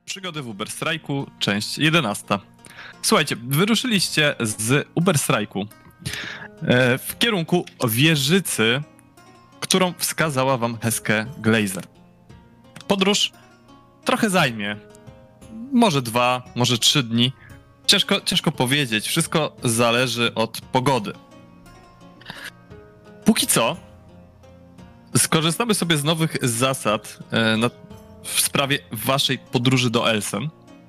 Przygody w Uberstrajku, część 11. Słuchajcie, wyruszyliście z Uberstrajku w kierunku wieżycy, którą wskazała wam Heske Glazer. Podróż trochę zajmie. Może 2, może 3 dni. Ciężko powiedzieć. Wszystko zależy od pogody. Póki co skorzystamy sobie z nowych zasad w sprawie waszej podróży do Elsen.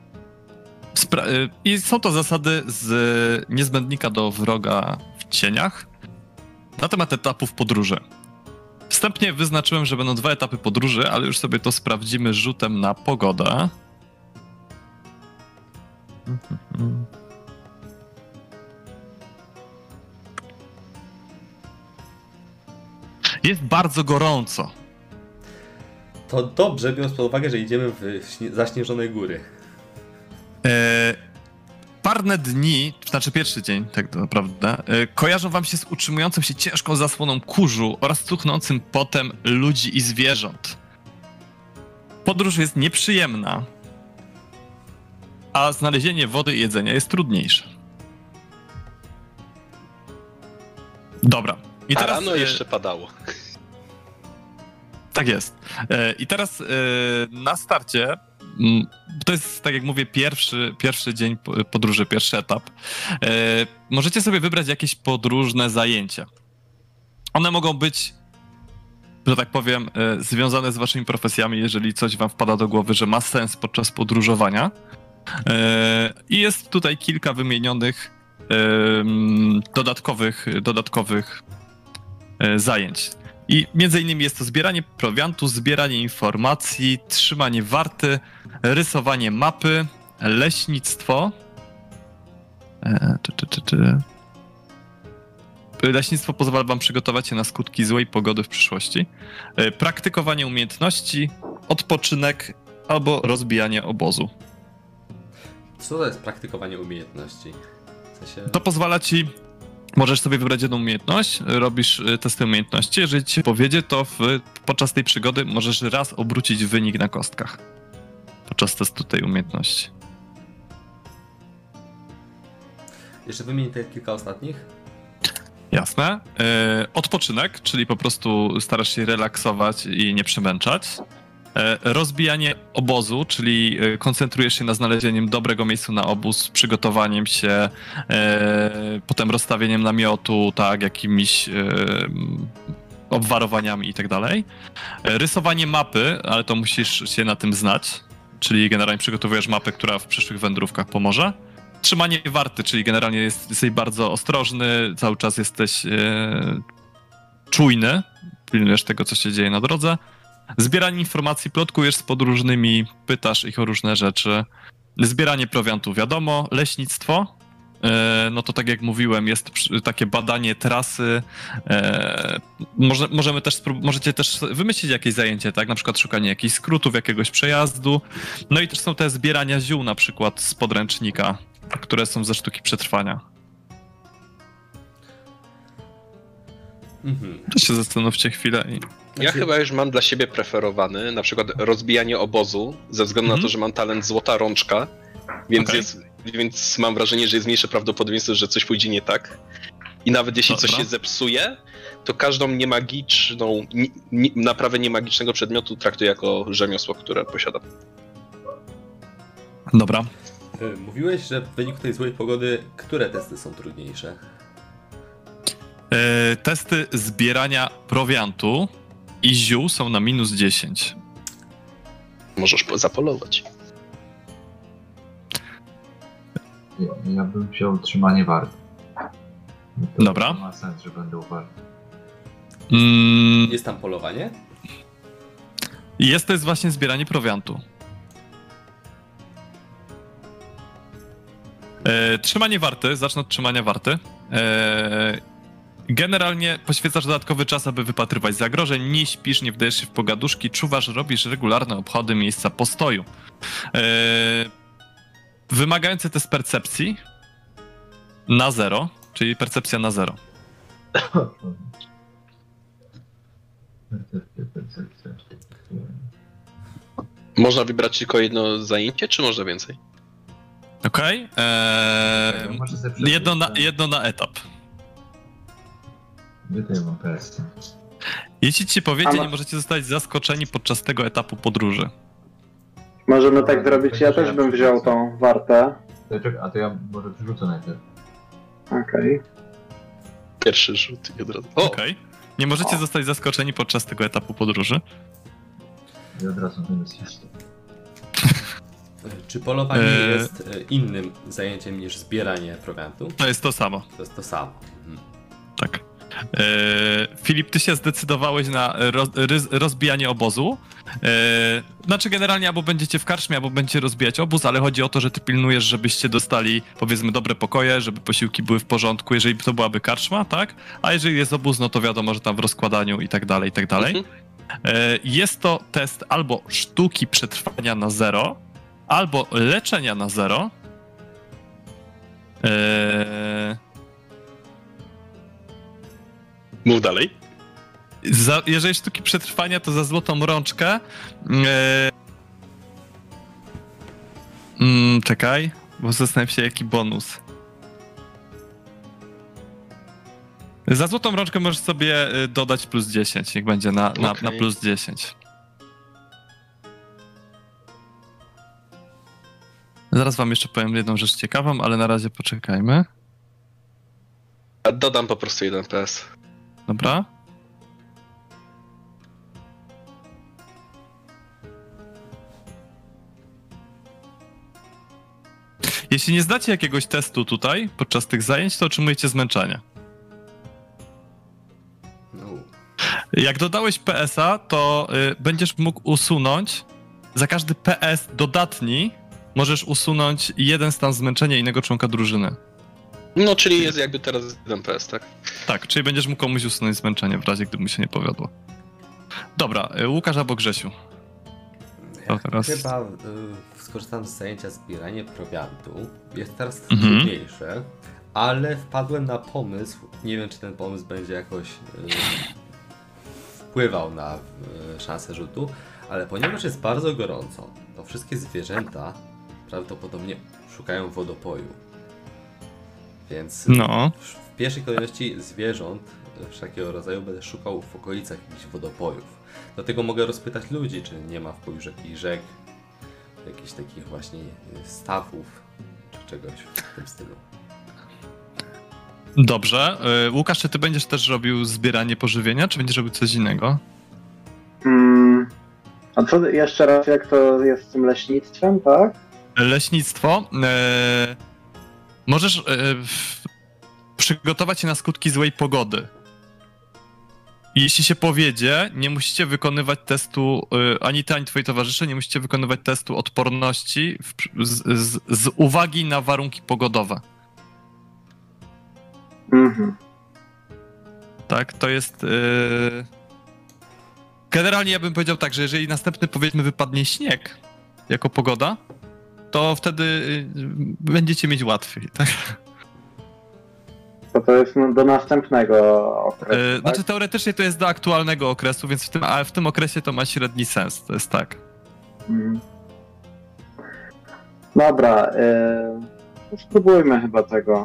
I są to zasady z niezbędnika do wroga w cieniach na temat etapów podróży. Wstępnie wyznaczyłem, że będą 2 etapy podróży, ale już sobie to sprawdzimy rzutem na pogodę. Jest bardzo gorąco. To dobrze, biorąc pod uwagę, że idziemy w zaśnieżone góry. Parne dni, znaczy pierwszy dzień, tak naprawdę, kojarzą wam się z utrzymującą się ciężką zasłoną kurzu oraz cuchnącym potem ludzi i zwierząt. Podróż jest nieprzyjemna, a znalezienie wody i jedzenia jest trudniejsze. Dobra. I teraz, rano jeszcze padało. Tak jest. I teraz na starcie, to jest, tak jak mówię, pierwszy dzień podróży, pierwszy etap. Możecie sobie wybrać jakieś podróżne zajęcia. One mogą być, że tak powiem, związane z waszymi profesjami, jeżeli coś wam wpada do głowy, że ma sens podczas podróżowania. I jest tutaj kilka wymienionych dodatkowych zajęć. I między innymi jest to zbieranie prowiantu, zbieranie informacji, trzymanie warty, rysowanie mapy, leśnictwo. Leśnictwo pozwala wam przygotować się na skutki złej pogody w przyszłości. Praktykowanie umiejętności, odpoczynek albo rozbijanie obozu. Co to jest praktykowanie umiejętności? W sensie... To pozwala ci... Możesz sobie wybrać jedną umiejętność, robisz testy umiejętności. Jeżeli ci się powiedzie, to podczas tej przygody możesz raz obrócić wynik na kostkach. Podczas testu tej umiejętności. Jeszcze wymień te kilka ostatnich. Jasne. Odpoczynek, czyli po prostu starasz się relaksować i nie przemęczać. Rozbijanie obozu, czyli koncentrujesz się na znalezieniu dobrego miejsca na obóz, przygotowaniem się, potem rozstawieniem namiotu, tak, jakimiś obwarowaniami i tak dalej. Rysowanie mapy, ale to musisz się na tym znać, czyli generalnie przygotowujesz mapę, która w przyszłych wędrówkach pomoże. Trzymanie warty, czyli generalnie jesteś bardzo ostrożny, cały czas jesteś czujny, pilnujesz tego, co się dzieje na drodze. Zbieranie informacji, plotkujesz z podróżnymi, pytasz ich o różne rzeczy. Zbieranie prowiantu, wiadomo. Leśnictwo, no to tak jak mówiłem, jest takie badanie trasy. Możecie też wymyślić jakieś zajęcie, tak? Na przykład szukanie jakichś skrótów, jakiegoś przejazdu. No i też są te zbierania ziół, na przykład z podręcznika, które są ze sztuki przetrwania. To się zastanówcie chwilę i... Ja chyba już mam dla siebie preferowany, na przykład rozbijanie obozu, ze względu na to, że mam talent złota rączka, więc, więc mam wrażenie, że jest mniejsze prawdopodobieństwo, że coś pójdzie nie tak. I nawet jeśli coś się zepsuje, to każdą niemagiczną, naprawę niemagicznego przedmiotu traktuję jako rzemiosło, które posiadam. Dobra. Mówiłeś, że w wyniku tej złej pogody, które testy są trudniejsze? Testy zbierania prowiantu i ziół są na -10. Możesz zapolować. Ja bym wziął trzymanie warty. Dobra. To ma sens, że będę uważny. Jest tam polowanie? To jest właśnie zbieranie prowiantu. Trzymanie warty, zacznę od trzymania warty. Generalnie poświęcasz dodatkowy czas, aby wypatrywać zagrożeń, nie śpisz, nie wdajesz się w pogaduszki, czuwasz, robisz regularne obchody miejsca postoju. Wymagający test percepcji na 0, czyli percepcja na 0. Percepcja. Można wybrać tylko jedno zajęcie, czy można więcej? Okej. Może sobie przeczytać, Jedno na etap. Gdzie to ja mam PS? Jeśli ci powiedzie, Ale- nie możecie zostać zaskoczeni podczas tego etapu podróży. Możemy tak zrobić, ja też bym wziął tą wartę. A to ja może przerzucę najpierw. Okej. Pierwszy rzut i od razu. O! Okej. Nie możecie zostać zaskoczeni podczas tego etapu podróży. I od razu minus. Czy polowanie Eee. jest innym zajęciem niż zbieranie prowiantu? To jest to samo. To jest to samo. Tak. Filip, ty się zdecydowałeś na rozbijanie obozu. Znaczy generalnie albo będziecie w karczmie, albo będziecie rozbijać obóz, ale chodzi o to, że ty pilnujesz, żebyście dostali, powiedzmy, dobre pokoje, żeby posiłki były w porządku, jeżeli to byłaby karczma, tak? A jeżeli jest obóz, no to wiadomo, że tam w rozkładaniu i tak dalej, i tak dalej. Jest to test albo sztuki przetrwania na 0, albo leczenia na 0. Mów dalej. Jeżeli sztuki przetrwania, to za złotą rączkę. Czekaj, bo zastanawiam się, jaki bonus. Za złotą rączkę możesz sobie dodać plus 10, niech będzie na Okej. plus 10. Zaraz wam jeszcze powiem jedną rzecz ciekawą, ale na razie poczekajmy. A dodam po prostu 1 PS. Dobra. Jeśli nie zdacie jakiegoś testu tutaj podczas tych zajęć, to otrzymujecie zmęczenie. No. Jak dodałeś PS-a, to będziesz mógł usunąć za każdy PS dodatni możesz usunąć jeden stan zmęczenia innego członka drużyny. No, czyli jest jakby teraz 1 PS, tak? Tak, czyli będziesz mógł komuś usunąć zmęczenie w razie, gdyby mu się nie powiodło. Dobra, Łukasz albo Grzesiu. To teraz... Chyba skorzystam z zajęcia zbieranie prowiantu. Jest teraz Mhm. trudniejsze, ale wpadłem na pomysł, nie wiem czy ten pomysł będzie jakoś wpływał na szansę rzutu, ale ponieważ jest bardzo gorąco, to wszystkie zwierzęta prawdopodobnie szukają wodopoju. Więc No. w pierwszej kolejności zwierząt wszelkiego rodzaju będę szukał w okolicach jakichś wodopojów. Dlatego mogę rozpytać ludzi, czy nie ma w pobliżu jakichś rzek, jakichś takich właśnie stawów, czy czegoś w tym stylu. Dobrze. Łukasz, czy ty będziesz też robił zbieranie pożywienia, czy będziesz robił coś innego? A co jeszcze raz, jak to jest z tym leśnictwem, tak? Leśnictwo. Możesz przygotować się na skutki złej pogody. Jeśli się powiedzie, nie musicie wykonywać testu, ani ty, ani twoi towarzysze, nie musicie wykonywać testu odporności z uwagi na warunki pogodowe. Mhm. Tak, to jest... Generalnie ja bym powiedział tak, że jeżeli następny, powiedzmy, wypadnie śnieg jako pogoda, to wtedy będziecie mieć łatwiej, tak? To jest do następnego okresu, tak? Znaczy teoretycznie to jest do aktualnego okresu, więc w tym okresie to ma średni sens, to jest tak. Mhm. Dobra, spróbujmy chyba tego.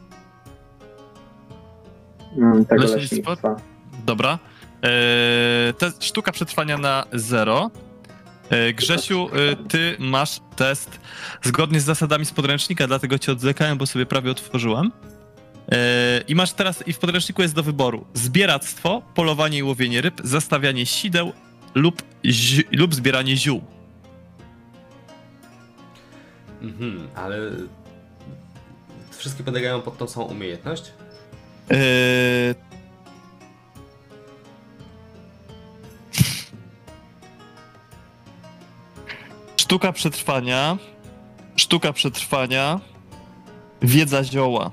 Tego Leśnictwo? leśnictwa. Dobra. Sztuka przetrwania na 0. Grzesiu, ty masz test zgodnie z zasadami z podręcznika, dlatego cię odwlekałem, bo sobie prawie otworzyłem. I masz teraz, i w podręczniku jest do wyboru zbieractwo, polowanie i łowienie ryb, zastawianie sideł lub zbieranie ziół. Ale wszystkie podlegają pod tą samą umiejętność? Sztuka przetrwania, wiedza zioła.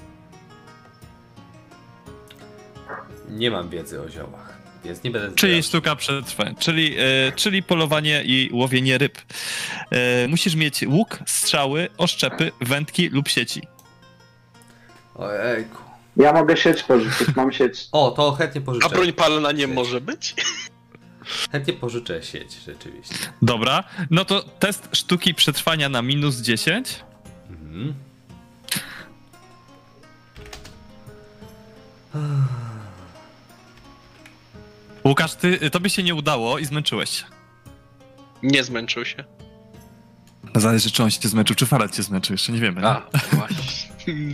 Nie mam wiedzy o ziołach, więc nie będę... Czyli zbierał. sztuka przetrwania, czyli polowanie i łowienie ryb. Musisz mieć łuk, strzały, oszczepy, wędki lub sieci. Ojejku. Ja mogę sieć pożyczyć, mam sieć. O, to chętnie A pożyczę. broń palna nie może być? Chętnie pożyczę sieć, rzeczywiście. Dobra, no to test sztuki przetrwania na -10. Mhm. Łukasz, tobie się nie udało i zmęczyłeś się. Nie zmęczył się. Zależy, czy on się zmęczył, czy Farad się zmęczył, jeszcze nie wiemy. A, właśnie.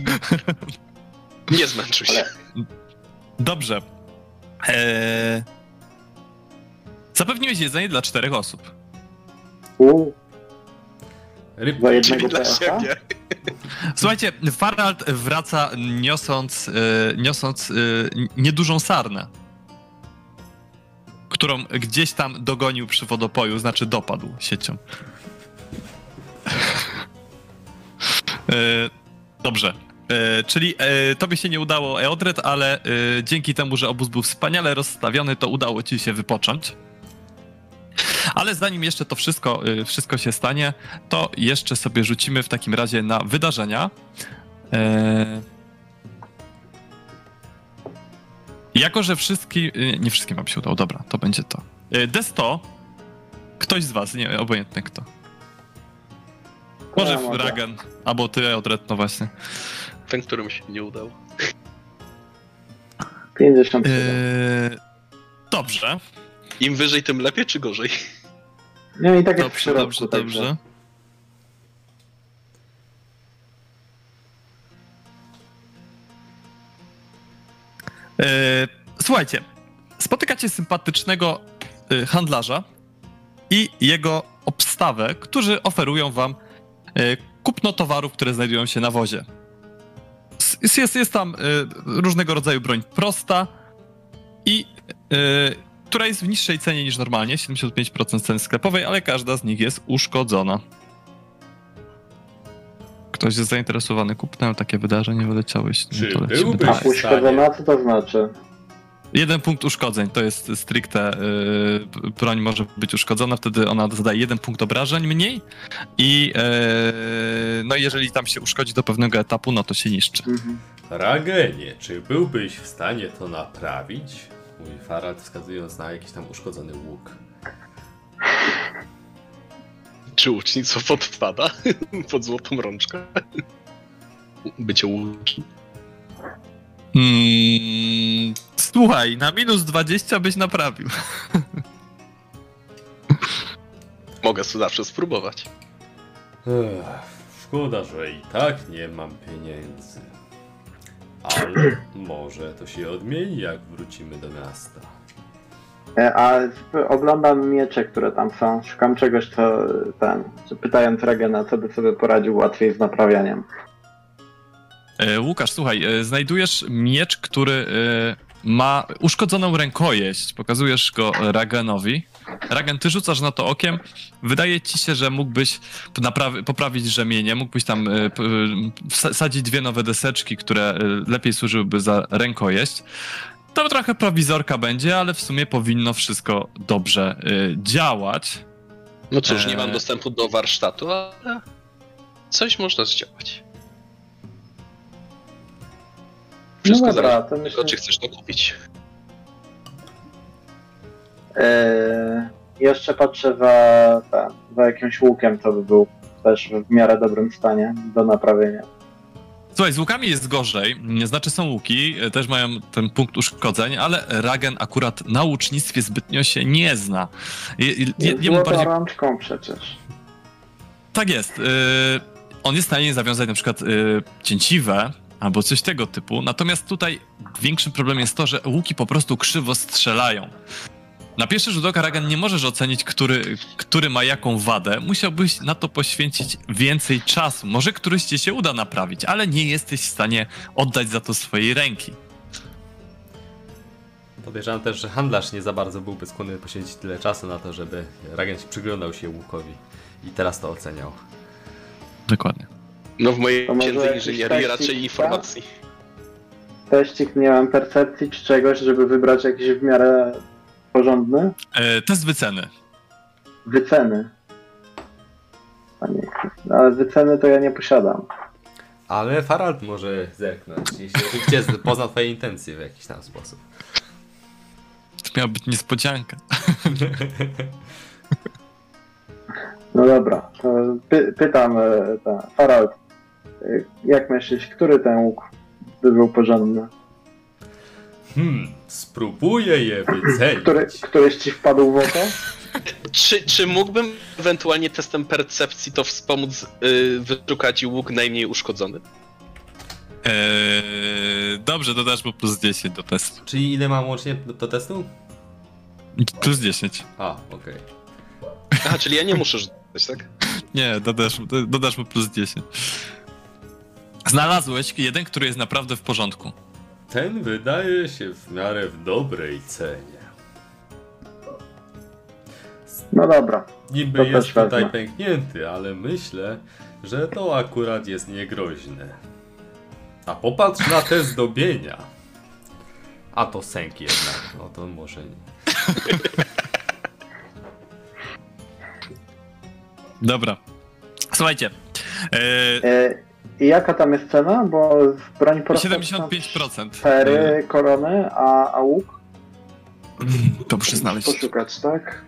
Nie zmęczył się. Dobrze. Zapewniłeś jedzenie dla 4 osób. Za jednego Czyli dla pecha? siebie. Słuchajcie, Farald wraca niosąc niedużą sarnę, którą gdzieś tam dogonił przy wodopoju, znaczy dopadł siecią. Dobrze. Czyli tobie się nie udało, Eodred, ale dzięki temu, że obóz był wspaniale rozstawiony, to udało ci się wypocząć. Ale zanim jeszcze to wszystko się stanie, to jeszcze sobie rzucimy w takim razie na wydarzenia. Jako, że nie wszystkim wam się udało, dobra, to będzie to. D100, ktoś z was, nie, obojętnie kto. Może mogę. Ragen, albo ty, Eodred, no właśnie. Ten, którym się nie udało. 57. Dobrze. Im wyżej, tym lepiej, czy gorzej? No i tak jest w Dobrze, środku, dobrze, także. dobrze. Słuchajcie, spotykacie sympatycznego handlarza i jego obstawę, którzy oferują wam kupno towarów, które znajdują się na wozie. Jest tam różnego rodzaju broń prosta i która jest w niższej cenie niż normalnie, 75% ceny sklepowej, ale każda z nich jest uszkodzona. Ktoś jest zainteresowany kupnem, takie wydarzenie wyleciałeś. Czy to lecimy byłbyś dalej. A uszkodzona, co to znaczy? 1 punkt uszkodzeń, to jest stricte broń może być uszkodzona, wtedy ona zadaje 1 punkt obrażeń mniej i no jeżeli tam się uszkodzi do pewnego etapu, no to się niszczy. Mhm. Ragenie, czy byłbyś w stanie to naprawić? Mówi Farad, wskazując na jakiś tam uszkodzony łuk. Czy łucznictwo podpada pod złotą rączkę? Bycie łucznikiem. Słuchaj, na -20 byś naprawił. Mogę to zawsze spróbować. Szkoda, że i tak nie mam pieniędzy. Ale może to się odmieni, jak wrócimy do miasta. Oglądam miecze, które tam są. Szukam czegoś, pytając Ragena, co by sobie poradził łatwiej z naprawianiem. Łukasz, słuchaj, znajdujesz miecz, który ma uszkodzoną rękojeść. Pokazujesz go Ragenowi. Ragen, ty rzucasz na to okiem. Wydaje ci się, że mógłbyś poprawić rzemienie, mógłbyś tam wsadzić 2 nowe deseczki, które lepiej służyłyby za rękojeść. To trochę prowizorka będzie, ale w sumie powinno wszystko dobrze działać. No cóż, nie mam dostępu do warsztatu, ale coś można zdziałać. Wszystko No dobra, zależy to od myślę, tego, czy chcesz to kupić. jeszcze patrzę za jakimś łukiem, co by był też w miarę dobrym stanie do naprawienia. Słuchaj, z łukami jest gorzej, znaczy są łuki, też mają ten punkt uszkodzeń, ale Ragen akurat na łucznictwie zbytnio się nie zna. Jemu Złotą bardziej... rączką przecież. Tak jest. On jest w stanie zawiązać na przykład cięciwe albo coś tego typu, natomiast tutaj większym problemem jest to, że łuki po prostu krzywo strzelają. Na pierwszy rzut oka, Ragen, nie możesz ocenić, który ma jaką wadę. Musiałbyś na to poświęcić więcej czasu. Może któryś ci się uda naprawić, ale nie jesteś w stanie oddać za to swojej ręki. Podejrzewam też, że handlarz nie za bardzo byłby skłonny poświęcić tyle czasu na to, żeby Ragen przyglądał się łukowi i teraz to oceniał. Dokładnie. No w mojej To może księdze jakiś inżynierii teścik, raczej tak? informacji. Teścik, nie mam percepcji czy czegoś, żeby wybrać jakiś w miarę porządny. Test wyceny. Wyceny. Ale wyceny to ja nie posiadam. Ale Farald może zerknąć, jeśli oczywiście pozna twoje intencje w jakiś tam sposób. To miała być niespodzianka. No dobra, to pytam Farald, jak myślisz, który ten łuk by był porządny? Spróbuję je wycenić. Któryś ci wpadł w oko? Czy mógłbym ewentualnie testem percepcji to wspomóc wyszukać łuk najmniej uszkodzony? Dobrze, dodasz mu plus 10 do testu. Czyli ile mam łącznie do testu? Plus 10. A, okej. Aha, czyli ja nie muszę rzucać, tak? Nie, dodasz mu plus 10. Znalazłeś jeden, który jest naprawdę w porządku. Ten wydaje się w miarę w dobrej cenie. No dobra. Niby To jest też tutaj wezmę. pęknięty, ale myślę, że to akurat jest niegroźne. A popatrz na te zdobienia. A to sęk jednak, no to może nie. Dobra. Słuchajcie. I jaka tam jest cena? Bo w broń prosta 75%. 4 korony, a łuk? To muszę znaleźć. Poszukać, tak?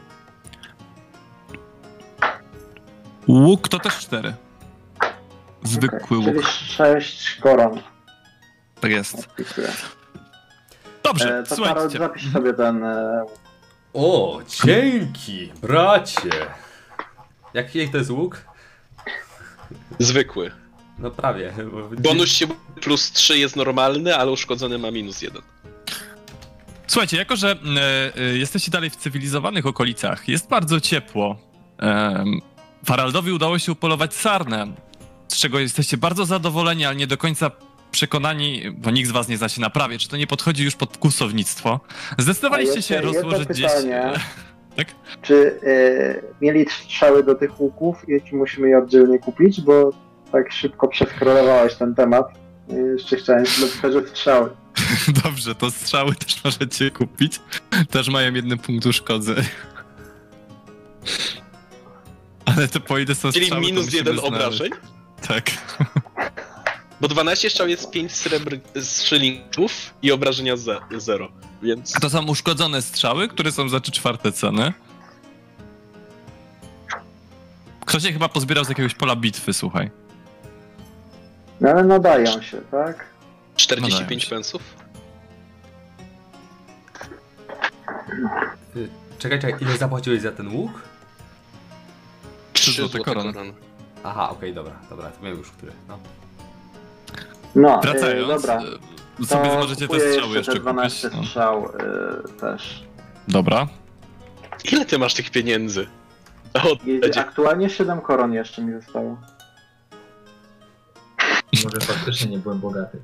Łuk to też 4. Zwykły Czyli łuk. 6 koron. Tak jest. Odpisuję. Dobrze, To Farald, słuchajcie. zapisz sobie ten łuk. O, dzięki, bracie! Jaki to jest łuk? Zwykły. No prawie. Bonus się plus 3 jest normalny, ale uszkodzony ma minus 1. Słuchajcie, jako że jesteście dalej w cywilizowanych okolicach, jest bardzo ciepło. Faraldowi udało się upolować sarnę, z czego jesteście bardzo zadowoleni, ale nie do końca przekonani, bo nikt z was nie zna się na prawie, czy to nie podchodzi już pod kłusownictwo. Zdecydowaliście się jedno rozłożyć gdzieś... pytanie. Tak? Czy mieli strzały do tych łuków i czy musimy je oddzielnie kupić? Bo tak szybko przeskrolowałeś ten temat. Jeszcze chciałem napisać, że strzały. Dobrze, to strzały też możecie kupić. Też mają 1 punkt uszkodzeń. Ale te po ile są Czyli strzały, to minus musimy 1 znaleźć. obrażeń? Tak. Bo 12 strzał jest 5 szylingów i obrażenia 0, więc... A to są uszkodzone strzały, które są za 3/4 ceny. Ktoś je chyba pozbierał z jakiegoś pola bitwy, słuchaj. No ale nadają się, tak? 45 pensów? Czekaj, ile zapłaciłeś za ten łuk? 3 3 złote korony. Aha, okej, dobra, to wiem już, który. No. No, Wracając, dobra. sobie To możecie te kupuję strzały jeszcze te 12 kupić. No. strzał też. Dobra. Ile ty masz tych pieniędzy? I aktualnie 7 koron jeszcze mi zostało. Może faktycznie nie byłem bogaty.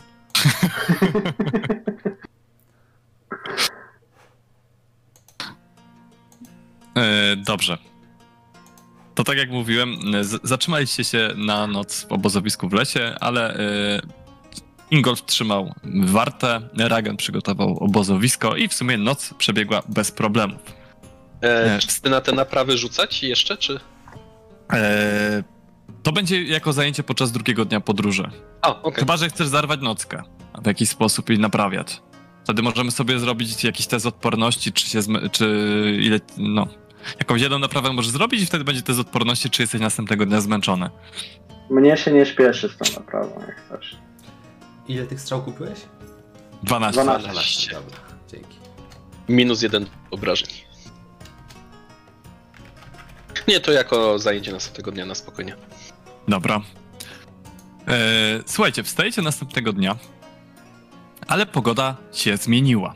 Dobrze. To tak jak mówiłem, zatrzymaliście się na noc w obozowisku w lesie, ale Ingolf trzymał wartę, Ragen przygotował obozowisko i w sumie noc przebiegła bez problemów. Czy na te naprawy rzucać jeszcze, czy? To będzie jako zajęcie podczas drugiego dnia podróży. Okej. Chyba że chcesz zarwać nockę w jakiś sposób i naprawiać. Wtedy możemy sobie zrobić jakiś test odporności, czy ile, no... Jakąś jedną naprawę możesz zrobić i wtedy będzie test odporności, czy jesteś następnego dnia zmęczony. Mnie się nie śpieszy z tą naprawą, jak chcesz. Ile tych strzał kupiłeś? 12. 12. Dobra, dzięki. Minus 1 obrażeń. Nie, to jako zajęcie następnego dnia na spokojnie. Dobra. Słuchajcie, wstajecie następnego dnia, ale pogoda się zmieniła.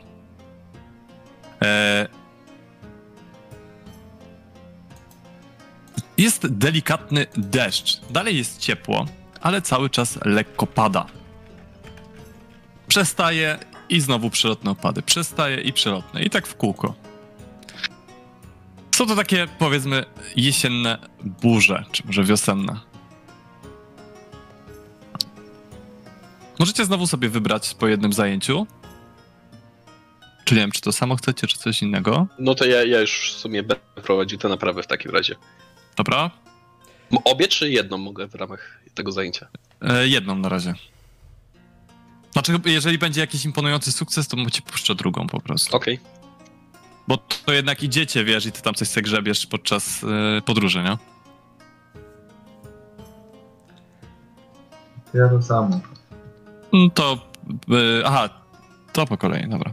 Jest delikatny deszcz. Dalej jest ciepło, ale cały czas lekko pada. Przestaje i znowu przelotne opady. Przestaje i przelotne. I tak w kółko. Są to takie, powiedzmy, jesienne burze, czy może wiosenne. Możecie znowu sobie wybrać po jednym zajęciu. Czy nie wiem, czy to samo chcecie, czy coś innego. No to ja już w sumie będę prowadził tę naprawę w takim razie. Dobra? Obie czy jedną mogę w ramach tego zajęcia? Jedną na razie. Znaczy, jeżeli będzie jakiś imponujący sukces, to ci puszczę drugą po prostu. Okej. Bo to jednak idziecie, wiesz, i ty tam coś sobie grzebiesz podczas podróży, nie? Ja to samo. To... aha, to po kolei, dobra.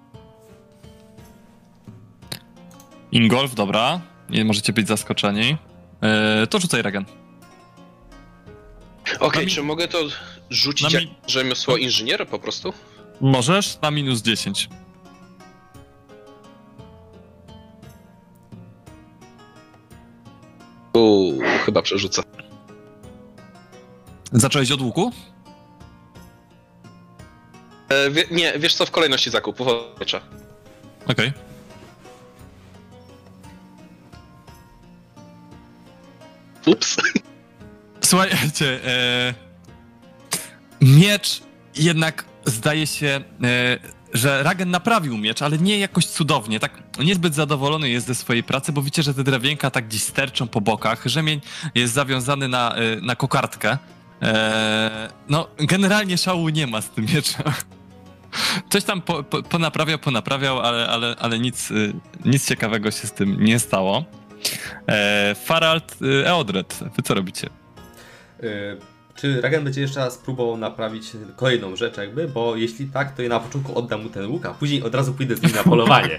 Ingolf, dobra. Nie możecie być zaskoczeni. To rzucaj Ragen. Okej, mi- czy mogę to rzucić na jak mi- rzemiosło inżyniera po prostu? Możesz na minus 10. Chyba przerzucę. Zacząłeś od łuku? Nie, wiesz co, w kolejności zakupów, oczach. Okej. Ups. Słuchajcie, miecz jednak zdaje się, że Ragen naprawił miecz, ale nie jakoś cudownie. Tak niezbyt zadowolony jest ze swojej pracy, bo widzicie, że te drewienka tak gdzieś sterczą po bokach. Rzemień jest zawiązany na kokardkę. No, generalnie szału nie ma z tym mieczem. Coś tam ponaprawiał, ale nic ciekawego się z tym nie stało. Farald, Eodred, wy co robicie? Czy Ragen będzie jeszcze raz próbował naprawić kolejną rzecz jakby? Bo jeśli tak, to ja na początku oddam mu ten łuk, a później od razu pójdę z nim na polowanie.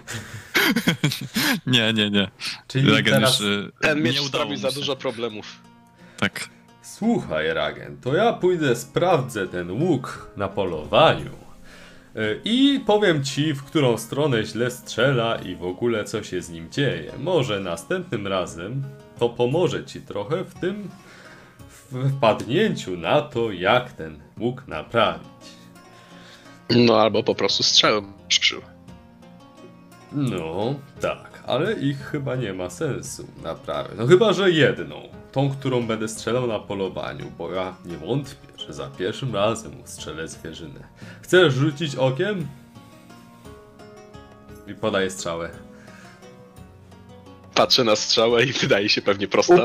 Nie. Czyli Ragen teraz... już Ten miecz nie udało sprawił mu za się. dużo problemów. Tak. Słuchaj, Ragen, to ja pójdę sprawdzę ten łuk na polowaniu. I powiem ci, w którą stronę źle strzela i w ogóle co się z nim dzieje. Może następnym razem to pomoże ci trochę w tym wpadnięciu na to, jak ten łuk naprawić. No albo po prostu strzałę skrzył. No, tak, ale ich chyba nie ma sensu naprawić. No chyba, że jedną. Tą, którą będę strzelał na polowaniu, bo ja nie wątpię, że za pierwszym razem ustrzelę zwierzynę. Chcesz rzucić okiem? I podaję strzałę. Patrzę na strzałę i wydaje się pewnie prosta.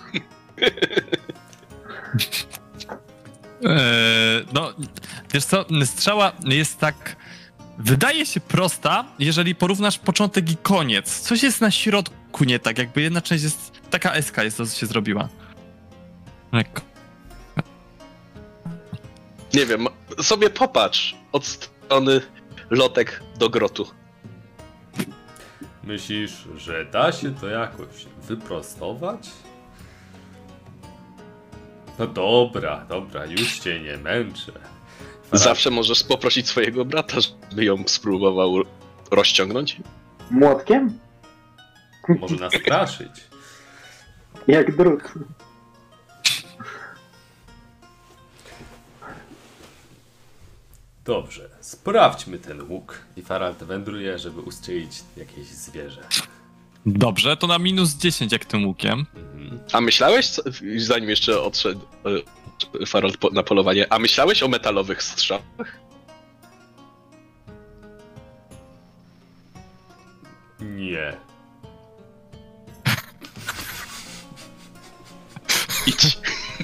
No, wiesz co, strzała jest tak... Wydaje się prosta, jeżeli porównasz początek i koniec. Coś jest na środku nie tak, jakby jedna część jest... Taka eska jest to, co się zrobiła. Lekko. Nie wiem, sobie popatrz od strony lotek do grotu. Myślisz, że da się to jakoś wyprostować? No dobra, już cię nie męczę. Zawsze możesz poprosić swojego brata, żeby ją spróbował rozciągnąć. Młotkiem? Może nas straszyć. Jak drut. Dobrze, sprawdźmy ten łuk. I Farald wędruje, żeby ustrzelić jakieś zwierzę. Dobrze, to na minus 10 jak tym łukiem. A myślałeś, zanim jeszcze odszedł Farald na polowanie, a myślałeś o metalowych strzałach? Nie. Idź.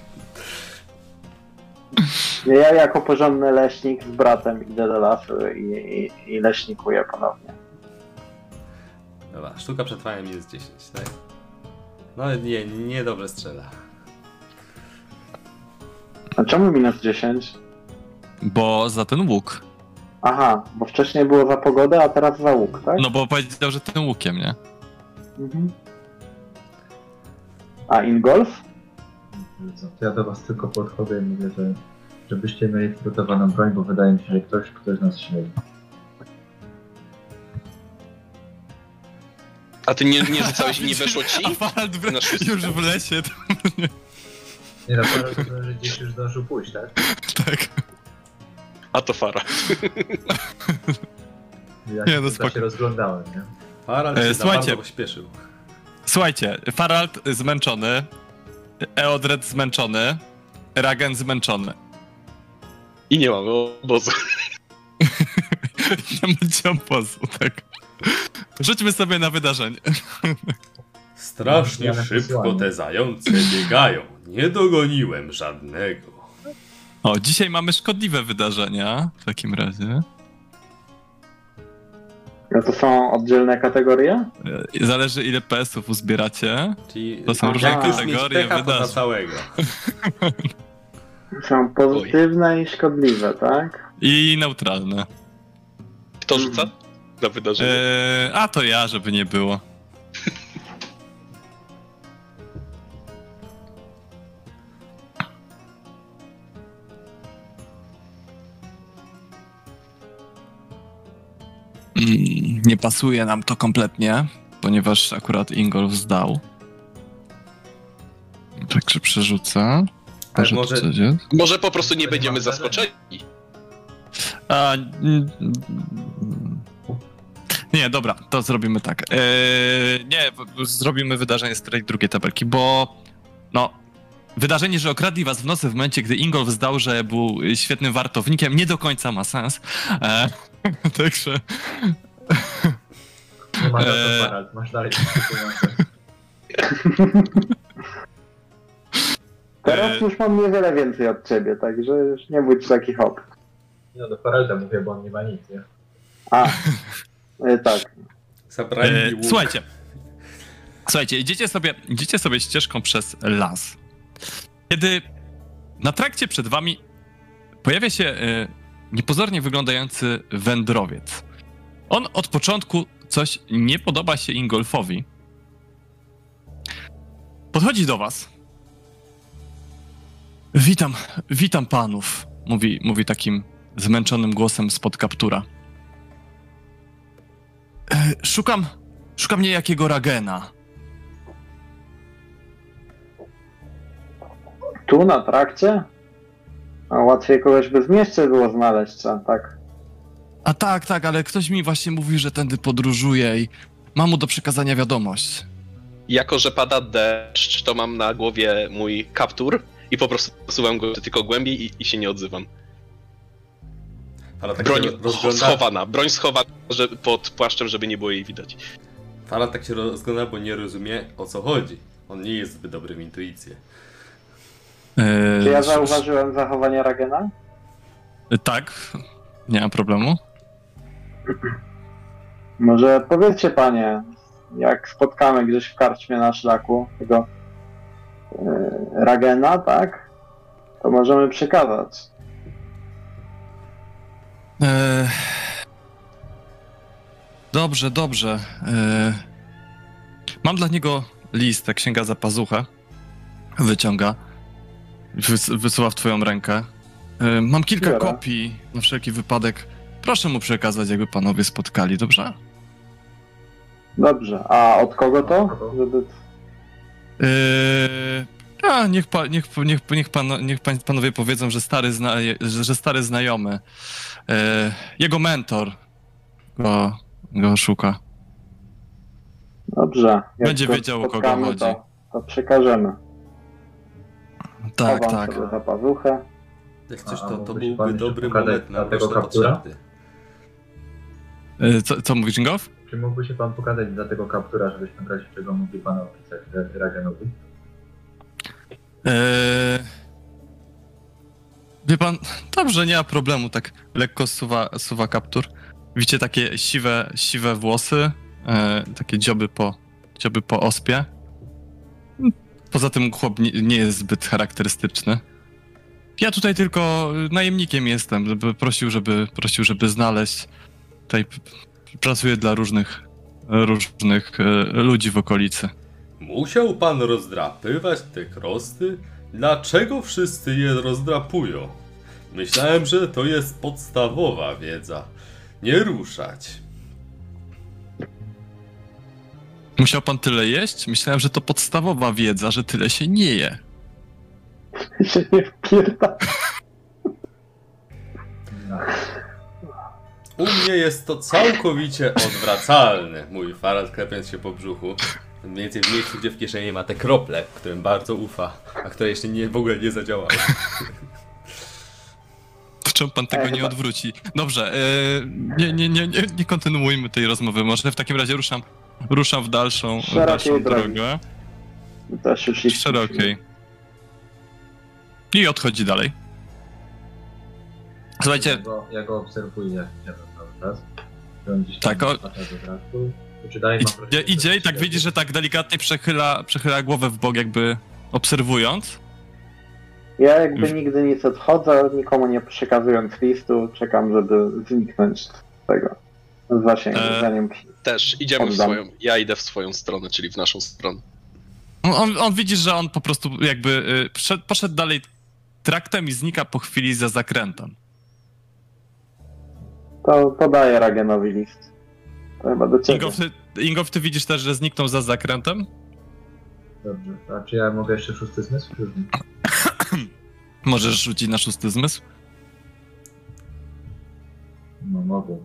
Ja jako porządny leśnik z bratem idę do lasu i leśnikuję ponownie. Dobra, sztuka przetrwania jest 10, tak? No nie dobrze strzela. A czemu minus 10? Bo za ten łuk. Aha, bo wcześniej było za pogodę, a teraz za łuk, tak? No bo powiedział, że tym łukiem, nie? Mhm. A Ingolf? To ja do was tylko podchodzę i mówię, żebyście mieli przygotowaną broń, bo wydaje mi się, że ktoś nas śmieje. A ty nie rzucałeś i nie weszło ci? A Farald Na szóstkę? już w lesie, Nie, na pewno rozumiem, że gdzieś już zdążył pójść, tak? tak. A to Fara. Ja Nie, no się spoko. rozglądałem, nie? Farald się za słuchajcie. bardzo pośpieszył. Słuchajcie, Farald zmęczony, Eodred zmęczony, Ragen zmęczony. I nie mamy obozu. Nie macie obozu, tak. Rzućmy sobie na wydarzenie. Strasznie Ja szybko napisałem. te zające biegają. Nie dogoniłem żadnego. O, dzisiaj mamy szkodliwe wydarzenia w takim razie. No to są oddzielne kategorie? Zależy ile PS-ów uzbieracie. Czyli To są różne jak już mieć kategorie pecha, to na wydarzeń. całego. Są pozytywne i szkodliwe, tak? I neutralne. Kto rzuca na wydarzenie? A to ja, żeby nie było. Nie pasuje nam to kompletnie, ponieważ akurat Ingolf zdał. Także przerzucę. Ale może- coś jest? Może po prostu nie będziemy zaskoczeni. Nie, dobra, to zrobimy tak. Nie, zrobimy wydarzenie z tej drugiej tabelki, bo no, wydarzenie, że okradli was w nocy w momencie, gdy Ingolf zdał, że był świetnym wartownikiem, nie do końca ma sens. Także... Nie ma na to Harald, masz dalej tłumaczę. Teraz już mam niewiele więcej od ciebie, także już nie bądź taki hop. No do Haralda mówię, bo on nie ma nic, nie? A, tak. Zabrali mi łuk. Słuchajcie, idziecie sobie ścieżką przez las. Kiedy na trakcie przed wami pojawia się niepozornie wyglądający wędrowiec. On od początku coś nie podoba się Ingolfowi. Podchodzi do was. Witam panów, mówi takim zmęczonym głosem spod kaptura. Szukam niejakiego Ragena. Tu na trakcie? A łatwiej kogoś by w mieście było znaleźć, a tak. A tak, ale ktoś mi właśnie mówi, że tędy podróżuje i mam mu do przekazania wiadomość. Jako, że pada deszcz, to mam na głowie mój kaptur i po prostu posuwam go tylko głębiej i się nie odzywam. Fala tak Broń się rozgląda, schowana pod płaszczem, żeby nie było jej widać. Fala tak się rozgląda, bo nie rozumie, o co chodzi. On nie jest zbyt dobry w intuicję. Czy ja zauważyłem zachowanie Ragena? Tak, nie ma problemu. Może powiedzcie panie, jak spotkamy gdzieś w karczmie na szlaku tego Ragena, tak? To możemy przekazać. Dobrze. Mam dla niego list, jak sięga za pazuchę. Wyciąga. Wysuwa w twoją rękę. Mam kilka Biorę. kopii na wszelki wypadek. Proszę mu przekazać, jakby panowie spotkali, dobrze? Dobrze, a od kogo to? Żeby... Niech panowie powiedzą, że stary znajomy, jego mentor go szuka. Dobrze. Jak Będzie go wiedział, o kogo spotkamy, chodzi. To przekażemy. Tak. Chowam sobie za pazuchę. Jak coś, A to mógłbyś byłby pan dobry pokazać moment na na tego roczne kaptura? potrzeby. Co mówisz, Jingow? Czy mógłby się pan pokazać dla tego kaptura, żebyśmy w razie czego mogli pana opisać Ragenowi? Wie pan, dobrze, nie ma problemu, tak lekko suwa kaptur. Widzicie takie siwe włosy, takie dzioby po ospie. Poza tym chłop nie jest zbyt charakterystyczny. Ja tutaj tylko najemnikiem jestem, prosił, żeby znaleźć. Tutaj pracuję dla różnych ludzi w okolicy. Musiał pan rozdrapywać te krosty? Dlaczego wszyscy je rozdrapują? Myślałem, że to jest podstawowa wiedza. Nie ruszać. Musiał pan tyle jeść? Myślałem, że to podstawowa wiedza, że tyle się nie je. się nie wpierda. No. U mnie jest to całkowicie odwracalne, mówi Farad, klepiąc się po brzuchu. Mniej więcej w miejscu, gdzie w kieszeni ma te krople, którym bardzo ufa, a które jeszcze w ogóle nie zadziałały. Czemu pan tego nie odwróci? Dobrze, nie kontynuujmy tej rozmowy. Może w takim razie ruszam w dalszą drogę. Też już iść. Szerokiej. I odchodzi dalej. Słuchajcie, Ja go obserwuję jak idziemy cały czas. którą gdzieś tam Tak, wpacza do wracu. Czy dalej mam wrażenie, Idzie że i tak się widzi, że tak delikatnie przechyla głowę w bok, jakby obserwując. Ja jakby nigdy nic odchodzę, nikomu nie przekazując listu, czekam, żeby zniknąć z tego zasięgu, zanim Też idziemy w Oddam. swoją. Ja idę w swoją stronę, czyli w naszą stronę. On widzi, że on po prostu jakby poszedł dalej traktem i znika po chwili za zakrętem. to podaję Ragenowi list. To chyba do ciebie. Ingow, ty widzisz też, że zniknął za zakrętem? Dobrze. A czy ja mogę jeszcze 6 zmysł? Już nie. Możesz rzucić na 6 zmysł? No mogę.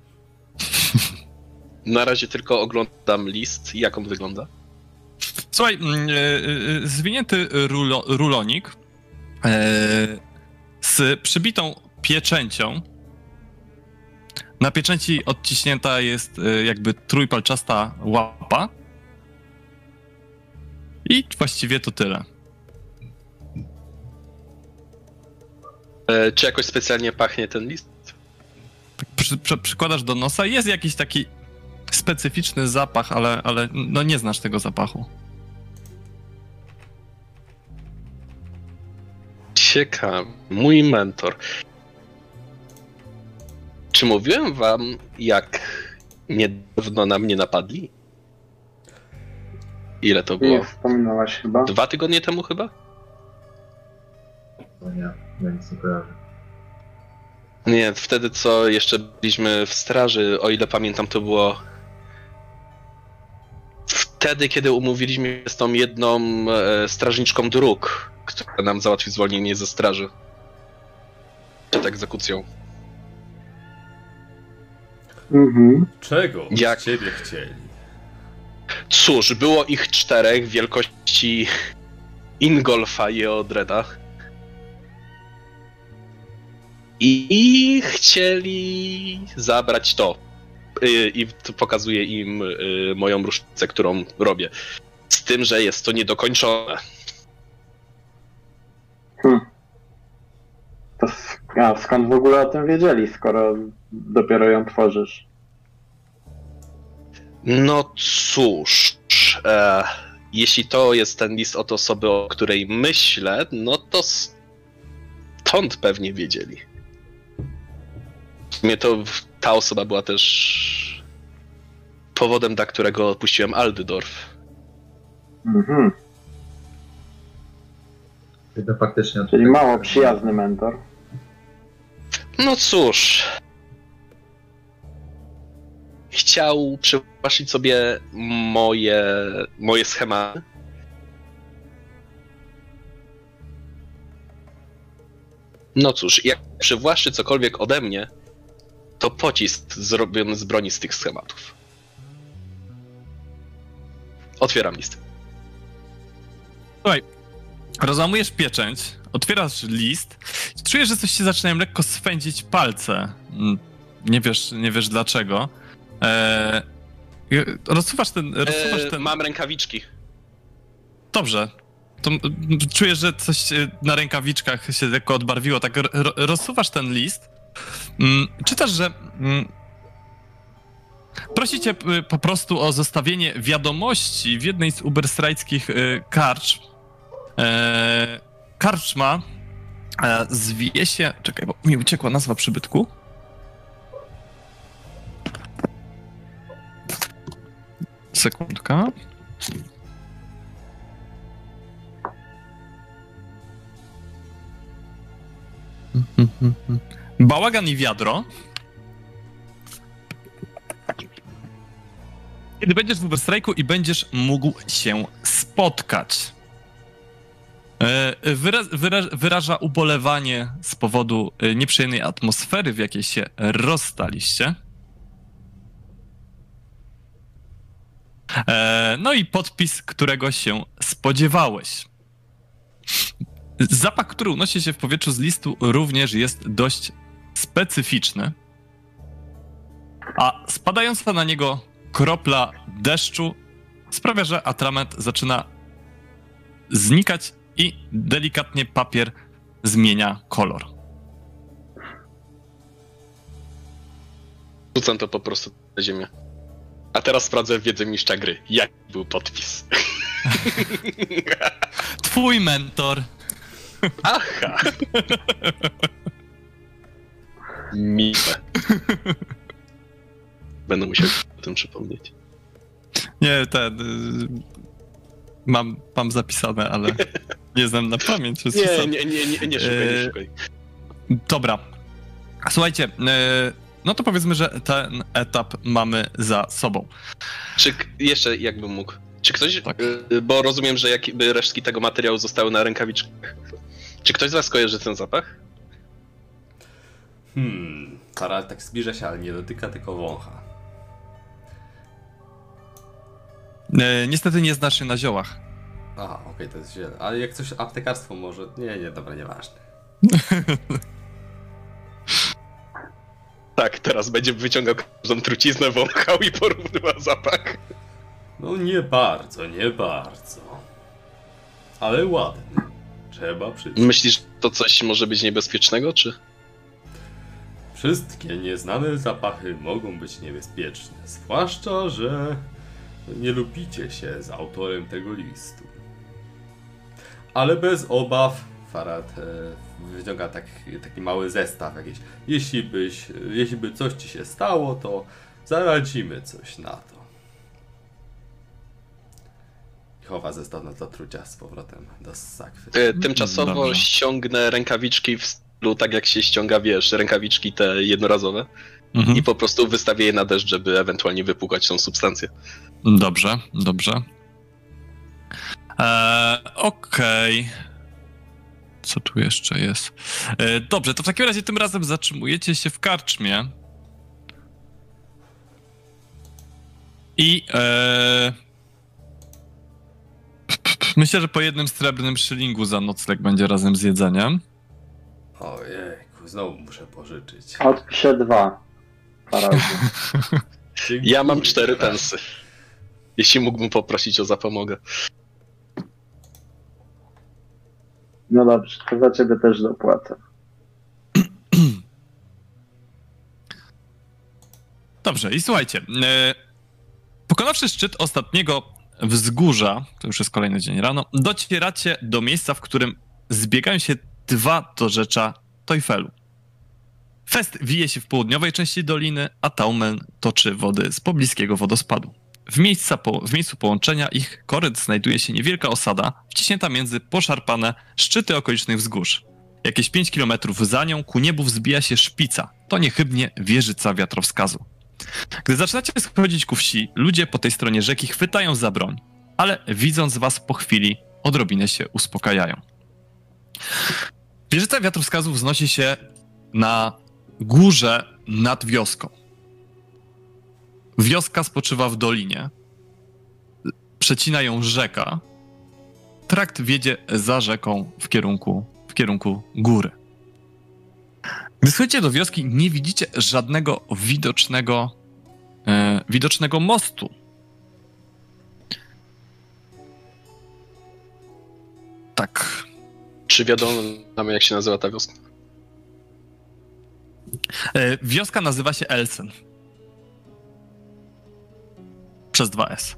Na razie tylko oglądam list. Jak on wygląda? Słuchaj, zwinięty rulonik z przybitą pieczęcią. Na pieczęci odciśnięta jest jakby trójpalczasta łapa. I właściwie to tyle. Czy jakoś specjalnie pachnie ten list? Przykładasz do nosa, jest jakiś taki specyficzny zapach, ale no nie znasz tego zapachu. Ciekawe. Mój mentor. Czy mówiłem wam, jak niedawno na mnie napadli? Ile to było? Nie wspominałaś chyba. 2 tygodnie temu chyba? To nie, ja nic nie kojarzę. Nie, wtedy co jeszcze byliśmy w straży, o ile pamiętam, to było wtedy, kiedy umówiliśmy się z tą jedną strażniczką dróg, która nam załatwi zwolnienie ze straży. Przed egzekucją. Mhm. Czego Jak? od ciebie chcieli? Cóż, było ich 4 wielkości Ingolfa i Eodreda. I chcieli zabrać to. I tu pokazuję im moją różnicę, którą robię. Z tym, że jest to niedokończone. To skąd w ogóle o tym wiedzieli, skoro dopiero ją tworzysz? No cóż, jeśli to jest ten list od osoby, o której myślę, no to stąd pewnie wiedzieli. W sumie to ta osoba była też powodem, dla którego opuściłem Aldydorf. Mhm. Czyli to faktycznie... od Czyli tego- mało przyjazny mentor. No cóż. Chciał przywłaszczyć sobie moje schematy. No cóż, jak przywłaszczy cokolwiek ode mnie, to pocisk zrobiony z broni z tych schematów. Otwieram list. Słuchaj, rozłamujesz pieczęć, otwierasz list i czujesz, że coś ci zaczynają lekko swędzić palce. Nie wiesz dlaczego. Rozsuwasz ten... Mam rękawiczki. Dobrze. To czujesz, że coś na rękawiczkach się lekko odbarwiło. Tak rozsuwasz ten list. Czytasz, że prosi cię po prostu o zostawienie wiadomości w jednej z uberstrajckich karcz. Karczma zwie się... Czekaj, bo mi uciekła nazwa przybytku. Sekundka. Bałagan i wiadro. Kiedy będziesz w Uberstrajku i będziesz mógł się spotkać. Wyraża ubolewanie z powodu nieprzyjemnej atmosfery, w jakiej się rozstaliście. No i podpis, którego się spodziewałeś. Zapach, który unosi się w powietrzu z listu, również jest dość specyficzny. A spadająca na niego kropla deszczu sprawia, że atrament zaczyna znikać i delikatnie papier zmienia kolor. Rzucam to po prostu na ziemię. A teraz sprawdzę wiedzę mistrza gry. Jaki był podpis? Twój mentor. Aha! Miłe. Będę musiał o tym przypomnieć. Nie, mam zapisane, ale nie znam na pamięć. Nie szukaj, nie szukaj. Dobra. Słuchajcie, no to powiedzmy, że ten etap mamy za sobą. Czy jeszcze jakbym mógł? Czy ktoś, Tak. bo rozumiem, że jakby resztki tego materiału zostały na rękawiczkach. Czy ktoś z was kojarzy ten zapach? Harald tak zbliża się, ale nie dotyka, tylko wącha. Niestety nie znasz się na ziołach. Aha, okej, to jest zielone. Ale jak coś aptekarstwo może... Nie, dobra, nieważne. Tak, teraz będzie wyciągał każdą truciznę, wąchał i porównywał zapach. No nie bardzo, nie bardzo. Ale ładny. Trzeba przyznać. Myślisz, że to coś może być niebezpiecznego, czy? Wszystkie nieznane zapachy mogą być niebezpieczne. Zwłaszcza, że nie lubicie się z autorem tego listu. Ale bez obaw Farad wyciąga taki mały zestaw jakiś. Jeśli by coś ci się stało, to zaradzimy coś na to. I chowa zestaw na zatrucia z powrotem do sakwy. Tymczasowo Dobrze. ściągnę rękawiczki w stylu, tak jak się ściąga, wiesz, rękawiczki te jednorazowe i po prostu wystawię je na deszcz, żeby ewentualnie wypłukać tą substancję. Dobrze. Okej. Co tu jeszcze jest? Dobrze, to w takim razie tym razem zatrzymujecie się w karczmie. I myślę, że po jednym srebrnym szylingu za nocleg będzie razem z jedzeniem. Ojejku, znowu muszę pożyczyć. Odpiszę 2. Haraldzie. Ja mam 4 pensy. Jeśli mógłbym poprosić o zapomogę. No dobrze, to za ciebie też dopłacę. Dobrze, i słuchajcie. Pokonawszy szczyt ostatniego wzgórza, to już jest kolejny dzień rano, docieracie do miejsca, w którym zbiegają się 2 dorzecza Teufelu. Fest wije się w południowej części doliny, a Taumen toczy wody z pobliskiego wodospadu. W miejscu połączenia ich koryt znajduje się niewielka osada, wciśnięta między poszarpane szczyty okolicznych wzgórz. Jakieś 5 kilometrów za nią ku niebu wzbija się szpica, to niechybnie wieżyca wiatrowskazu. Gdy zaczynacie schodzić ku wsi, ludzie po tej stronie rzeki chwytają za broń, ale widząc was po chwili, odrobinę się uspokajają. Wieżyca wiatrowskazu wznosi się na górze nad wioską. Wioska spoczywa w dolinie. Przecina ją rzeka. Trakt wiedzie za rzeką w kierunku góry. Gdy schodzicie do wioski, nie widzicie żadnego widocznego mostu. Tak. Czy wiadomo nam, jak się nazywa ta wioska? Wioska nazywa się Elsen. Przez 2S.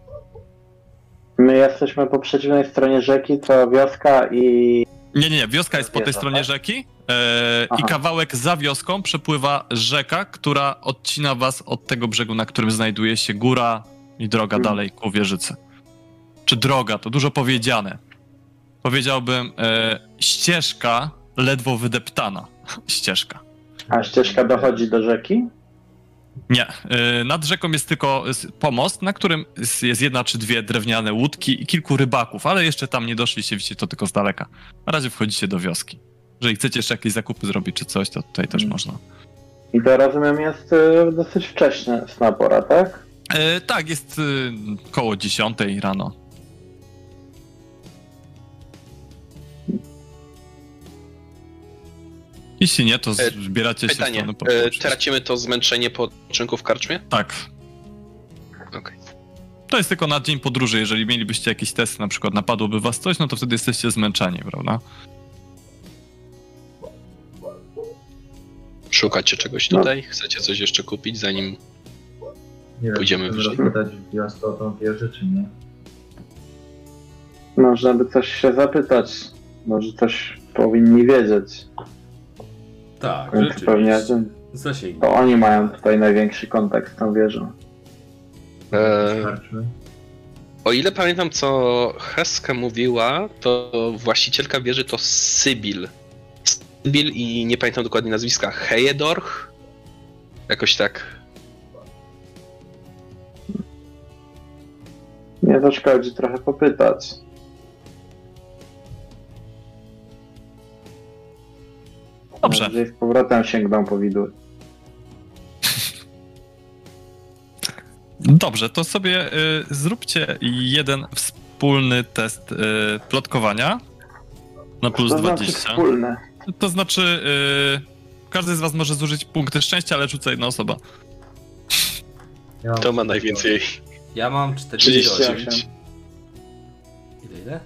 My jesteśmy po przeciwnej stronie rzeki, to wioska i... Nie. Wioska jest po tej Wieża, stronie tak? rzeki i Aha. kawałek za wioską przepływa rzeka, która odcina was od tego brzegu, na którym znajduje się góra i droga dalej ku wieżycy. Czy droga, to dużo powiedziane. Powiedziałbym ścieżka ledwo wydeptana. Ścieżka. A ścieżka dochodzi do rzeki? Nie. Nad rzeką jest tylko pomost, na którym jest 1 czy 2 drewniane łódki i kilku rybaków, ale jeszcze tam nie doszliście, widzicie to tylko z daleka. Na razie wchodzicie do wioski. Jeżeli chcecie jeszcze jakieś zakupy zrobić czy coś, to tutaj też można. I to rozumiem jest dosyć wcześna pora, tak? Tak, jest koło 10 rano. Jeśli nie, to zbieracie się w Pytanie, stronę portu. tracimy to zmęczenie po odpoczynku w karczmie? Tak. Okej. To jest tylko na dzień podróży. Jeżeli mielibyście jakieś testy, na przykład napadłoby was coś, no to wtedy jesteście zmęczeni, prawda? Szukacie czegoś tutaj? Chcecie coś jeszcze kupić, zanim Nie wiem, Pójdziemy chcemy wyżej. rozpytać miasto o tą wieżę, czy nie? Można by coś się zapytać. Może coś powinni wiedzieć. Tak, Więc pewnie rzeczywiście. Zasięgnij. to oni mają tutaj największy kontakt z tą wieżą. Starczy. O ile pamiętam, co Heska mówiła, to właścicielka wieży to Sybil. Sybil i nie pamiętam dokładnie nazwiska. Heyedorch? Jakoś tak. Nie zaszkodzi trochę popytać. Dobrze. Najwyżej z powrotem sięgną po widły. Dobrze, to sobie zróbcie jeden wspólny test plotkowania na plus To znaczy 20. wspólne. To znaczy, każdy z was może zużyć punkty szczęścia, ale rzuca jedna osoba. Ja mam To ma najwięcej. Ja mam 48. 39. Ile?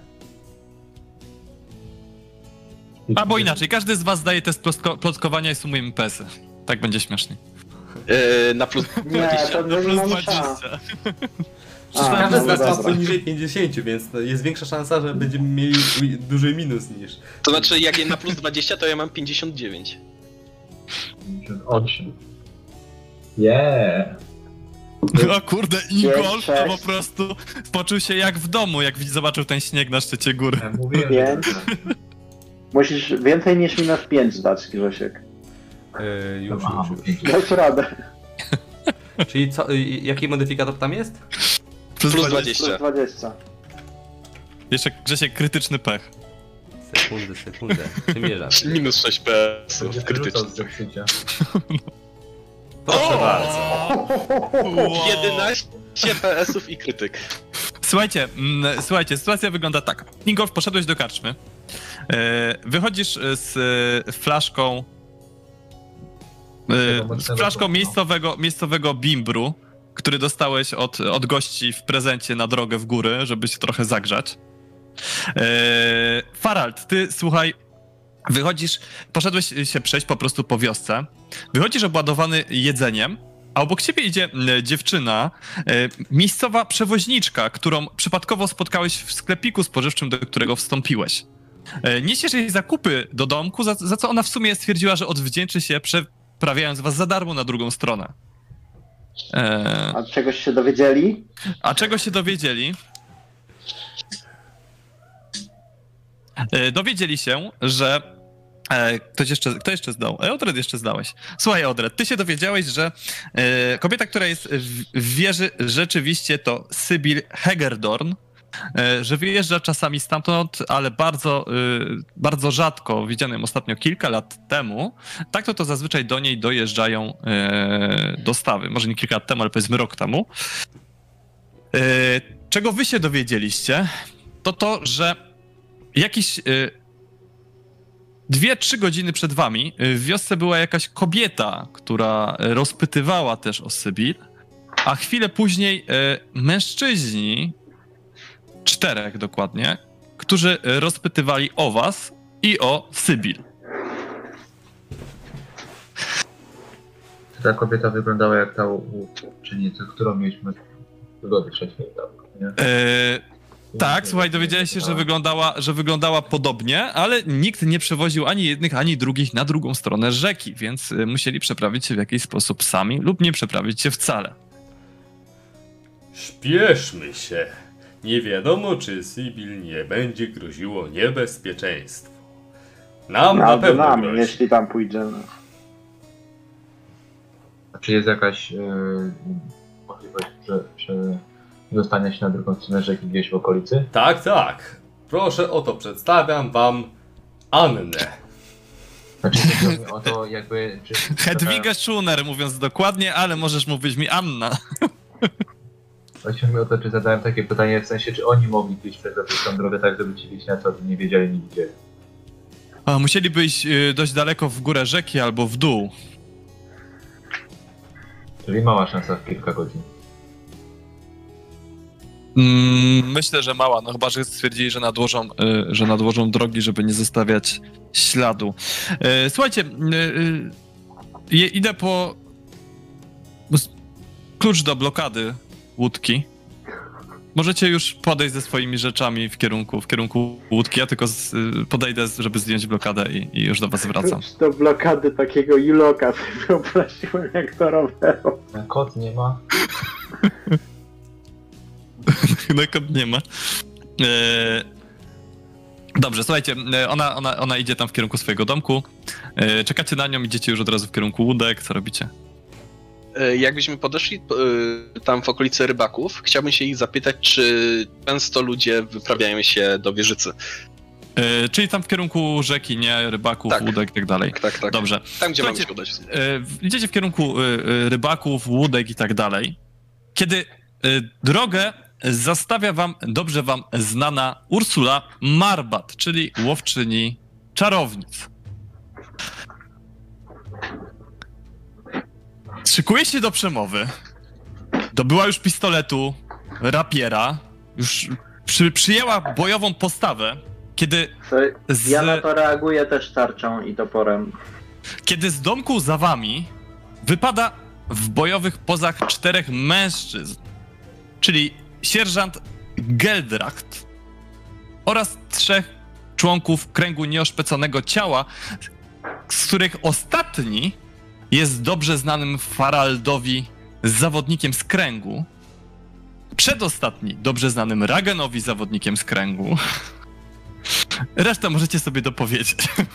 Albo inaczej, każdy z was daje test plotkowania i sumujemy PS-y. Tak będzie śmiesznie. Na plus Nie, 20. to nie Plus mamy 20. szans. Każdy z no nas ma dobra. poniżej 50, więc jest większa szansa, że będziemy mieli duży minus niż... To znaczy, jak na plus 20, to ja mam 59. 58. Yeah! O kurde, Ingolf to Sześć. po prostu poczuł się jak w domu, jak zobaczył ten śnieg na szczycie góry. Ja mówiłem, Pięć. że... Musisz więcej niż minus 5 dać, Grzesiek. Już. Dać radę. Czyli co, jaki modyfikator tam jest? Plus Plus 20. 20. Plus 20. Jeszcze Grzesiek krytyczny pech. Sekundę. Przymierzasz. Minus 6 PS Będzie krytyczny. wyrzucał z zepsucia. Proszę bardzo. Wow. 11 PS-ów i krytyk. Słuchajcie, sytuacja wygląda tak. Ingolf, poszedłeś do karczmy. Wychodzisz z flaszką miejscowego bimbru, który dostałeś od gości w prezencie na drogę w góry, żeby się trochę zagrzać. Farald, ty słuchaj, wychodzisz, poszedłeś się przejść po prostu po wiosce, wychodzisz obładowany jedzeniem, a obok ciebie idzie dziewczyna, miejscowa przewoźniczka, którą przypadkowo spotkałeś w sklepiku spożywczym, do którego wstąpiłeś. Niesiesz jej zakupy do domku, za co ona w sumie stwierdziła, że odwdzięczy się, przeprawiając was za darmo na drugą stronę. A czegoś się dowiedzieli? A czego się dowiedzieli? Dowiedzieli się, że kto jeszcze zdał? Odred jeszcze zdałeś. Słuchaj, Odred, ty się dowiedziałeś, że kobieta, która jest w wieży, rzeczywiście to Sybil Hegerdorn, że wyjeżdża czasami stamtąd, ale bardzo, bardzo rzadko, widzianym ostatnio kilka lat temu. Tak to zazwyczaj do niej dojeżdżają dostawy. Może nie kilka lat temu, ale powiedzmy rok temu. Czego wy się dowiedzieliście, to, że jakieś 2-3 godziny przed wami w wiosce była jakaś kobieta, która rozpytywała też o Sybil, a chwilę później mężczyźni, 4 dokładnie, którzy rozpytywali o was i o Sybil. Czy ta kobieta wyglądała jak ta uczyniec, którą mieliśmy wygody wcześniej, tak? Nie? Tak, słuchaj, dowiedziałeś się, że wyglądała podobnie, ale nikt nie przewoził ani jednych, ani drugich na drugą stronę rzeki, więc musieli przeprawić się w jakiś sposób sami lub nie przeprawić się wcale. Śpieszmy się. Nie wiadomo, czy Sybil nie będzie groziło niebezpieczeństwo. Nam na Albo pewno nam, grozi. jeśli tam pójdziemy. A czy jest jakaś możliwość, że dostania się na drugą stronę rzeki gdzieś w okolicy? Tak, tak. Proszę, oto przedstawiam wam Annę. Znaczy, chodzi mi o to jakby... Czy Hedwiga Schuner, mówiąc dokładnie, ale możesz mówić mi Anna. Chodzi mi o to, czy zadałem takie pytanie, w sensie, czy oni mogli iść przez tą drogę tak, żeby ci iść na co, nie wiedzieli, nie widzieli. A, musieliby iść dość daleko w górę rzeki albo w dół. Czyli mała szansa w kilka godzin. Myślę, że mała, no chyba, że stwierdzili, że nadłożą drogi, żeby nie zostawiać śladu. Słuchajcie, idę po... klucz do blokady łódki. Możecie już podejść ze swoimi rzeczami w kierunku łódki, ja tylko podejdę, żeby zdjąć blokadę i już do was wracam. Klucz do blokady takiego Juloka sobie wyobraziłem, jak to roweru. Kot nie ma. No kod nie ma. Dobrze, słuchajcie, ona idzie tam w kierunku swojego domku. Czekacie na nią, idziecie już od razu w kierunku łódek, co robicie? Jakbyśmy podeszli tam w okolice rybaków, chciałbym się ich zapytać, czy często ludzie wyprawiają się do Wieżycy. Czyli tam w kierunku rzeki, nie? Rybaków, Tak. łódek i tak dalej. Tak. Dobrze. Tam, gdzie mamy Słuchajcie, się udać. Idziecie w kierunku rybaków, łódek i tak dalej. Kiedy drogę zastawia wam dobrze wam znana Ursula Marbat, czyli łowczyni czarownic. Szykuje się do przemowy. Dobyła już pistoletu, rapiera. Już przyjęła bojową postawę, kiedy Ja na to reaguję też tarczą i toporem. Kiedy z domku za wami wypada w bojowych pozach 4 mężczyzn, czyli sierżant Geldracht oraz 3 członków kręgu nieoszpeconego ciała, z których ostatni jest dobrze znanym Faraldowi zawodnikiem z kręgu, przedostatni dobrze znanym Ragenowi zawodnikiem z kręgu. Resztę możecie sobie dopowiedzieć.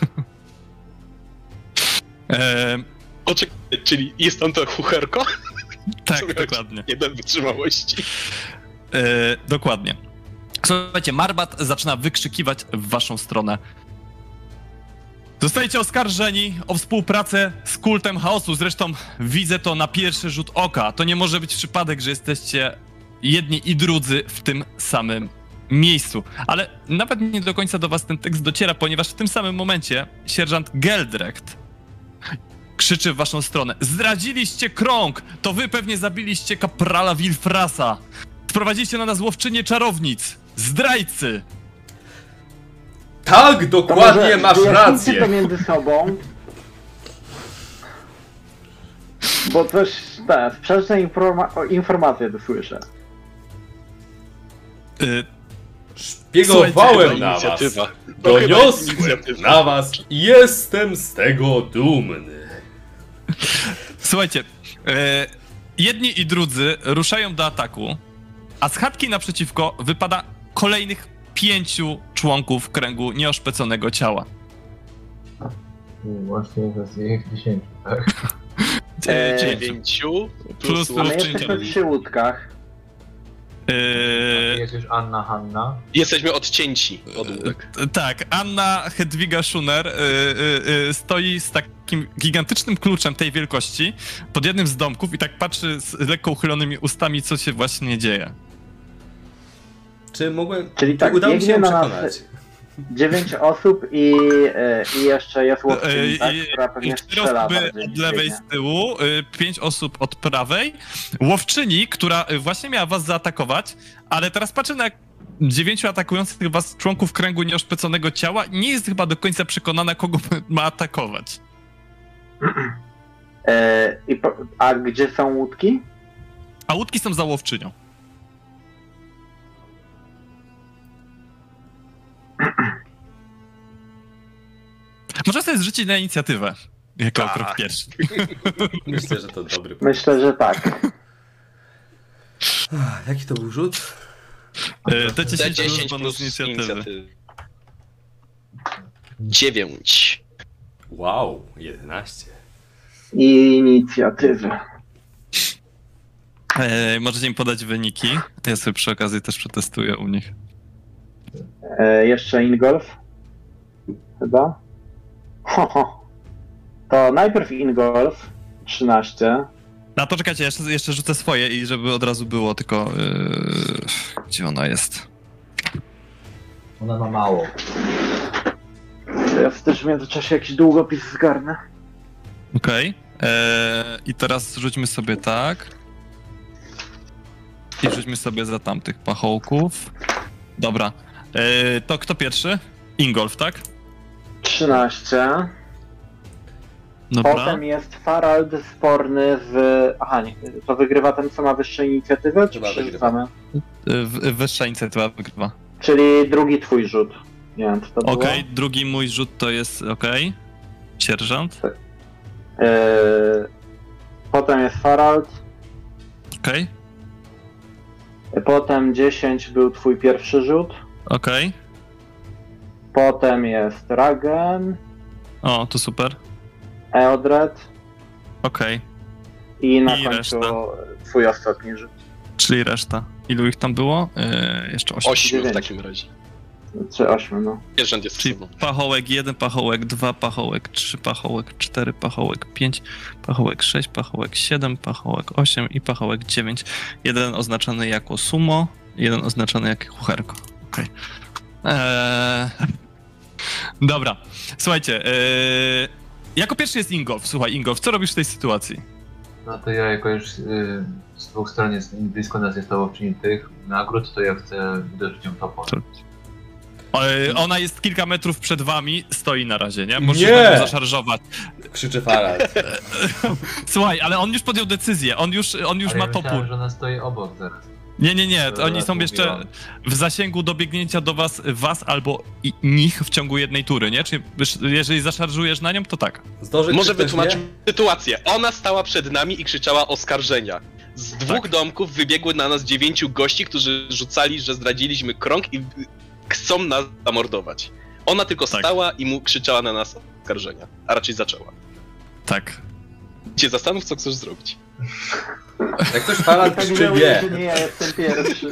Poczekaj, czyli jest tam to chucherko? Tak, dokładnie. Jeden wytrzymałości. Dokładnie. Słuchajcie, Marbat zaczyna wykrzykiwać w waszą stronę. Zostajecie oskarżeni o współpracę z kultem chaosu. Zresztą widzę to na pierwszy rzut oka. To nie może być przypadek, że jesteście jedni i drudzy w tym samym miejscu. Ale nawet nie do końca do was ten tekst dociera, ponieważ w tym samym momencie sierżant Geldrecht krzyczy w waszą stronę. Zdradziliście krąg! To wy pewnie zabiliście kaprala Wilfrasa. Sprowadziliście na nas łowczynię czarownic. Zdrajcy! Tak, dokładnie, masz rację. to między sobą. Bo coś, sprzeczne informacje to słyszę. Szpiegowałem na was. Inicjatywa. Doniosłem na was i jestem z tego dumny. Słuchajcie, jedni i drudzy ruszają do ataku, a z chatki naprzeciwko wypada kolejnych 5 członków kręgu nieoszpeconego ciała. Właśnie z ich 10, tak? 9 Plus Ale jesteśmy przy łódkach. Jest już Anna, Hanna. Jesteśmy odcięci od łódek. Tak, Anna Hedwiga Schuner stoi z takim gigantycznym kluczem tej wielkości pod jednym z domków i tak patrzy z lekko uchylonymi ustami, co się właśnie dzieje. Czy mogłem... Czyli tak, udało mi się biegnie na przekonać? nas 9 osób i jeszcze jest łowczyni, tak, która pewnie 4 strzela osoby bardziej od niż lewej biegnie. z tyłu, 5 osób od prawej. Łowczyni, która właśnie miała was zaatakować, ale teraz patrzę na 9 atakujących was członków kręgu nieoszpeconego ciała i nie jest chyba do końca przekonana, kogo ma atakować. A gdzie są łódki? A łódki są za łowczynią. Można sobie zrzucić na inicjatywę. Jako Tak. krok pierwszy. Myślę, że to dobry pomysł. Myślę, że tak. Jaki to był rzut? D10 plus D10 bonus plus inicjatywy. inicjatywy. 9. Wow, 11. Inicjatywy. Możecie im podać wyniki. Ja sobie przy okazji też przetestuję u nich. Jeszcze Ingolf? Chyba? To najpierw Ingolf, 13. No to czekajcie, jeszcze rzucę swoje i żeby od razu było, tylko... gdzie ona jest? Ona ma mało. Ja też w międzyczasie jakiś długopis zgarnę. Okej. I teraz rzućmy sobie tak. I rzućmy sobie za tamtych pachołków. Dobra. To kto pierwszy? Ingolf, tak? 13. Dobra. Potem jest Farald sporny z... Aha, nie, to wygrywa ten, co ma wyższą inicjatywę, czy Chyba przerzucamy? Wyższa inicjatywa wygrywa. Czyli drugi twój rzut. Nie wiem, czy to było. Okej, drugi mój rzut to jest okej. Sierżant. Potem jest Farald. Okej, Potem 10 był twój pierwszy rzut. okej. Potem jest Ragen, O, to super. Eodred Okej, i na I końcu reszta. twój ostatni rzut. czyli reszta. Ilu ich tam było? Jeszcze 8. 8 w 9. takim razie. Czy 8, no. Sierżant jest Czyli sobą. pachołek 1, pachołek 2, pachołek 3, pachołek 4, pachołek 5, pachołek 6, pachołek 7, pachołek 8 i pachołek 9. Jeden oznaczony jako sumo, jeden oznaczony jako kucherko. Okej. Dobra, słuchajcie. Jako pierwszy jest Ingolf. Słuchaj, Ingolf, co robisz w tej sytuacji? No to ja jako już z dwóch stron jest blisko nas jest łowczyni tych nagród, to ja chcę uderzyć ją topą. Co? Ona jest kilka metrów przed wami, stoi na razie, nie? Możesz Nie! na nią zaszarżować. Krzyczy Farad. Słuchaj, ale on już podjął decyzję, on już Ale ma ja myślałem, topór. że ona stoi obok zaraz. Nie, Dobra, oni są jeszcze mówiłam. w zasięgu dobiegnięcia do was albo nich w ciągu jednej tury, nie? Czyli jeżeli zaszarżujesz na nią, to tak. Zdąży Może ktoś wytłumaczyć nie? sytuację. Ona stała przed nami i krzyczała oskarżenia. Z dwóch Tak. domków wybiegły na nas 9 gości, którzy rzucali, że zdradziliśmy krąg i chcą nas zamordować. Ona tylko Tak. stała i mu krzyczała na nas oskarżenia. A raczej zaczęła. Tak. Cię zastanów, co chcesz zrobić. Jak ktoś Farad Tak krzyczy żałuję, nie. że nie ja jestem pierwszy.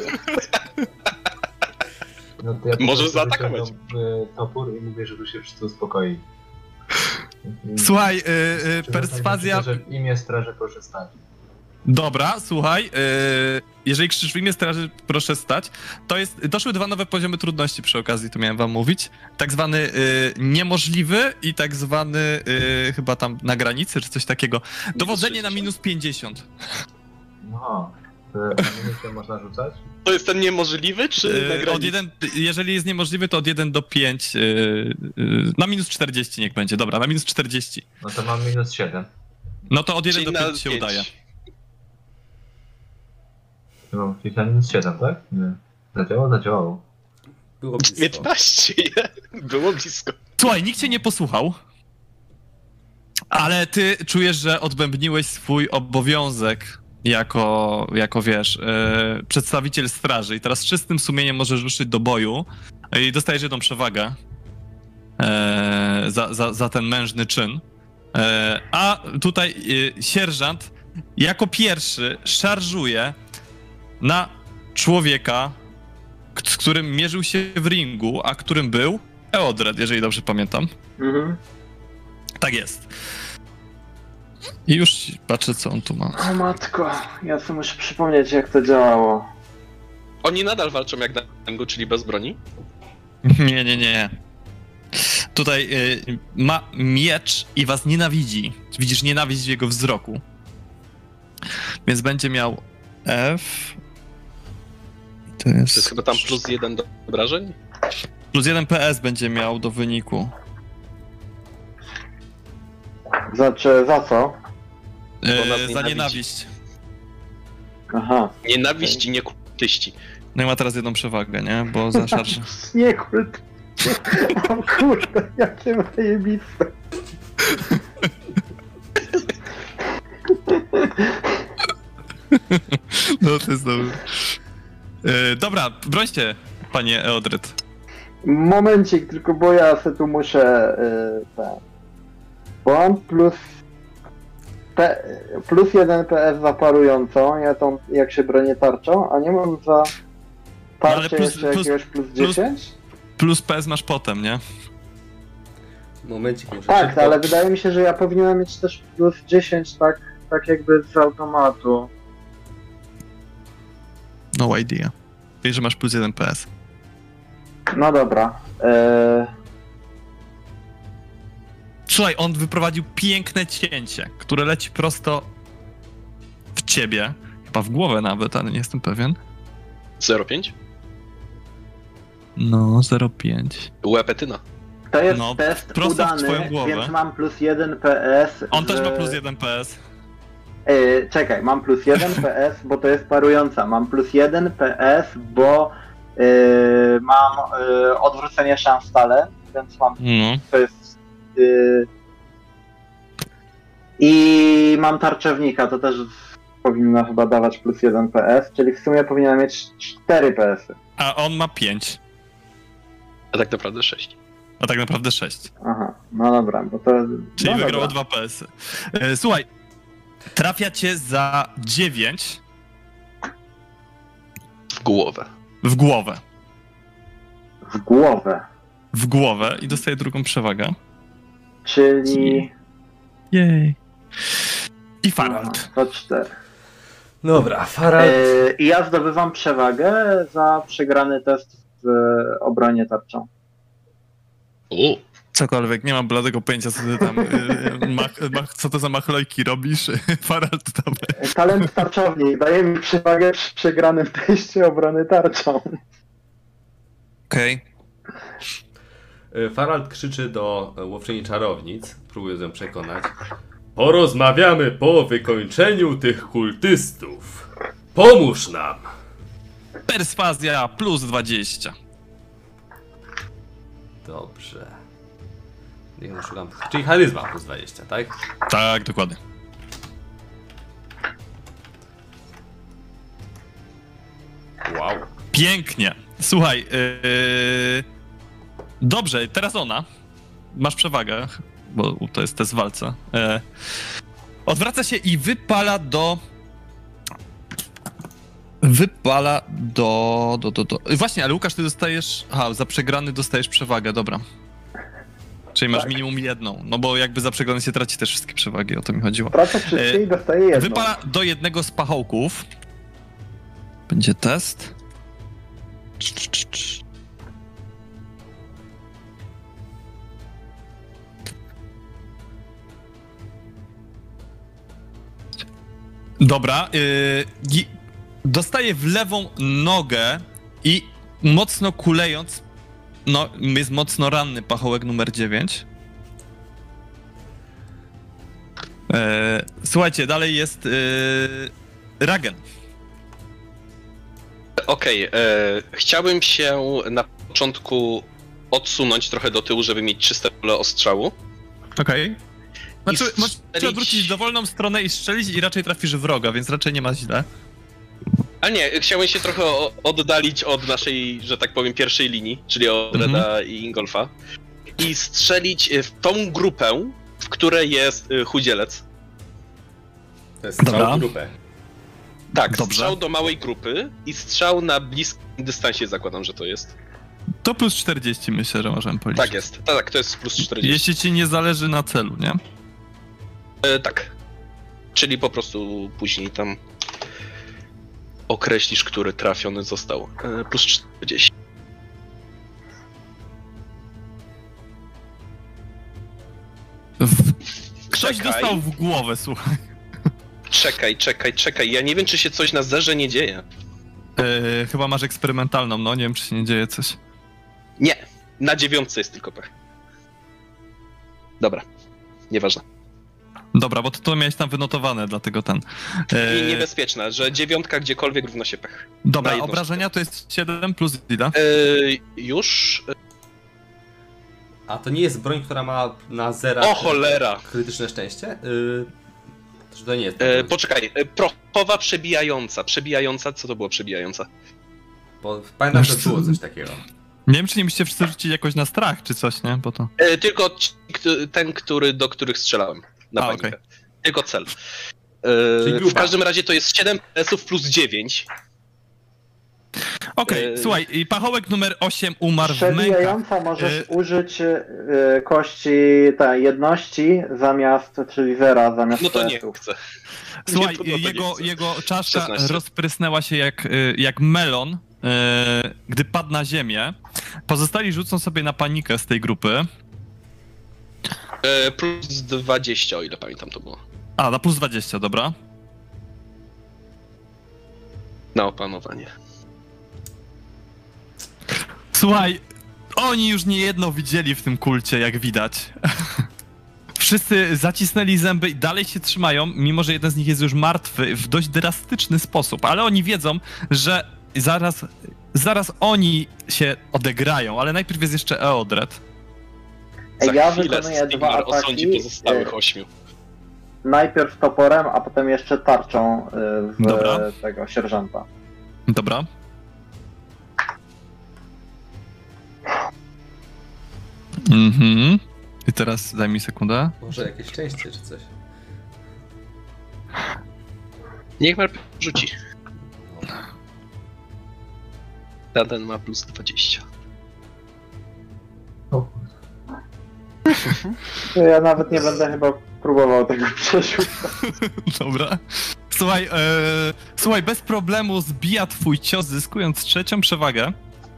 No to ja po Możesz prostu zaatakować. wyciągam, topór i mówię, że tu się wszyscy uspokoi. Słuchaj, Czy perswazja... że w imię straży proszę stać. Dobra, słuchaj, jeżeli krzyczysz w imię straży, proszę stać. Doszły dwa nowe poziomy trudności przy okazji, to miałem wam mówić. Tak zwany niemożliwy i tak zwany chyba tam na granicy, czy coś takiego. Dowodzenie na minus 50. No, to na minutę można rzucać? To jest ten niemożliwy, czy na granicy? Jeżeli jest niemożliwy, to od 1 do 5. Na minus 40 niech będzie, dobra, na minus 40. No to mam minus 7. No to od 1 Czyli do na 5 się 5. udaje. No, czyli na minus 7, tak? Nie. Zadziałało. Było blisko. 15, było blisko. Słuchaj, nikt cię nie posłuchał, ale ty czujesz, że odbębniłeś swój obowiązek jako wiesz, przedstawiciel straży i teraz z czystym sumieniem możesz ruszyć do boju i dostajesz jedną przewagę za ten mężny czyn. A tutaj sierżant jako pierwszy szarżuje na człowieka, z którym mierzył się w ringu, a którym był Eodred, jeżeli dobrze pamiętam. Mhm. Tak jest. I już patrzę, co on tu ma. O matko, ja sobie muszę przypomnieć, jak to działało. Oni nadal walczą jak na ringu, czyli bez broni? Nie. Tutaj ma miecz i was nienawidzi. Widzisz nienawiść w jego wzroku. Więc będzie miał F. To To jest chyba tam plus 1 do obrażeń? Plus 1 PS będzie miał do wyniku. Za co? Bo nas Za nienawidzi. nienawiść. Aha. Nienawiść i nie kultyści. No i ma teraz jedną przewagę, nie? Bo za szarże. Nie kult. O kurde, jakie zajebiste. No to jest dobre. Dobra, brońcie, panie Eodred. Momencik, tylko bo ja se tu muszę... Bo mam plus 1 PS za parującą, ja tą, jak się bronię tarczą, a nie mam za ale tarczę plus- jeszcze plus- jakiegoś plus 10? Plus PS masz potem, nie? Momencik, muszę Tak, szybko... ale wydaje mi się, że ja powinienem mieć też plus 10 tak jakby z automatu. No idea. Wiesz, że masz plus 1 PS. No dobra. Słuchaj, on wyprowadził piękne cięcie, które leci prosto w ciebie. Chyba w głowę nawet, ale nie jestem pewien. 0,5? No, 0,5. Łepetyna. To jest No, test prosto w twoją udany, głowę. więc mam plus 1 PS. On też ma plus 1 PS. Czekaj, mam plus 1 PS, bo to jest parująca. Mam plus 1 PS, bo mam odwrócenie szans stale, więc mam No. to jest. I mam tarczewnika, to też powinno chyba dawać plus 1 PS, czyli w sumie powinienem mieć 4 PS-y. A on ma 5. A tak naprawdę 6. A tak naprawdę 6. Aha, no dobra, bo to. Czyli no wygrał o dobra. 2 PS. Słuchaj, trafia cię za 9 W głowę. w głowę. W głowę. W głowę i dostaje drugą przewagę. Czyli. Jej. I Farald. To 4. Dobra, Farald. I ja zdobywam przewagę za przegrany test w obronie tarczą. Cokolwiek, nie mam bladego pojęcia, co ty tam, co to za machlojki robisz, Farald tam. Talent tarczownik daje mi przewagę przy przegranym teście obrony tarczą. Okej. Farald krzyczy do łowczyni czarownic, próbując ją przekonać. Porozmawiamy po wykończeniu tych kultystów. Pomóż nam! Perswazja plus 20. Dobrze. Niech no szukam. Czyli charyzma plus 20, tak? Tak, dokładnie. Wow. Pięknie. Słuchaj, dobrze, teraz ona. Masz przewagę, bo to jest test w walce. Odwraca się i wypala do... Właśnie, ale Łukasz, ty dostajesz... Aha, za przegrany dostajesz przewagę, dobra. Czyli masz Tak. minimum jedną, no bo jakby za przegrany się traci te wszystkie przewagi, o to mi chodziło. Tracę wszystkie i dostaję jedną. Wypala do jednego z pachołków. Będzie test. Dobra. Dostaje w lewą nogę i mocno kulejąc, no jest mocno ranny pachołek numer 9. Słuchajcie, dalej jest Ragen. Okej, chciałbym się na początku odsunąć trochę do tyłu, żeby mieć czyste pole ostrzału. Okej. Znaczy, I możesz strzelić- odwrócić w dowolną stronę i strzelić i raczej trafisz wroga, więc raczej nie ma źle. A nie, chciałbym się trochę oddalić od naszej, że tak powiem, pierwszej linii, czyli od Reda i Ingolfa. I strzelić w tą grupę, w której jest chudzielec. To jest strzał Dobra. w grupę. Tak, Dobrze. strzał do małej grupy i strzał na bliskim dystansie, zakładam, że to jest. To plus 40 myślę, że możemy policzyć. Tak jest, tak, to jest plus 40. Jeśli ci nie zależy na celu, nie? Tak. Czyli po prostu później tam określisz, który trafiony został. Plus 40. Ktoś Czekaj. dostał w głowę, słuchaj. Czekaj. Ja nie wiem, czy się coś na zerze nie dzieje. Chyba masz eksperymentalną, no nie wiem, czy się nie dzieje coś. Nie, na 9 jest tylko pech. Dobra, nieważne. Dobra, bo to miałeś tam wynotowane, dlatego ten. Niebezpieczne, że 9 gdziekolwiek równa się pech. Dobra, na jedną obrażenia to jest 7 plus ile? Już? A to nie jest broń, która ma na zera O cholera! krytyczne szczęście? Że to nie jest. Poczekaj, prochowa przebijająca, co to było przebijająca? Bo pamiętam, że było coś takiego. Nie wiem, czy nie musicie wszyscy rzucić jakoś na strach, czy coś, nie? Bo to... Tylko ten, do których strzelałem. Na panikę. okej. Tylko cel. Czyli W grupa. każdym razie to jest 7 PS-ów plus 9. Okej, słuchaj, i pachołek numer 8 umarł w mękach. Przebijająca możesz użyć kości tej jedności zamiast, czyli zera zamiast No to nie PS-ów. chcę. Słuchaj, Nie, to nie chcę. jego czaszka 16. rozprysnęła się jak melon, gdy padł na ziemię. Pozostali rzucą sobie na panikę z tej grupy. Plus 20, o ile pamiętam to było. A, na plus 20, dobra. Na opanowanie. Słuchaj, Oni już niejedno widzieli w tym kulcie, jak widać. Wszyscy zacisnęli zęby i dalej się trzymają, mimo że jeden z nich jest już martwy w dość drastyczny sposób, ale oni wiedzą, że zaraz oni się odegrają, ale najpierw jest jeszcze Eodred. Za Ja chwilę wykonuję 2 Stigmar osądzi ataki. pozostałych 8. Najpierw toporem, a potem jeszcze tarczą w Dobra. tego sierżanta. Dobra. Mhm. I teraz daj mi sekundę. Może jakieś szczęście czy coś. Niech Mar rzuci. Ten ma plus 20. O, Ja nawet nie będę chyba próbował tego przerzucić. Dobra. Słuchaj, bez problemu zbija twój cios, zyskując 3. przewagę.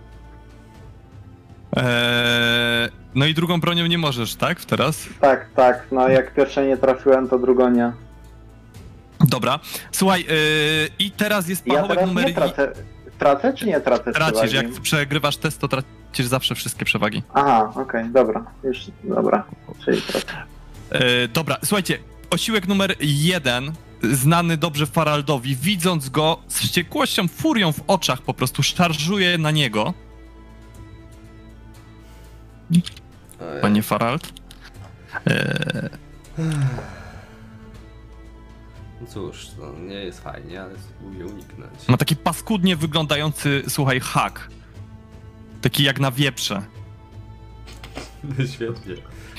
No i drugą bronią nie możesz, tak? Teraz? Tak, no jak pierwszej nie trafiłem, to drugą nie. Dobra. Słuchaj, i teraz jest Ja pachołek teraz numer... nie tracę. Tracę czy nie tracę Tracisz, przewagi? jak przegrywasz test, to tracisz zawsze wszystkie przewagi. Aha, okej, dobra. Już, dobra. Czyli tracę. Dobra, słuchajcie, osiłek numer 1, znany dobrze Faraldowi, widząc go z wściekłością, furią w oczach po prostu szarżuje na niego. Panie Farald. No cóż, no nie jest fajnie, ale spróbuję uniknąć. Ma taki paskudnie wyglądający, słuchaj, hak. Taki jak na wieprze. Świetnie.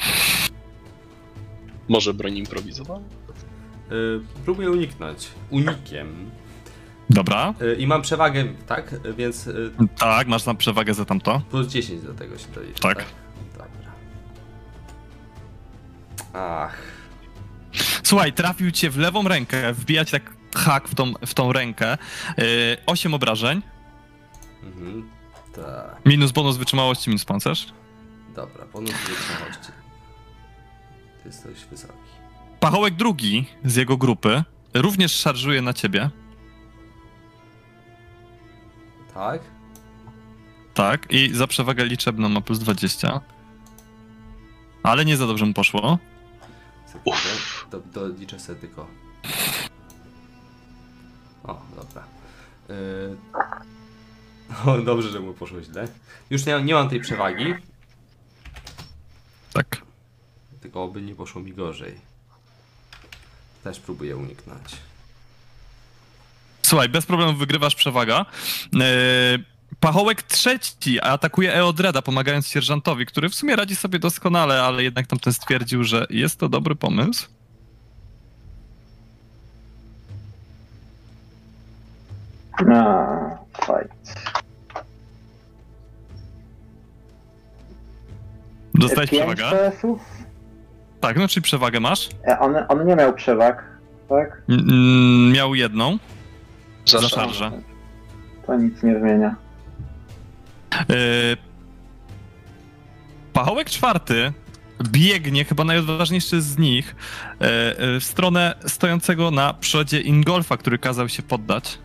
Może broń improwizowana? Próbuję uniknąć. Unikiem. Dobra. I mam przewagę, tak? Więc Tak, masz tam przewagę za tamto. plus 10 do tego się dolicza, Tak. Dobra. Ach. Słuchaj, trafił cię w lewą rękę, wbija ci tak hak w tą rękę. 8 obrażeń. Mhm. Tak. Minus bonus wytrzymałości, minus pancerz. Dobra, bonus wytrzymałości. Ty jesteś wysoki. Pachołek drugi z jego grupy również szarżuje na ciebie. Tak? Tak, i za przewagę liczebną ma plus 20. Ale nie za dobrze mu poszło. Doliczę sobie tylko. O, dobra. O, dobrze, że mu poszło źle. Już nie mam tej przewagi, Tak. tylko oby nie poszło mi gorzej. Też próbuję uniknąć. Słuchaj, bez problemu wygrywasz przewaga. Pachołek trzeci atakuje Eodreda, pomagając sierżantowi, który w sumie radzi sobie doskonale, ale jednak tamten stwierdził, że jest to dobry pomysł. Fight. Dostałeś 5 przewagę? PS-ów? Tak, no czyli przewagę masz. On nie miał przewag, tak? Miał jedną za Za szarżę. To nic nie zmienia. Pachołek czwarty biegnie, chyba najodważniejszy z nich, w stronę stojącego na przodzie Ingolfa, który kazał się poddać.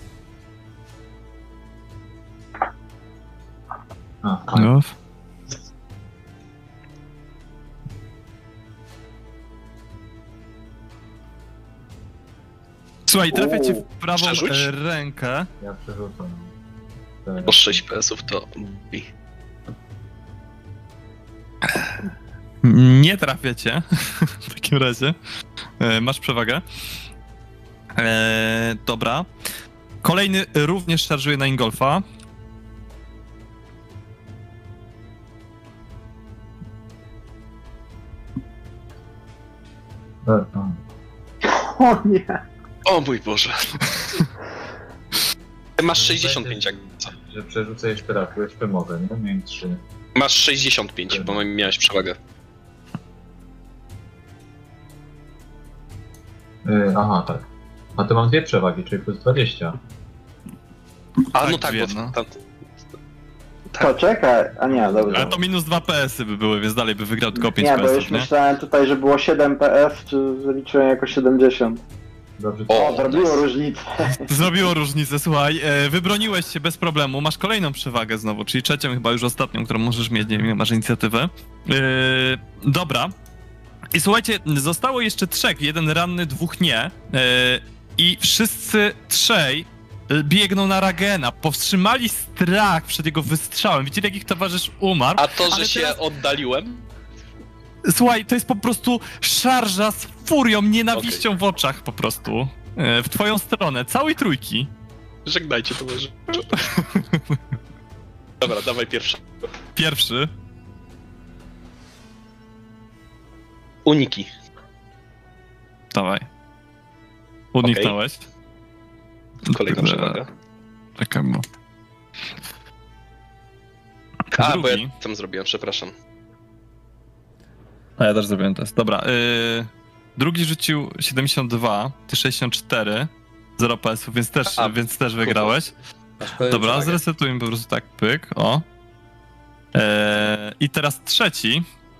a, Ingolf. Słuchaj, trafia cię w prawą Przerzuć? rękę. ja przerzucam. Po 6 PS-ów to... Nie trafia cię w takim razie. Masz przewagę. Dobra. Kolejny również szarżuje na Ingolfa. O nie! O mój Boże. Ty masz 65 jak co? Że przerzucę jeszcze raz, jeszcze mogę, nie? Miałem 3. Masz 65, bo miałeś przewagę. Aha, tak. A to mam 2 przewagi, czyli plus 20. A Tak, no tak, bo jedno. To czekaj, a nie, dobrze. Ale to minus 2 PS-y by były, więc dalej by wygrał tylko 5 Nie, bo już PS-ów, nie? myślałem tutaj, że było 7 PS, czy zaliczyłem jako 70. Dobrze. O, zrobiło różnicę. Zrobiło różnicę, słuchaj, wybroniłeś się bez problemu, masz kolejną przewagę znowu, czyli trzecią, chyba już ostatnią, którą możesz mieć, nie wiem, masz inicjatywę. Dobra. I słuchajcie, zostało jeszcze 3, 1 ranny, 2 nie. I wszyscy 3 biegną na Ragena, powstrzymali strach przed jego wystrzałem, widzieli jak ich towarzysz umarł. A to, że ale się teraz- oddaliłem? Słuchaj, to jest po prostu szarża z furią, nienawiścią w oczach po prostu. W twoją stronę, całej trójki. Żegnajcie, towarzysze. Dobra, dawaj pierwszy. Pierwszy. Uniki. Dawaj. Uniknąłeś. Kolejna przewaga. Czekaj, bo... A, bo ja Drugi. tam zrobiłem, przepraszam. A ja też zrobiłem test. Dobra. Drugi rzucił 72, ty 64. 0 PS-ów, więc też wygrałeś. Masz kolejną Dobra, przewagę. zresetujmy po prostu tak, pyk, o. I teraz trzeci.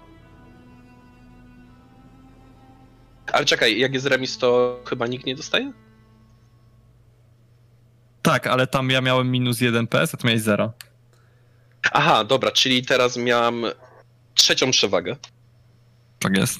Ale czekaj, jak jest remis, to chyba nikt nie dostaje? Tak, ale tam ja miałem minus 1 PS, a ty miałeś 0. Aha, dobra, czyli teraz miałem trzecią przewagę Tak jest.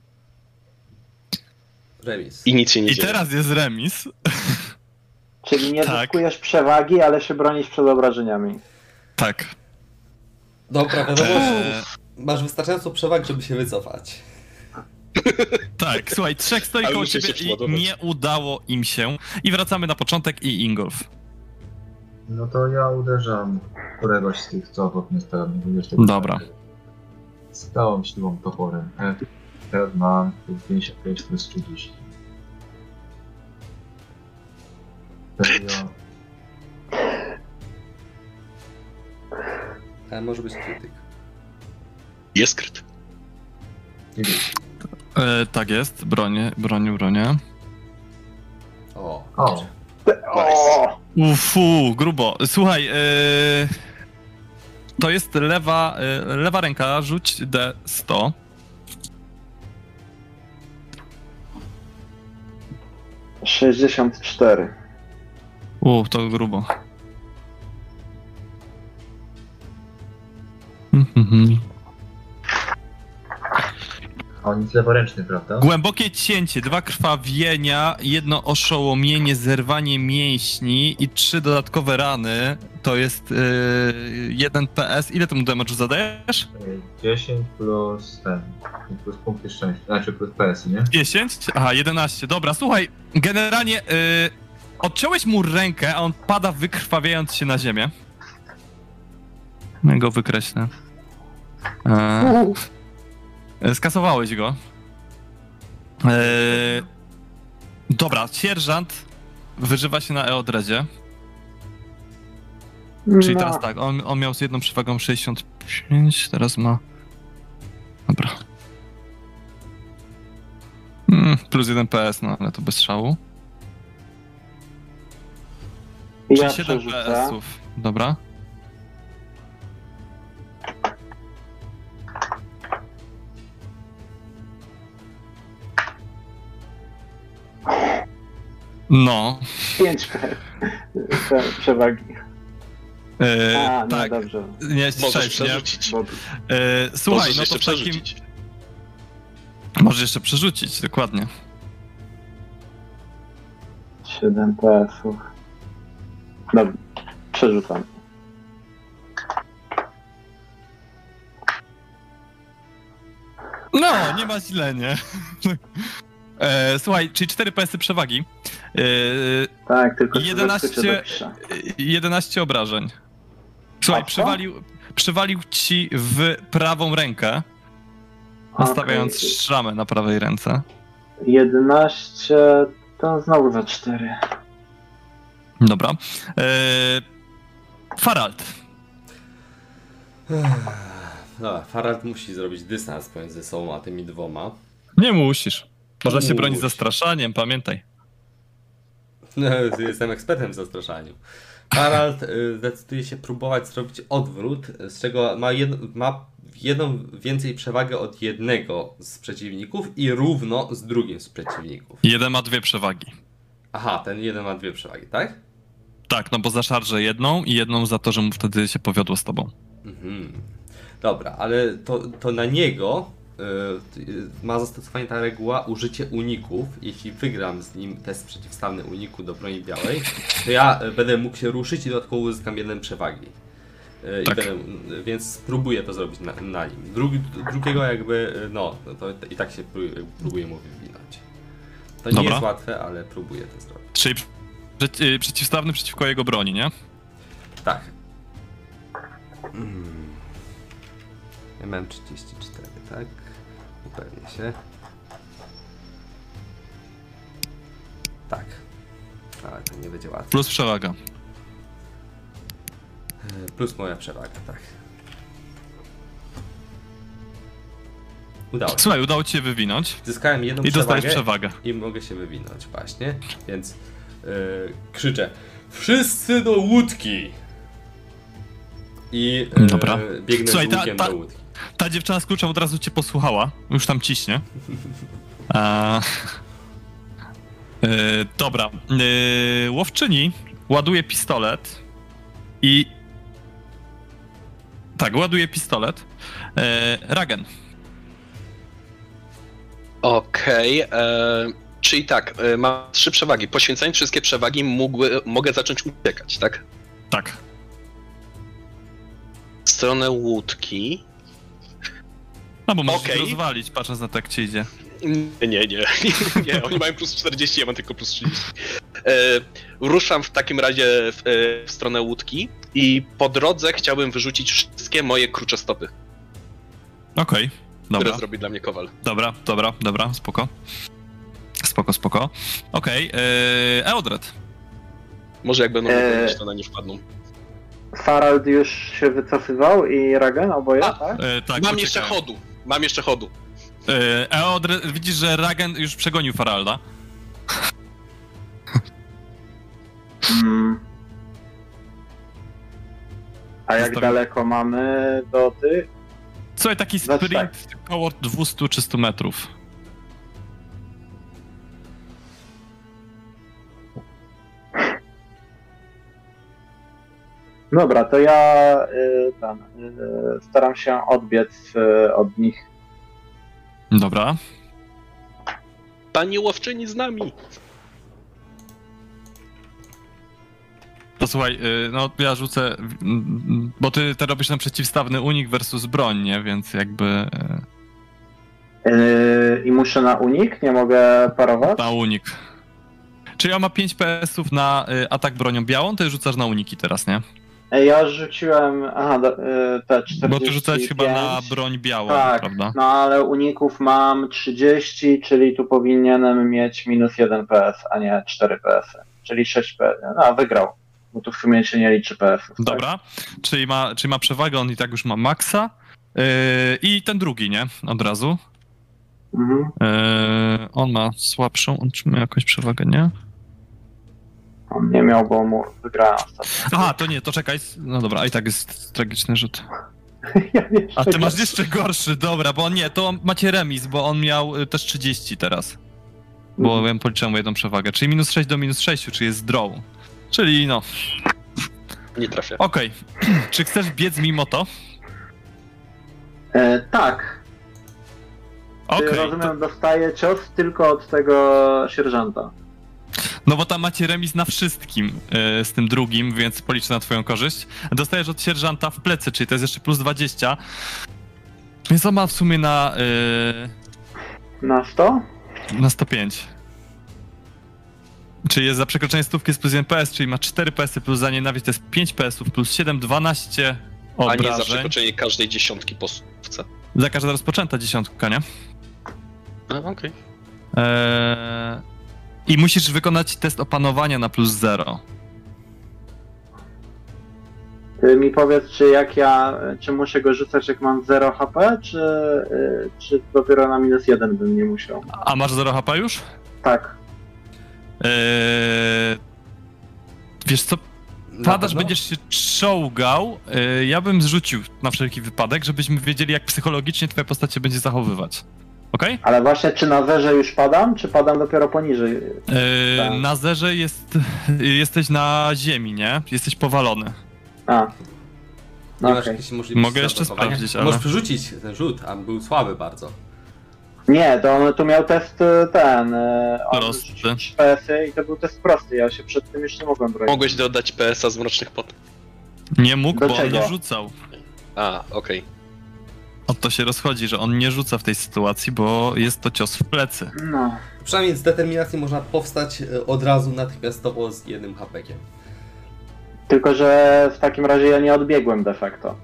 Remis. i nic się nie I dzieje. teraz jest remis. Czyli nie Tak. zyskujesz przewagi, ale się bronisz przed obrażeniami. Tak. Dobra, wiadomo, masz wystarczającą przewagę, żeby się wycofać. Tak, słuchaj, 3 stoi Ale koło muszę ciebie się i przeładować. nie udało im się. I wracamy na początek i Ingolf. No to ja uderzam któregoś z tych, co obok mnie stoją. Nie będziesz tego Dobra. z całą siłą toporem. Teraz mam 55 plus 30. Serio. Ale może być krytyk. Jest kryt. Tak jest, bronię. O. O, O! Ufu, grubo. Słuchaj, to jest lewa ręka, rzuć D100. - 64. To grubo. on jest leworęczny, prawda? Głębokie cięcie, 2 krwawienia, 1 oszołomienie, zerwanie mięśni i 3 dodatkowe rany. To jest 1 PS. Ile temu damage'u zadajesz? 10 plus ten. Plus punkty szczęścia. Znaczy plus PS, nie? 10? Aha, 11. Dobra, słuchaj, generalnie odciąłeś mu rękę, a on pada wykrwawiając się na ziemię. Ja go wykreślę. Skasowałeś go. Dobra, sierżant wyżywa się na Eodredzie. Czyli teraz tak, on miał z jedną przewagą 65, teraz ma... Dobra. Plus 1 PS, no ale to bez szału. Ja Czyli 7 przerzucę. PS-ów. Dobra. No. 5 przewagi. A, no tak, dobrze. nie, Możesz 6, nie? przerzucić. Bo Słuchaj, Możesz no to jeszcze w takim... przerzucić. Możesz jeszcze przerzucić, dokładnie. 7 PS-ów. Dobra, przerzucam. No, nie ma źle, nie? Słuchaj, czyli 4 PS-y przewagi. Tak, tylko 11 11 obrażeń. Słuchaj, A co? przywalił ci w prawą rękę, nastawiając Okej. szramę na prawej ręce. 11 to znowu za 4. Dobra. Farald. Dobra, Farad musi zrobić dystans pomiędzy sobą a tymi dwoma. Nie musisz. Można się Musi. bronić zastraszaniem, pamiętaj. No, jestem ekspertem w zastraszaniu. Harald zdecyduje się próbować zrobić odwrót, z czego ma jedną więcej przewagę od jednego z przeciwników i równo z drugim z przeciwników. Jeden ma 2 przewagi. Aha, ten jeden ma 2 przewagi, tak? Tak, no bo za szarżę jedną i jedną za to, że mu wtedy się powiodło z tobą. Mhm. Dobra, ale to na niego ma zastosowanie ta reguła użycie uników. Jeśli wygram z nim test przeciwstawny uniku do broni białej, to ja będę mógł się ruszyć i dodatkowo uzyskam 1 przewagi. Tak. Więc spróbuję to zrobić na nim. Drugiego jakby, no to i tak się próbuję mu wywinąć. To nie Dobra. jest łatwe, ale próbuję to zrobić. Czyli przeciwstawny przeciwko jego broni, nie? Tak. Ja miałem 34, tak? Upewnię się. Tak. Ale to nie będzie łatwe. Plus przewaga. Plus moja przewaga, tak. Udało się. Słuchaj, udało ci się wywinąć Zyskałem jedną i dostajesz przewagę przewagę. i mogę się wywinąć właśnie, więc krzyczę: wszyscy do łódki! I Dobra. biegnę Słuchaj, z łukiem do łódki. Ta dziewczyna z kluczem od razu cię posłuchała, już tam ciśnie. Dobra. Łowczyni ładuje pistolet i... Tak, ładuje pistolet. Ragen. Okej, czyli tak, mam 3 przewagi. Poświęcając wszystkie przewagi mogę zacząć uciekać, tak? Tak. W stronę łódki. No bo możesz Okej. się rozwalić, patrząc na to, jak ci idzie. Nie, oni mają plus 40, ja mam tylko plus 30. Ruszam w takim razie w stronę łódki i po drodze chciałbym wyrzucić wszystkie moje krucze stopy, Okej, dobra. które zrobi dla mnie Kowal. Dobra, spoko. Spoko. Okej, Eldred. Może jak będą mówić, to na nie wpadną. Farald już się wycofywał i Ragen oboje, tak? Tak, Mam uciekają. jeszcze chodu. Eldred, widzisz, że Ragen już przegonił Faralda. A jak Zostawi- daleko mamy do tych? Słuchaj, taki Znaczy sprint około 200-300 metrów. Dobra, to ja staram się odbiec od nich. Dobra. Pani łowczyni z nami. To słuchaj, no ja rzucę, bo ty robisz na przeciwstawny unik versus broń, nie? Więc jakby I muszę na unik? Nie mogę parować? na unik. Czyli on ma 5 PS-ów na atak bronią białą, ty rzucasz na uniki teraz, nie? Ja rzuciłem, te 45. Bo ty rzucałeś chyba na broń białą, Tak, prawda? no ale uników mam 30, czyli tu powinienem mieć minus 1 PS, a nie 4 PS. Czyli 6 PS. No, wygrał. Bo tu w sumie się nie liczy PS-ów. Tak? Dobra, czyli ma przewagę, on i tak już ma maksa. I ten drugi, nie? Od razu. Mhm. On ma słabszą, on czy ma jakąś przewagę, nie? On nie miał, bo mu wygrałem ostatnio. Aha, to nie, to czekaj. No dobra, a i tak jest tragiczny rzut. Ja jeszcze A ty masz jeszcze gorszy, dobra, bo nie, to macie remis, bo on miał też 30 teraz. Bo ja policzyłem mu jedną przewagę, czyli minus 6 do minus 6, czyli jest draw. Czyli no, Nie trafię. okej. Czy chcesz biec mimo to? Tak. Okej, Rozumiem, dostaję cios tylko od tego sierżanta. no bo tam macie remis na wszystkim z tym drugim, więc policzę na twoją korzyść. Dostajesz od sierżanta w plecy, czyli to jest jeszcze plus 20. Więc on ma w sumie Na 100? na 105. Czyli jest za przekroczenie stówki z plus 1 PS, czyli ma 4 PS plus za nienawiść to jest 5 PS plus 7, 12 A nie za obrażeń. przekroczenie każdej dziesiątki po stówce. Za każda rozpoczęta dziesiątka, nie? Okej. I musisz wykonać test opanowania na plus 0. Ty mi powiedz, czy muszę go rzucać jak mam 0 HP, czy dopiero na minus 1 bym nie musiał? A masz 0 HP już? Tak. Wiesz co, Na padasz, pewno? będziesz się czołgał, ja bym zrzucił na wszelki wypadek, żebyśmy wiedzieli, jak psychologicznie twoja postać się będzie zachowywać. Okej? Ale właśnie, czy na zerze już padam, czy padam dopiero poniżej? Tak. Na zerze jesteś na ziemi, nie? Jesteś powalony. A. Nie No masz okej. jakiejś możliwości Mogę jeszcze zaatakowania? sprawdzić, ale... Możesz przerzucić ten rzut, a był słaby bardzo. Nie, to on tu miał test ten. On Prosty. rzucił 3 PS-y i to był test prosty. Ja się przed tym już nie mogłem bronić. Mogłeś dodać PS-a z Mrocznych Pot. Nie mógł, Do bo on czego? nie rzucał. A, okej. O to się rozchodzi, że on nie rzuca w tej sytuacji, bo jest to cios w plecy. No. Przynajmniej z determinacji można powstać od razu natychmiastowo z 1 HP-kiem. Tylko, że w takim razie ja nie odbiegłem de facto.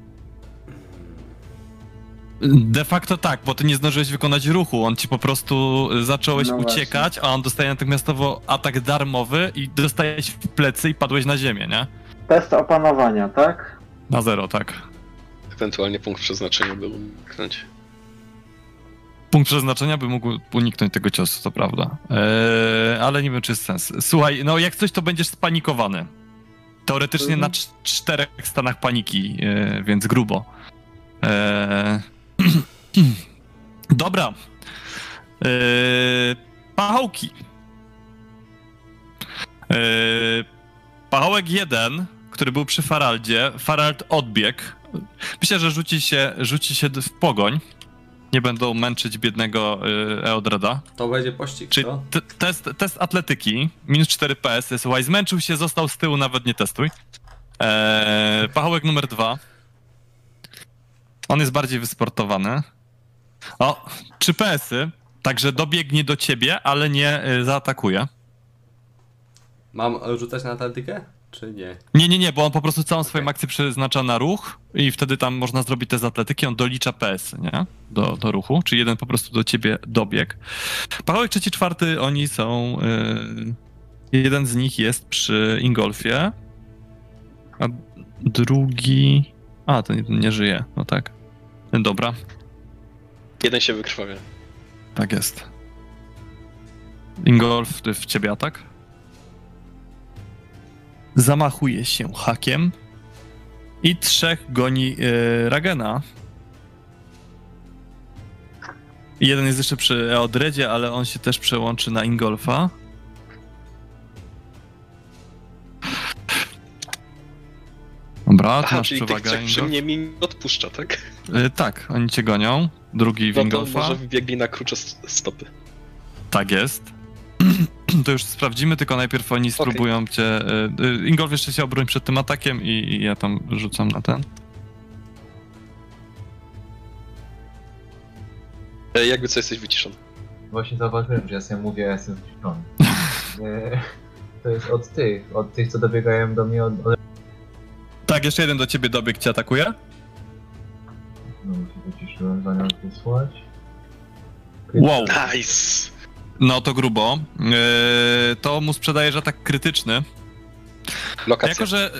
De facto tak, bo ty nie zdążyłeś wykonać ruchu, on ci po prostu zacząłeś No uciekać, a on dostaje natychmiastowo atak darmowy i dostajesz w plecy i padłeś na ziemię, nie? Test opanowania, tak? Na 0, tak. Ewentualnie punkt przeznaczenia był uniknąć. Punkt przeznaczenia by mógł uniknąć tego ciosu, to prawda. Ale nie wiem, czy jest sens. Słuchaj, no jak coś, to będziesz spanikowany. Teoretycznie na 4 stanach paniki, więc grubo. Dobra. Pachołki. Pachołek 1, który był przy Faraldzie. Farald odbiegł. Myślę, że rzuci się w pogoń. Nie będą męczyć biednego Eodrada. To będzie pościg, Czyli co? test atletyki, minus 4 PS. Słuchaj, zmęczył się, został z tyłu, nawet nie testuj. Pachołek numer 2. On jest bardziej wysportowany. O, 3 PS-y, także dobiegnie do ciebie, ale nie zaatakuje. Mam rzucać na atletykę, czy nie? Nie, bo on po prostu całą swoją akcję przeznacza na ruch i wtedy tam można zrobić test atletyki, on dolicza PS, nie? Do ruchu, czyli jeden po prostu do ciebie dobiegł. Pachołek 3, 4, oni są... jeden z nich jest przy Ingolfie, a drugi... A, ten nie żyje, no tak. Dobra, Jeden się wykrwawia. tak jest. Ingolf, w ciebie atak. Zamachuje się hakiem i 3 goni Ragena. Jeden jest jeszcze przy Eodredzie, ale on się też przełączy na Ingolfa. Dobra, ty masz czyli tych przewagę, trzech przy Ingolf. mnie mi odpuszcza, tak? Tak, oni cię gonią. Drugi w No to Ingolfa. może wbiegli na krucze stopy. Tak jest. To już sprawdzimy, tylko najpierw oni spróbują cię... Ingolf jeszcze się obroń przed tym atakiem i ja tam rzucam na ten. Jakby co, jesteś wyciszony. Właśnie zauważyłem, że ja sobie mówię, ja jestem wyciszony. To jest od tych co dobiegają do mnie od... Tak, jeszcze jeden do ciebie dobieg cię atakuje. No się wyciszyłem, zamiast wysłać. Wow. Nice! No to grubo. To mu sprzedajesz atak krytyczny. Lokacja. Jako, że...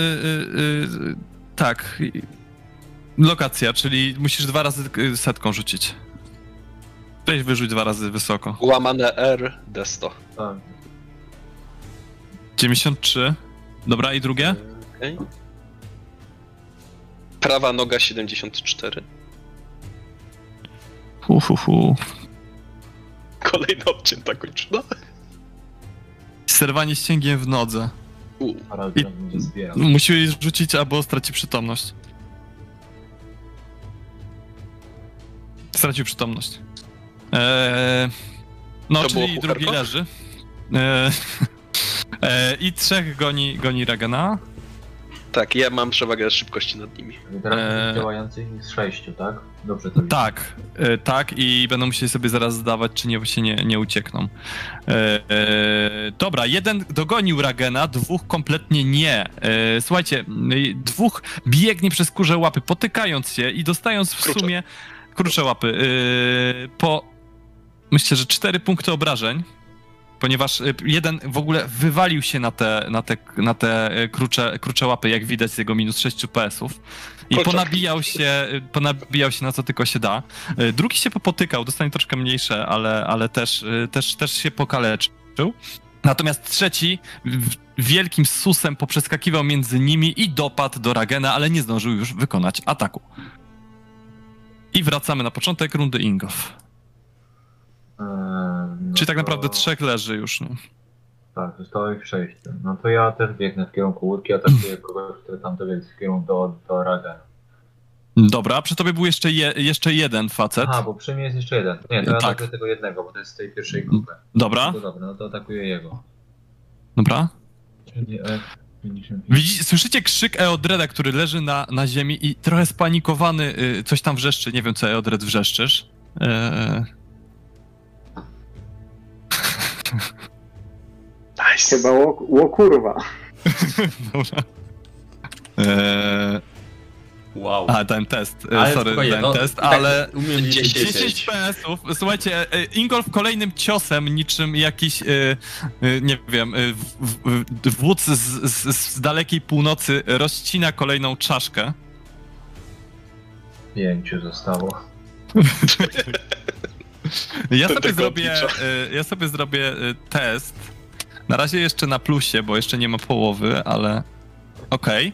tak. Lokacja, czyli musisz 2 razy setką rzucić. Weź wyrzuć 2 razy wysoko. Łamane R, D100. Tak. 93. Dobra, i drugie? Okej. Prawa noga 74. Kolejna odcięta kończyna. Zerwanie ścięgiem w nodze. Harald I- teraz będzie zbierał. Musisz rzucić, albo straci przytomność. Stracił przytomność. No, To było czyli drugi pucharko? leży. I 3 goni Ragena. Tak, ja mam przewagę szybkości nad nimi. Teraz jest działających jest 6, tak? Dobrze to widzę. Tak, i będą musieli sobie zaraz zdawać, czy się nie uciekną. Dobra, jeden dogonił Ragena, 2 kompletnie nie. Słuchajcie, 2 biegnie przez kurze łapy, potykając się i dostając w Krucze. sumie krucze łapy. Myślę, że 4 punkty obrażeń, ponieważ jeden w ogóle wywalił się na te krucze łapy, jak widać z jego minus 6 PS-ów. I Kolczak. ponabijał się na co tylko się da. Drugi się popotykał, dostanie troszkę mniejsze, ale też się pokaleczył. Natomiast trzeci wielkim susem poprzeskakiwał między nimi i dopadł do Ragena, ale nie zdążył już wykonać ataku. I wracamy na początek rundy Ingolf. Czyli tak naprawdę 3 leży już. No. Tak, zostało ich 6. No to ja też biegnę w kierunku łódki, atakuję kogoś, który tam dobiegł w kierunku do Ragena. Dobra, przy tobie był jeszcze jeden facet. Aha, bo przy mnie jest jeszcze jeden. Nie, to ja Tak. atakuję tego jednego, bo to jest z tej pierwszej grupy. Dobra, No dobra, no to atakuję jego. dobra. Czyli F55. Słyszycie krzyk Eodreda, który leży na ziemi i trochę spanikowany, coś tam wrzeszczy. Nie wiem, co Eodred wrzeszczysz. Nice. Chyba kurwa. Dobra. Wow. Dałem test. Ale Sorry, spokojnie, dałem no, test, i tak ale... umiem liczyć 10 PS-ów. Słuchajcie, Ingolf kolejnym ciosem, niczym jakiś, nie wiem, wódz z dalekiej północy rozcina kolejną czaszkę. 5 zostało. Ja sobie zrobię test. Na razie jeszcze na plusie, bo jeszcze nie ma połowy, ale okej.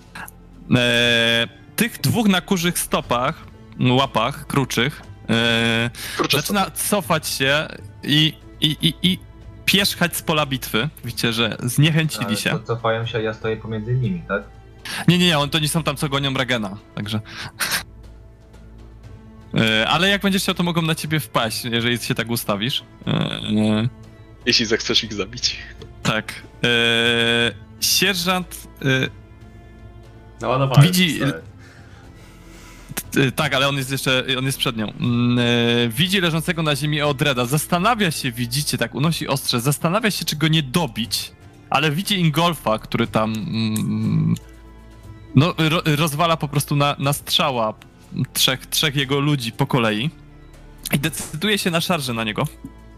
Tych 2 na kurzych łapach kruczych zaczyna cofać się i pierzchać z pola bitwy. Widzicie, że zniechęcili Ale się. to cofają się, a ja stoję pomiędzy nimi, tak? Nie, to nie są tam, co gonią Ragena, także... Ale jak będziesz chciał, to mogą na ciebie wpaść, jeżeli się tak ustawisz. Jeśli zechcesz ich zabić. Tak. Sierżant... Naładowałem. Widzi- Tak, ale on jest przed nią. Widzi leżącego na ziemi Eodreda, zastanawia się, widzicie, tak, unosi ostrze, zastanawia się, czy go nie dobić, ale widzi Ingolfa, który tam rozwala po prostu na strzała trzech jego ludzi po kolei i decyduje się na szarżę na niego.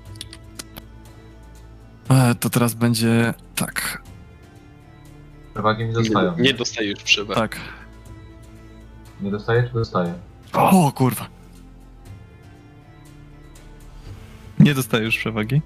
To teraz będzie tak. Przewagi mi dostają. Nie dostaję już przewagi. Tak. Nie dostaję, czy dostaję? O kurwa. Nie dostaje już przewagi.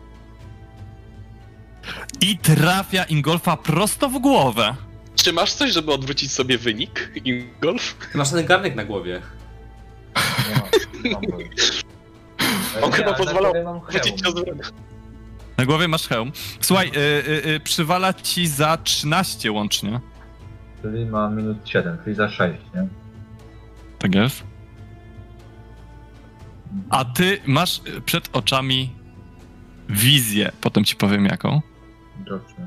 I trafia Ingolfa prosto w głowę. Czy masz coś, żeby odwrócić sobie wynik, Ingolf? Ty masz ten garnek na głowie. Nie mam go. On chyba ale pozwalał na głowie mam wrócić hełm. cios wroga. Na głowie masz hełm. Słuchaj, przywala ci za 13 łącznie. Czyli mam minus 7, czyli za 6, nie? Tak jest. A ty masz przed oczami wizję, potem ci powiem jaką. Dobrze.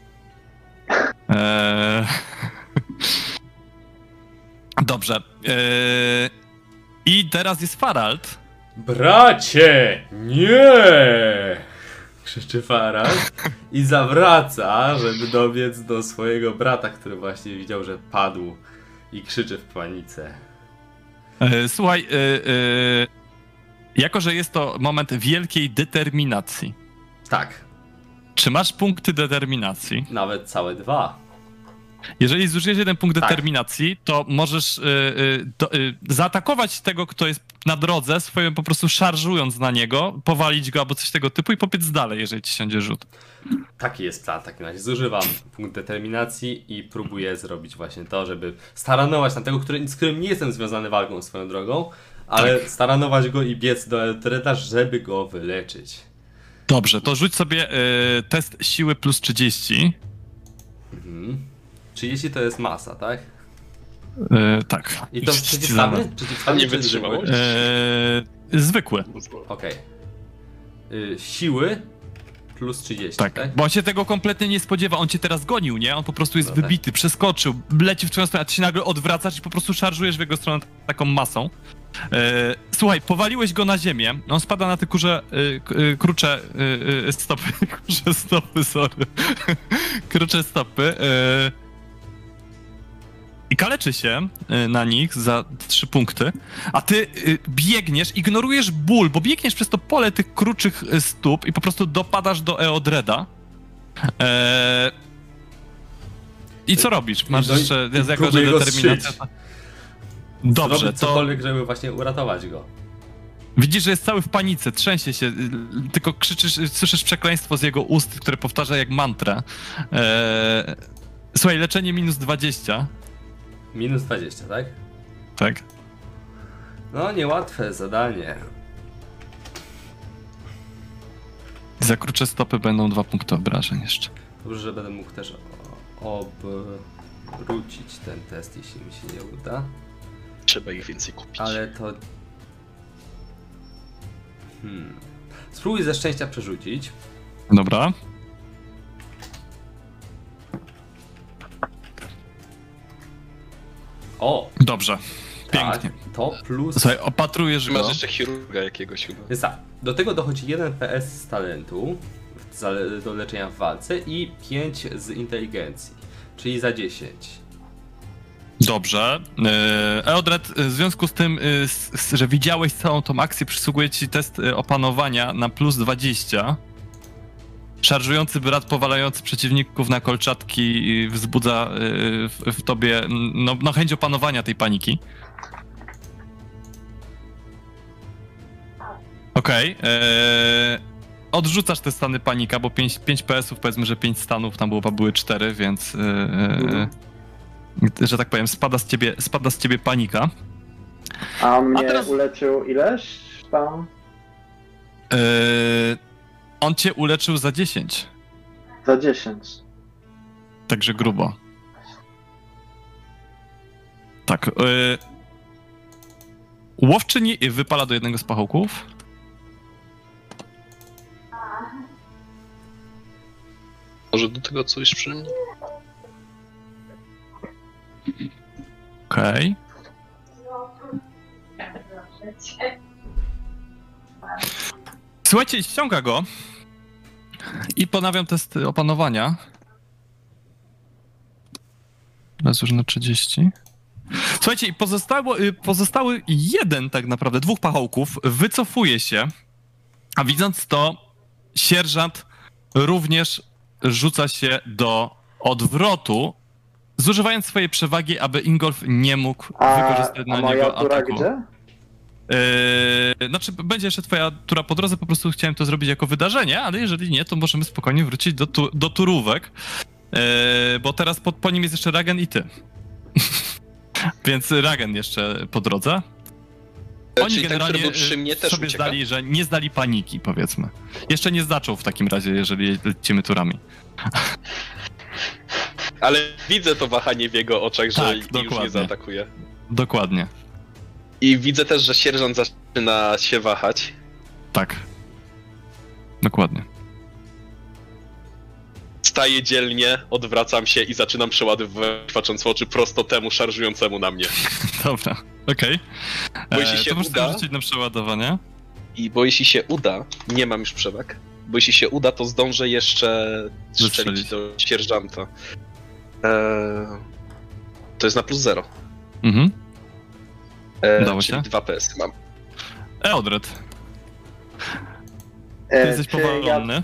Dobrze. I teraz jest Farald. Bracie! Nie! Krzyczy Farald i zawraca, żeby dobiec do swojego brata, który właśnie widział, że padł i krzyczy w panice. Słuchaj, jako że jest to moment wielkiej determinacji, Tak, czy masz punkty determinacji? nawet całe 2. Jeżeli zużyjesz jeden punkt Tak. determinacji, to możesz zaatakować tego, kto jest na drodze, swoim po prostu szarżując na niego, powalić go albo coś tego typu i pobiec dalej, jeżeli ci siądzie rzut. Taki jest plan w takim razie. Zużywam punkt determinacji i próbuję zrobić właśnie to, żeby staranować na tego, z którym nie jestem związany walką swoją drogą, ale staranować go i biec do Eldreda, żeby go wyleczyć. Dobrze, to rzuć sobie test siły plus 30. Mhm. 30 to jest masa, tak? Tak. I to przeciwstawny? A nie wytrzymałeś? Zwykły. Okej. Siły plus 30, Tak, tak? bo on się tego kompletnie nie spodziewa, on cię teraz gonił, nie? On po prostu jest No tak. wybity, przeskoczył, leci w twoją stronę, a ty się nagle odwracasz i po prostu szarżujesz w jego stronę taką masą. Słuchaj, powaliłeś go na ziemię, on spada na te krucze stopy, sorry. Krucze stopy. I kaleczy się na nich za 3 punkty, a ty biegniesz, ignorujesz ból, bo biegniesz przez to pole tych kruczych stóp i po prostu dopadasz do Eodreda. I co robisz? Masz No i- jeszcze, i jako że próbuję go determinacja... zszyć. Dobrze, Zrobić to cokolwiek, żeby właśnie uratować go. widzisz, że jest cały w panice, trzęsie się, tylko krzyczysz, słyszysz przekleństwo z jego ust, które powtarza jak mantrę. Słuchaj, leczenie minus 20, Minus 20, tak? tak? No, niełatwe zadanie. Za krótsze stopy będą 2 punkty obrażeń jeszcze. Dobrze, że będę mógł też obrócić ten test, jeśli mi się nie uda. Trzeba ich więcej kupić. Ale to... Spróbuj ze szczęścia przerzucić. Dobra. O! Dobrze. Pięknie. Tak, to plus... Słuchaj, opatrujesz go. Masz jeszcze chirurga jakiegoś chyba. Więc tak, do tego dochodzi 1 PS z talentu do leczenia w walce i 5 z inteligencji, czyli za 10. Dobrze. Eodred, w związku z tym, że widziałeś całą tą akcję, przysługuje ci test opanowania na plus 20. Szarżujący brat powalający przeciwników na kolczatki wzbudza w tobie no chęć opanowania tej paniki. Okej. Odrzucasz te stany panika, bo 5 PS-ów, powiedzmy, że 5 stanów, tam były 4, więc że tak powiem, spada z ciebie panika. A mnie teraz- uleczył ileś tam? On cię uleczył za 10, Za 10. także grubo. Tak. Łowczyni wypala do jednego z pachołków. Może do tego coś przy mnie? Okej. Słuchajcie, ściąga go i ponawiam test opanowania. Raz już na 30. Słuchajcie, i pozostały jeden tak naprawdę, 2 pachołków, wycofuje się, a widząc to, sierżant również rzuca się do odwrotu, zużywając swojej przewagi, aby Ingolf nie mógł wykorzystać na moja niego tura ataku. gdzie? Znaczy, będzie jeszcze twoja tura po drodze, po prostu chciałem to zrobić jako wydarzenie, ale jeżeli nie, to możemy spokojnie wrócić do turówek, bo teraz po nim jest jeszcze Ragen i ty. Więc Ragen jeszcze po drodze. Oni Czyli ten, który generalnie był przy mnie, też sobie ucieka? zdali, że nie zdali paniki, powiedzmy. Jeszcze nie zaczął w takim razie, jeżeli lecimy turami. Ale widzę to wahanie w jego oczach, że Tak, już dokładnie. nie zaatakuje. Dokładnie. I widzę też, że sierżant zaczyna się wahać. Tak. Dokładnie. Staję dzielnie, odwracam się i zaczynam przeładowywać, patrząc w oczy prosto temu szarżującemu na mnie. Dobra, okej. Bo jeśli się to możesz uda- sobie rzucić na przeładowanie. Bo jeśli się uda, nie mam już przewag, bo jeśli się uda, to zdążę jeszcze strzelić Wystrzelić. do sierżanta. To jest na plus 0. Mhm. Udało Czyli się? 2 PS mam. Eodred, ty jesteś Czy powalony.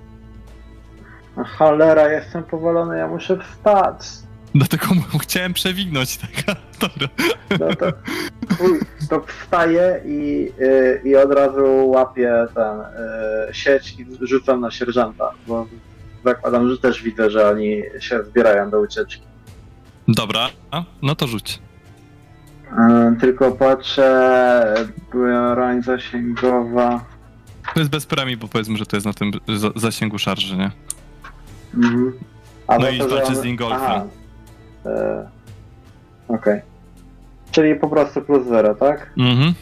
Cholera, jestem powolony, ja muszę wstać. Dlatego chciałem przewinąć tego. Dobra. No to, to wstaję i od razu łapię sieć i rzucam na sierżanta, bo zakładam, że też widzę, że oni się zbierają do ucieczki. Dobra, no to rzuć. Tylko patrzę, broń zasięgowa. To jest bez premii, bo powiedzmy, że to jest na tym zasięgu szarży, nie? Mhm. A No za i to, że walczy on- z Ingolfem. Aha. Okej. Czyli po prostu plus 0, tak? Mhm.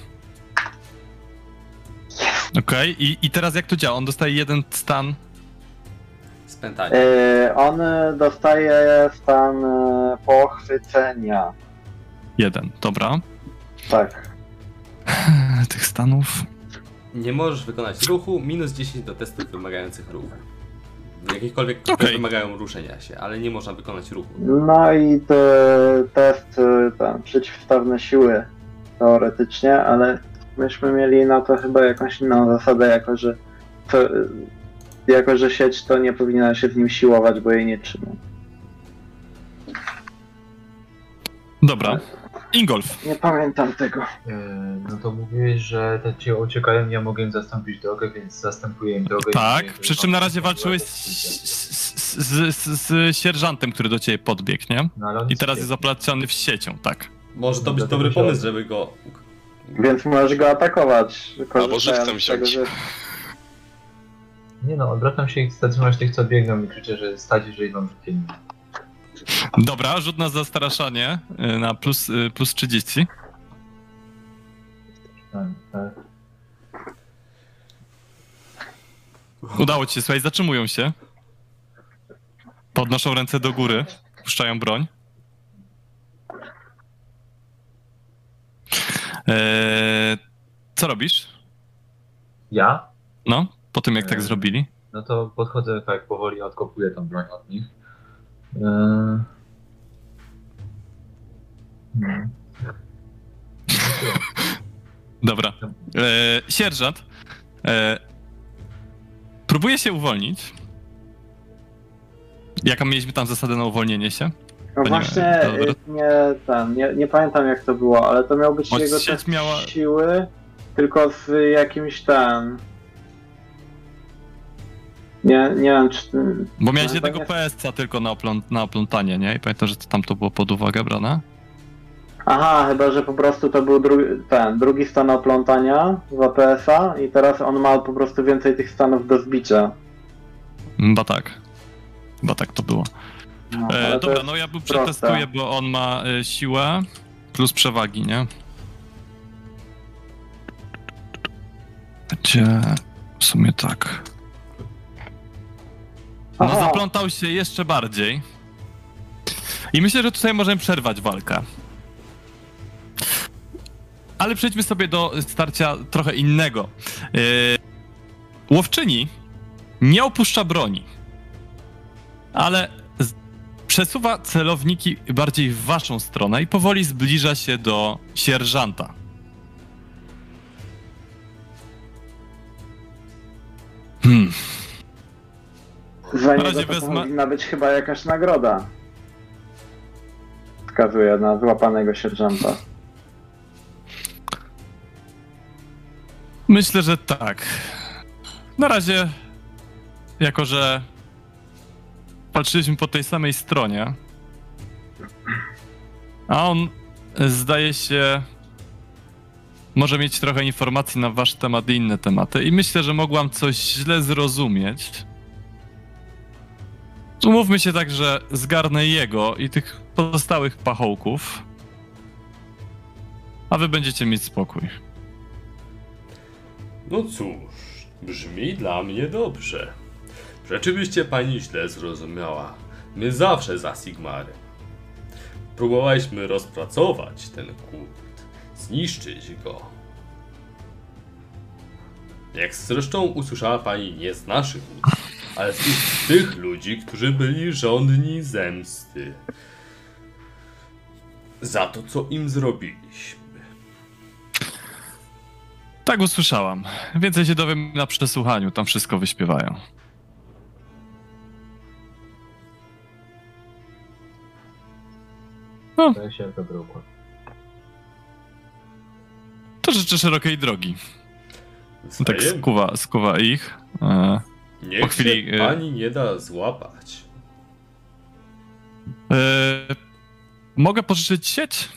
Okej, i teraz jak to działa? On dostaje jeden stan. Spętanie. On dostaje stan pochwycenia. Jeden, dobra. Tak. Tych stanów. Nie możesz wykonać ruchu, minus 10 do testów wymagających ruchu. Jakichkolwiek, Okej. które wymagają ruszenia się, ale nie można wykonać ruchu. No i test przeciwstawne siły teoretycznie, ale myśmy mieli na to chyba jakąś inną zasadę, jako że sieć to nie powinna się z nim siłować, bo jej nie trzyma. Dobra. Ingolf. Nie pamiętam tego. No to mówiłeś, że te ci uciekają, ja mogę im zastąpić drogę, więc zastępuję im drogę. Tak, przy czym na razie walczyłeś z sierżantem, który do ciebie podbiegł, nie? No, ale on I teraz jest jest oplacony w siecią, tak. Może to być Dlatego dobry się pomysł, od- żeby go... Więc możesz go atakować. Albo korzystając żywcem z tego, wziąć. że- Nie no, odwracam się i zatrzymać tych, co biegną i krzyczę, że stać, jeżeli wam rzucili. Dobra, rzut na zastraszanie na plus 30. Tak. Udało ci się, słuchaj, zatrzymują się. Podnoszą ręce do góry, puszczają broń. Co robisz? Ja? No, po tym jak tak zrobili. No to podchodzę tak powoli, odkopuję tą broń od nich. No. Dobra. Sierżant próbuje się uwolnić. Jaką mieliśmy tam zasadę na uwolnienie się? No To nie- właśnie, dobra. nie pamiętam jak to było, ale to miał być Bo jego sieć test miała- siły, tylko z jakimś Nie wiem czy... Bo miałeś No, jednego chyba PS-a tylko na oplątanie, nie? I pamiętam, że tam to było pod uwagę brane. Aha, chyba że po prostu to był drugi stan oplątania z APS-a i teraz on ma po prostu więcej tych stanów do zbicia. Chyba tak to było. No, ale to Dobra, jest no ja proste. przetestuję, bo on ma siłę plus przewagi, nie? Gdzie? W sumie tak. No Aha. zaplątał się jeszcze bardziej. I myślę, że tutaj możemy przerwać walkę. Ale przejdźmy sobie do starcia trochę innego. Łowczyni nie opuszcza broni, ale przesuwa celowniki bardziej w waszą stronę i powoli zbliża się do sierżanta. Za Na niego razie to wezmę- powinna być chyba jakaś nagroda. Wskazuje na złapanego sierżanta. Myślę, że tak. Na razie, jako że walczyliśmy po tej samej stronie, a on zdaje się może mieć trochę informacji na wasz temat i inne tematy i myślę, że mogłam coś źle zrozumieć. Umówmy się tak, że zgarnę jego i tych pozostałych pachołków, a wy będziecie mieć spokój. No cóż, brzmi dla mnie dobrze. Rzeczywiście pani źle zrozumiała. My zawsze za Sigmarem. Próbowaliśmy rozpracować ten kult, zniszczyć go. Jak zresztą usłyszała pani, nie z naszych ust, ale z ust tych ludzi, którzy byli żądni zemsty. Za to, co im zrobiliśmy. Tak usłyszałam. Więcej się dowiem na przesłuchaniu, tam wszystko wyśpiewają. To się dobry układ. To życzę szerokiej drogi. Tak Wzajemnie. skuwa ich. Niech po chwili, się pani nie da złapać. Mogę pożyczyć sieć?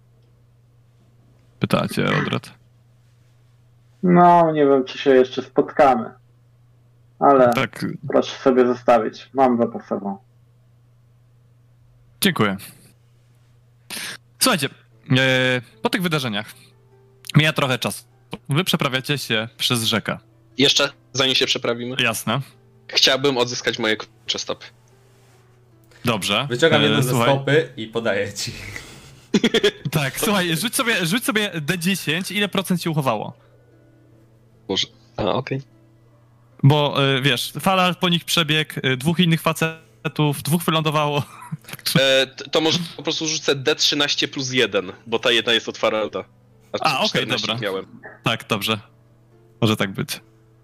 Pytacie, Odret. No, nie wiem czy się jeszcze spotkamy. Ale Tak, proszę sobie zostawić. Mam zapasową. dziękuję. Słuchajcie, po tych wydarzeniach mija trochę czasu. Wy przeprawiacie się przez rzekę. Jeszcze, zanim się przeprawimy, Jasne. chciałbym odzyskać moje klucze stopy. Dobrze. Wyciągam jedną ze słuchaj, stopy i podaję ci. Tak, słuchaj, rzuć sobie D10, ile procent ci uchowało? Może. A, okej. Bo wiesz, fala po nich przebiegł, dwóch innych facetów, dwóch wylądowało. To może po prostu rzucę D13 plus 1, bo ta jedna jest otwarta. A, okej, 14 dobra. miałem. Tak, dobrze. Może tak być.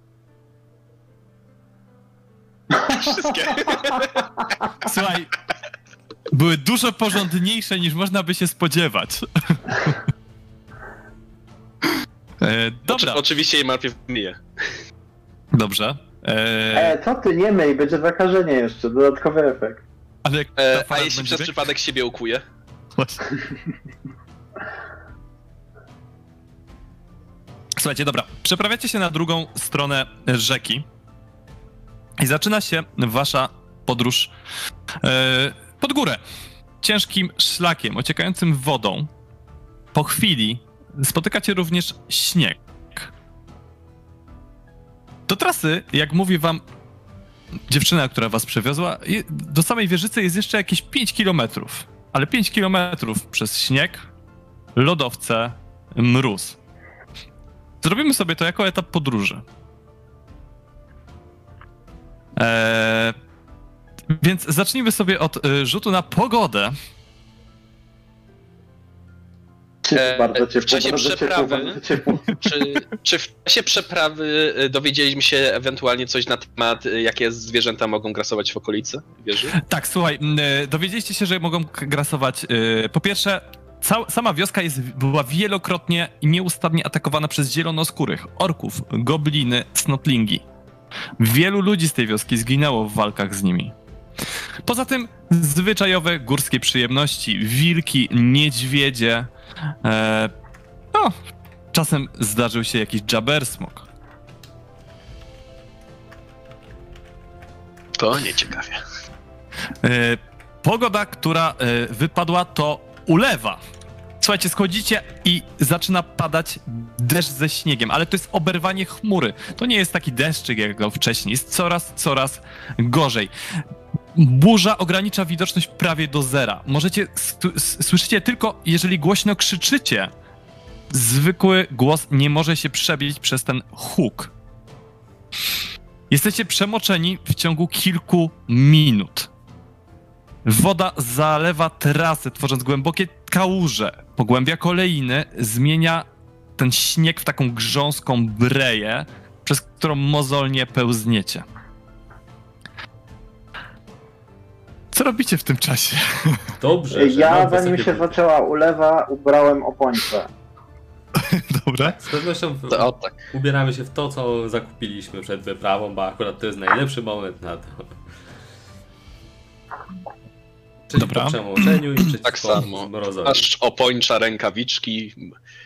Wszystkie. Słuchaj, były dużo porządniejsze niż można by się spodziewać. Dobra, Oczywiście je najpierw myję. dobrze. Co ty, nie myj, będzie zakażenie jeszcze, dodatkowy efekt. Ale jak ta A fala jeśli będzie przez przypadek siebie ukuję? Właśnie. Słuchajcie, dobra. Przeprawiacie się na drugą stronę rzeki. I zaczyna się wasza podróż pod górę. Ciężkim szlakiem, ociekającym wodą. Po chwili spotykacie również śnieg. Do trasy, jak mówi wam dziewczyna, która was przewiozła, do samej wieżycy jest jeszcze jakieś 5 kilometrów. Ale 5 kilometrów przez śnieg, lodowce, mróz. Zrobimy sobie to jako etap podróży. Więc zacznijmy sobie od rzutu na pogodę. Bardzo ciepło, w czasie bardzo przeprawy, ciepło, bardzo ciepło. Czy w czasie przeprawy dowiedzieliśmy się ewentualnie coś na temat, jakie zwierzęta mogą grasować w okolicy wieży? Tak, słuchaj, dowiedzieliście się, że mogą grasować. Po pierwsze, sama wioska była wielokrotnie i nieustannie atakowana przez zielonoskórych, orków, gobliny, snotlingi. Wielu ludzi z tej wioski zginęło w walkach z nimi. Poza tym zwyczajowe górskie przyjemności, wilki, niedźwiedzie. Czasem zdarzył się jakiś jabbersmog. To nieciekawie. Pogoda, która wypadła, to ulewa. Słuchajcie, schodzicie i zaczyna padać deszcz ze śniegiem, ale to jest oberwanie chmury. To nie jest taki deszczyk jak go wcześniej, jest coraz gorzej. Burza ogranicza widoczność prawie do zera. Słyszycie tylko, jeżeli głośno krzyczycie. Zwykły głos nie może się przebić przez ten huk. Jesteście przemoczeni w ciągu kilku minut. Woda zalewa trasy, tworząc głębokie kałuże. Pogłębia kolejny, zmienia ten śnieg w taką grząską breję, przez którą mozolnie pełzniecie. Co robicie w tym czasie? Dobrze, że Ja mam zanim wysokie się buty. zaczęła ulewa, ubrałem opończe. Dobra. Z pewnością Tak. ubieramy się w to, co zakupiliśmy przed wyprawą, bo akurat to jest najlepszy moment na to. Czyli Dobra. po przemoczeniu i przeciwko Tak samo. mrozowi. Aż opończa, rękawiczki.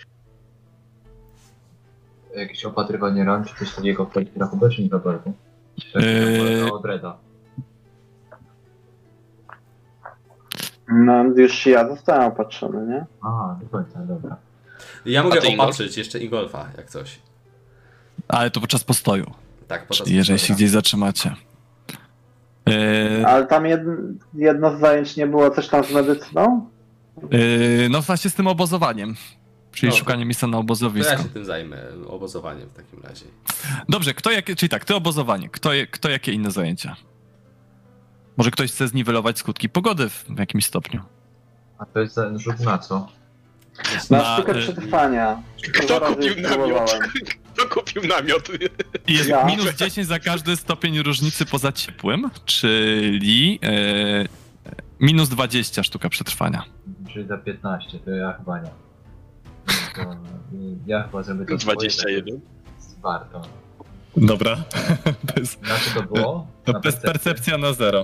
Jakieś opatrywanie ran, czy coś takiego w takich rachubę, czy nie za bardzo? Od Reda. No już ja zostałem opatrzony, nie? A, do końca, dobra. Ja mogę A ty, Ingolf? opatrzyć jeszcze Ingolfa, jak coś. Ale to podczas postoju. Tak, podczas Czyli jeżeli się dobra. gdzieś zatrzymacie. Ale tam jedno z zajęć nie było coś tam z medycyną? No właśnie z tym obozowaniem. Czyli No, szukanie miejsca na To obozowisko. ja się tym zajmę, obozowaniem w takim razie. Dobrze, czyli tak, ty obozowanie. Kto jakie inne zajęcia? Może ktoś chce zniwelować skutki pogody w jakimś stopniu. A to jest rzut na co? Na sztukę przetrwania. Kto Dwa razy kupił już namiot? próbowałem. Kto kupił namiot? Jest Ja. minus 10 za każdy stopień różnicy poza ciepłym, czyli minus 20 sztuka przetrwania. Czyli za 15, to ja chyba nie. To, ja chyba zrobię to 21. warto. Dobra. To jest, Na co to było? Na to jest percepcja na 0.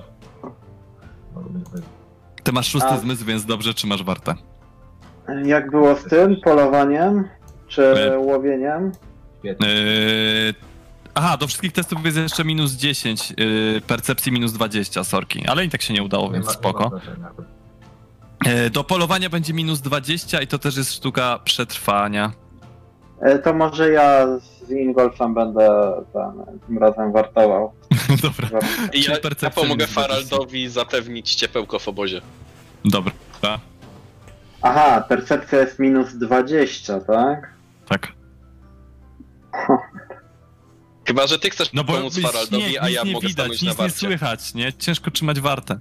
Ty masz 6 A. zmysł, więc dobrze trzymasz wartę. Jak było z tym polowaniem? Czy Nie. łowieniem? Świetnie. Aha, do wszystkich testów jest jeszcze minus 10, percepcji minus 20, sorki. Ale i tak się nie udało, więc spoko. Do polowania będzie minus 20 i to też jest sztuka przetrwania. To może ja z Ingolfem będę tym razem wartował. Dobra. I ja percepcja pomogę minus 20. Faraldowi zapewnić ciepełko w obozie. Dobra. Aha, percepcja jest minus 20, tak? Tak. Chyba, że ty chcesz No bo pomóc Faraldowi, śnieg, a ja nic nie mogę widać, stanąć na nic nie warcie. słychać, nie? Ciężko trzymać wartę.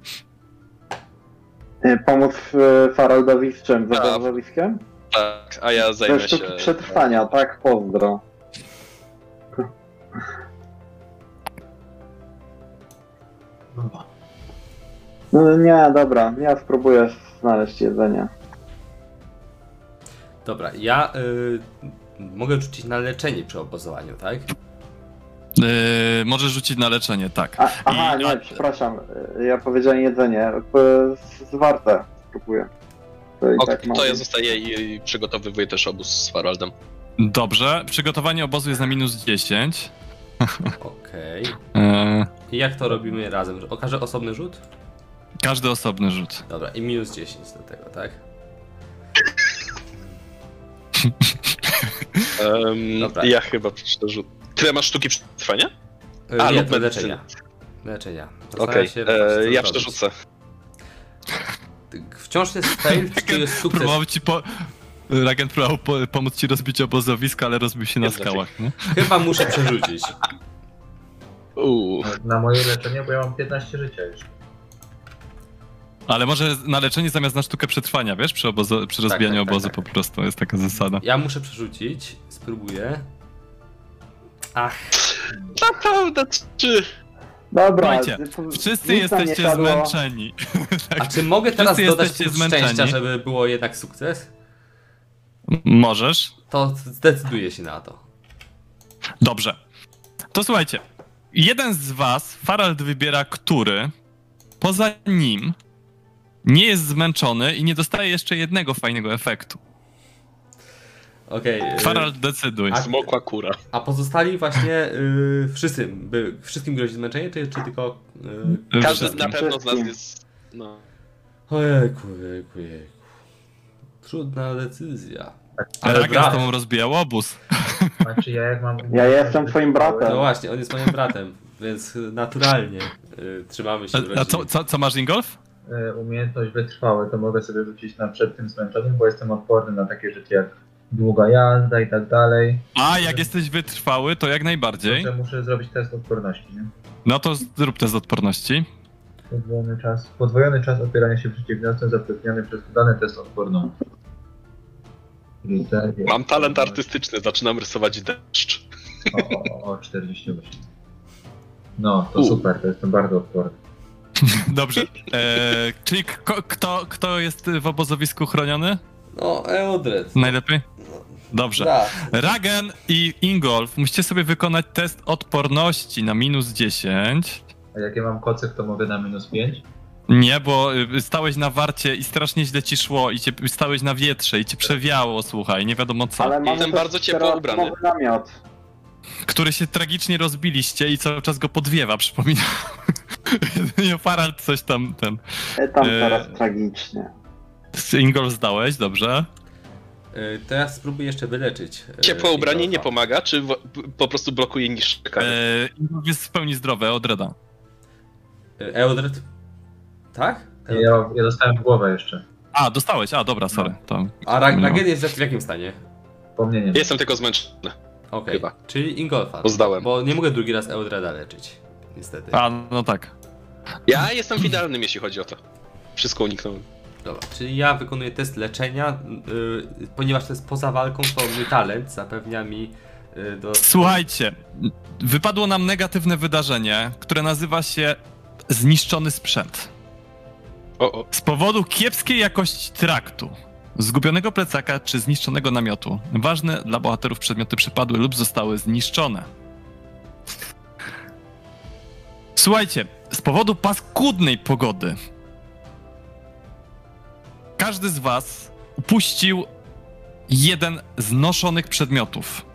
Pomóc Faraldowi w czym? Z obozowiskiem? Tak, a ja Ze zajmę się... sztuki przetrwania, tak? Pozdro. No nie, dobra, ja spróbuję znaleźć jedzenie. Dobra, ja mogę rzucić na leczenie przy obozowaniu, tak? Możesz rzucić na leczenie, tak. Aha, nie, przepraszam, ja powiedziałem jedzenie. Zwarte spróbuję. To i tak To ja zostaję i przygotowywuję też obóz z Faraldem. Dobrze, przygotowanie obozu jest na minus 10. Okej. E, I jak to robimy razem? Okaże osobny rzut? Każdy osobny rzut. Dobra, i minus 10 do tego, tak? Dobra. Ja chyba przeczytam rzut. Tyle masz sztuki przetrwania? Nie, lub to medycyny. Leczenia. Okej, Postaram się ja zrobić. przerzucę. Wciąż jest fail, czy to jest sukces? Próbował ci Ragen próbował pomóc ci rozbić obozowisko, ale rozbił się na Jest skałach, nie? Chyba muszę przerzucić. Na moje leczenie, bo ja mam 15 życia już. Ale może na leczenie zamiast na sztukę przetrwania, wiesz? Przy rozbijaniu tak, obozu tak. po prostu, jest taka zasada. Ja muszę przerzucić, spróbuję. Ach, Naprawdę, czy... Dobra, Słuchajcie, wszyscy nic nam nie jesteście siadło. zmęczeni. a czy mogę teraz Wszyscy dodać jesteście punkt zmęczeni. szczęścia, żeby było jednak sukces? Możesz. To zdecyduję się na to. Dobrze. To słuchajcie. Jeden z was, Farald wybiera, który poza nim nie jest zmęczony i nie dostaje jeszcze jednego fajnego efektu. Okej. Farald, decyduj. Smokła kura. A pozostali właśnie wszystkim grozi zmęczenie, czy tylko... Każdy Wszystkim. na pewno z nas Wszystkim. jest... No. Ojejku. Trudna decyzja. Ragen z tobą rozbijał obóz. Znaczy ja jak mam... Ja jestem twoim bratem. No właśnie, on jest moim bratem, więc naturalnie trzymamy się A rodziny. co masz, Ingolf? Umiejętność wytrwałe, to mogę sobie rzucić na przed tym zmęczeniem, bo jestem odporny na takie rzeczy jak długa jazda i tak dalej. A, jak jesteś wytrwały, to jak najbardziej. Muszę zrobić test odporności, nie? No to zrób test odporności. Podwojony czas opierania się przeciwniostem zapewniony przez dany test odporności. Mam talent artystyczny, zaczynam rysować deszcz. O 48. No, to super, to jestem bardzo odporny. Dobrze. Czyli kto jest w obozowisku chroniony? No, Eodred. Najlepiej? Dobrze. Tak. Ragen i Ingolf, musicie sobie wykonać test odporności na minus 10. A jak ja mam kocyk, to mogę na minus 5? Nie, bo stałeś na warcie i strasznie źle ci szło i stałeś na wietrze i cię przewiało, słuchaj, nie wiadomo co. Ale mamy Jestem też bardzo ciepło teraz ubrany. nowy namiot. Który się tragicznie rozbiliście i cały czas go podwiewa, przypominam. Nie, Farald coś tam, Tam teraz tragicznie. Ingolf zdałeś, dobrze. To ja spróbuję jeszcze wyleczyć. Ciepłe ubranie nie Ingolfa. pomaga, czy po prostu blokuje niższe kary? Ingolf jest w pełni zdrowy, od Reda. Eodred? Tak? Ja dostałem w głowę jeszcze. A, dostałeś, dobra, sorry. To... A Ragen jest w jakim stanie? Po mnie nie. Jestem tylko zmęczony. Okej, Chyba. czyli Ingolfa. Bo zdałem. Bo nie mogę drugi raz Eodreda leczyć. Niestety. A, no tak. Ja jestem w idealnym, jeśli chodzi o to. Wszystko uniknąłem. Dobra, czyli ja wykonuję test leczenia, ponieważ to jest poza walką, to mój talent zapewnia mi do... Słuchajcie, wypadło nam negatywne wydarzenie, które nazywa się zniszczony sprzęt. O. Z powodu kiepskiej jakości traktu, zgubionego plecaka czy zniszczonego namiotu, ważne dla bohaterów przedmioty przypadły lub zostały zniszczone. Słuchajcie, z powodu paskudnej pogody każdy z was upuścił jeden z noszonych przedmiotów.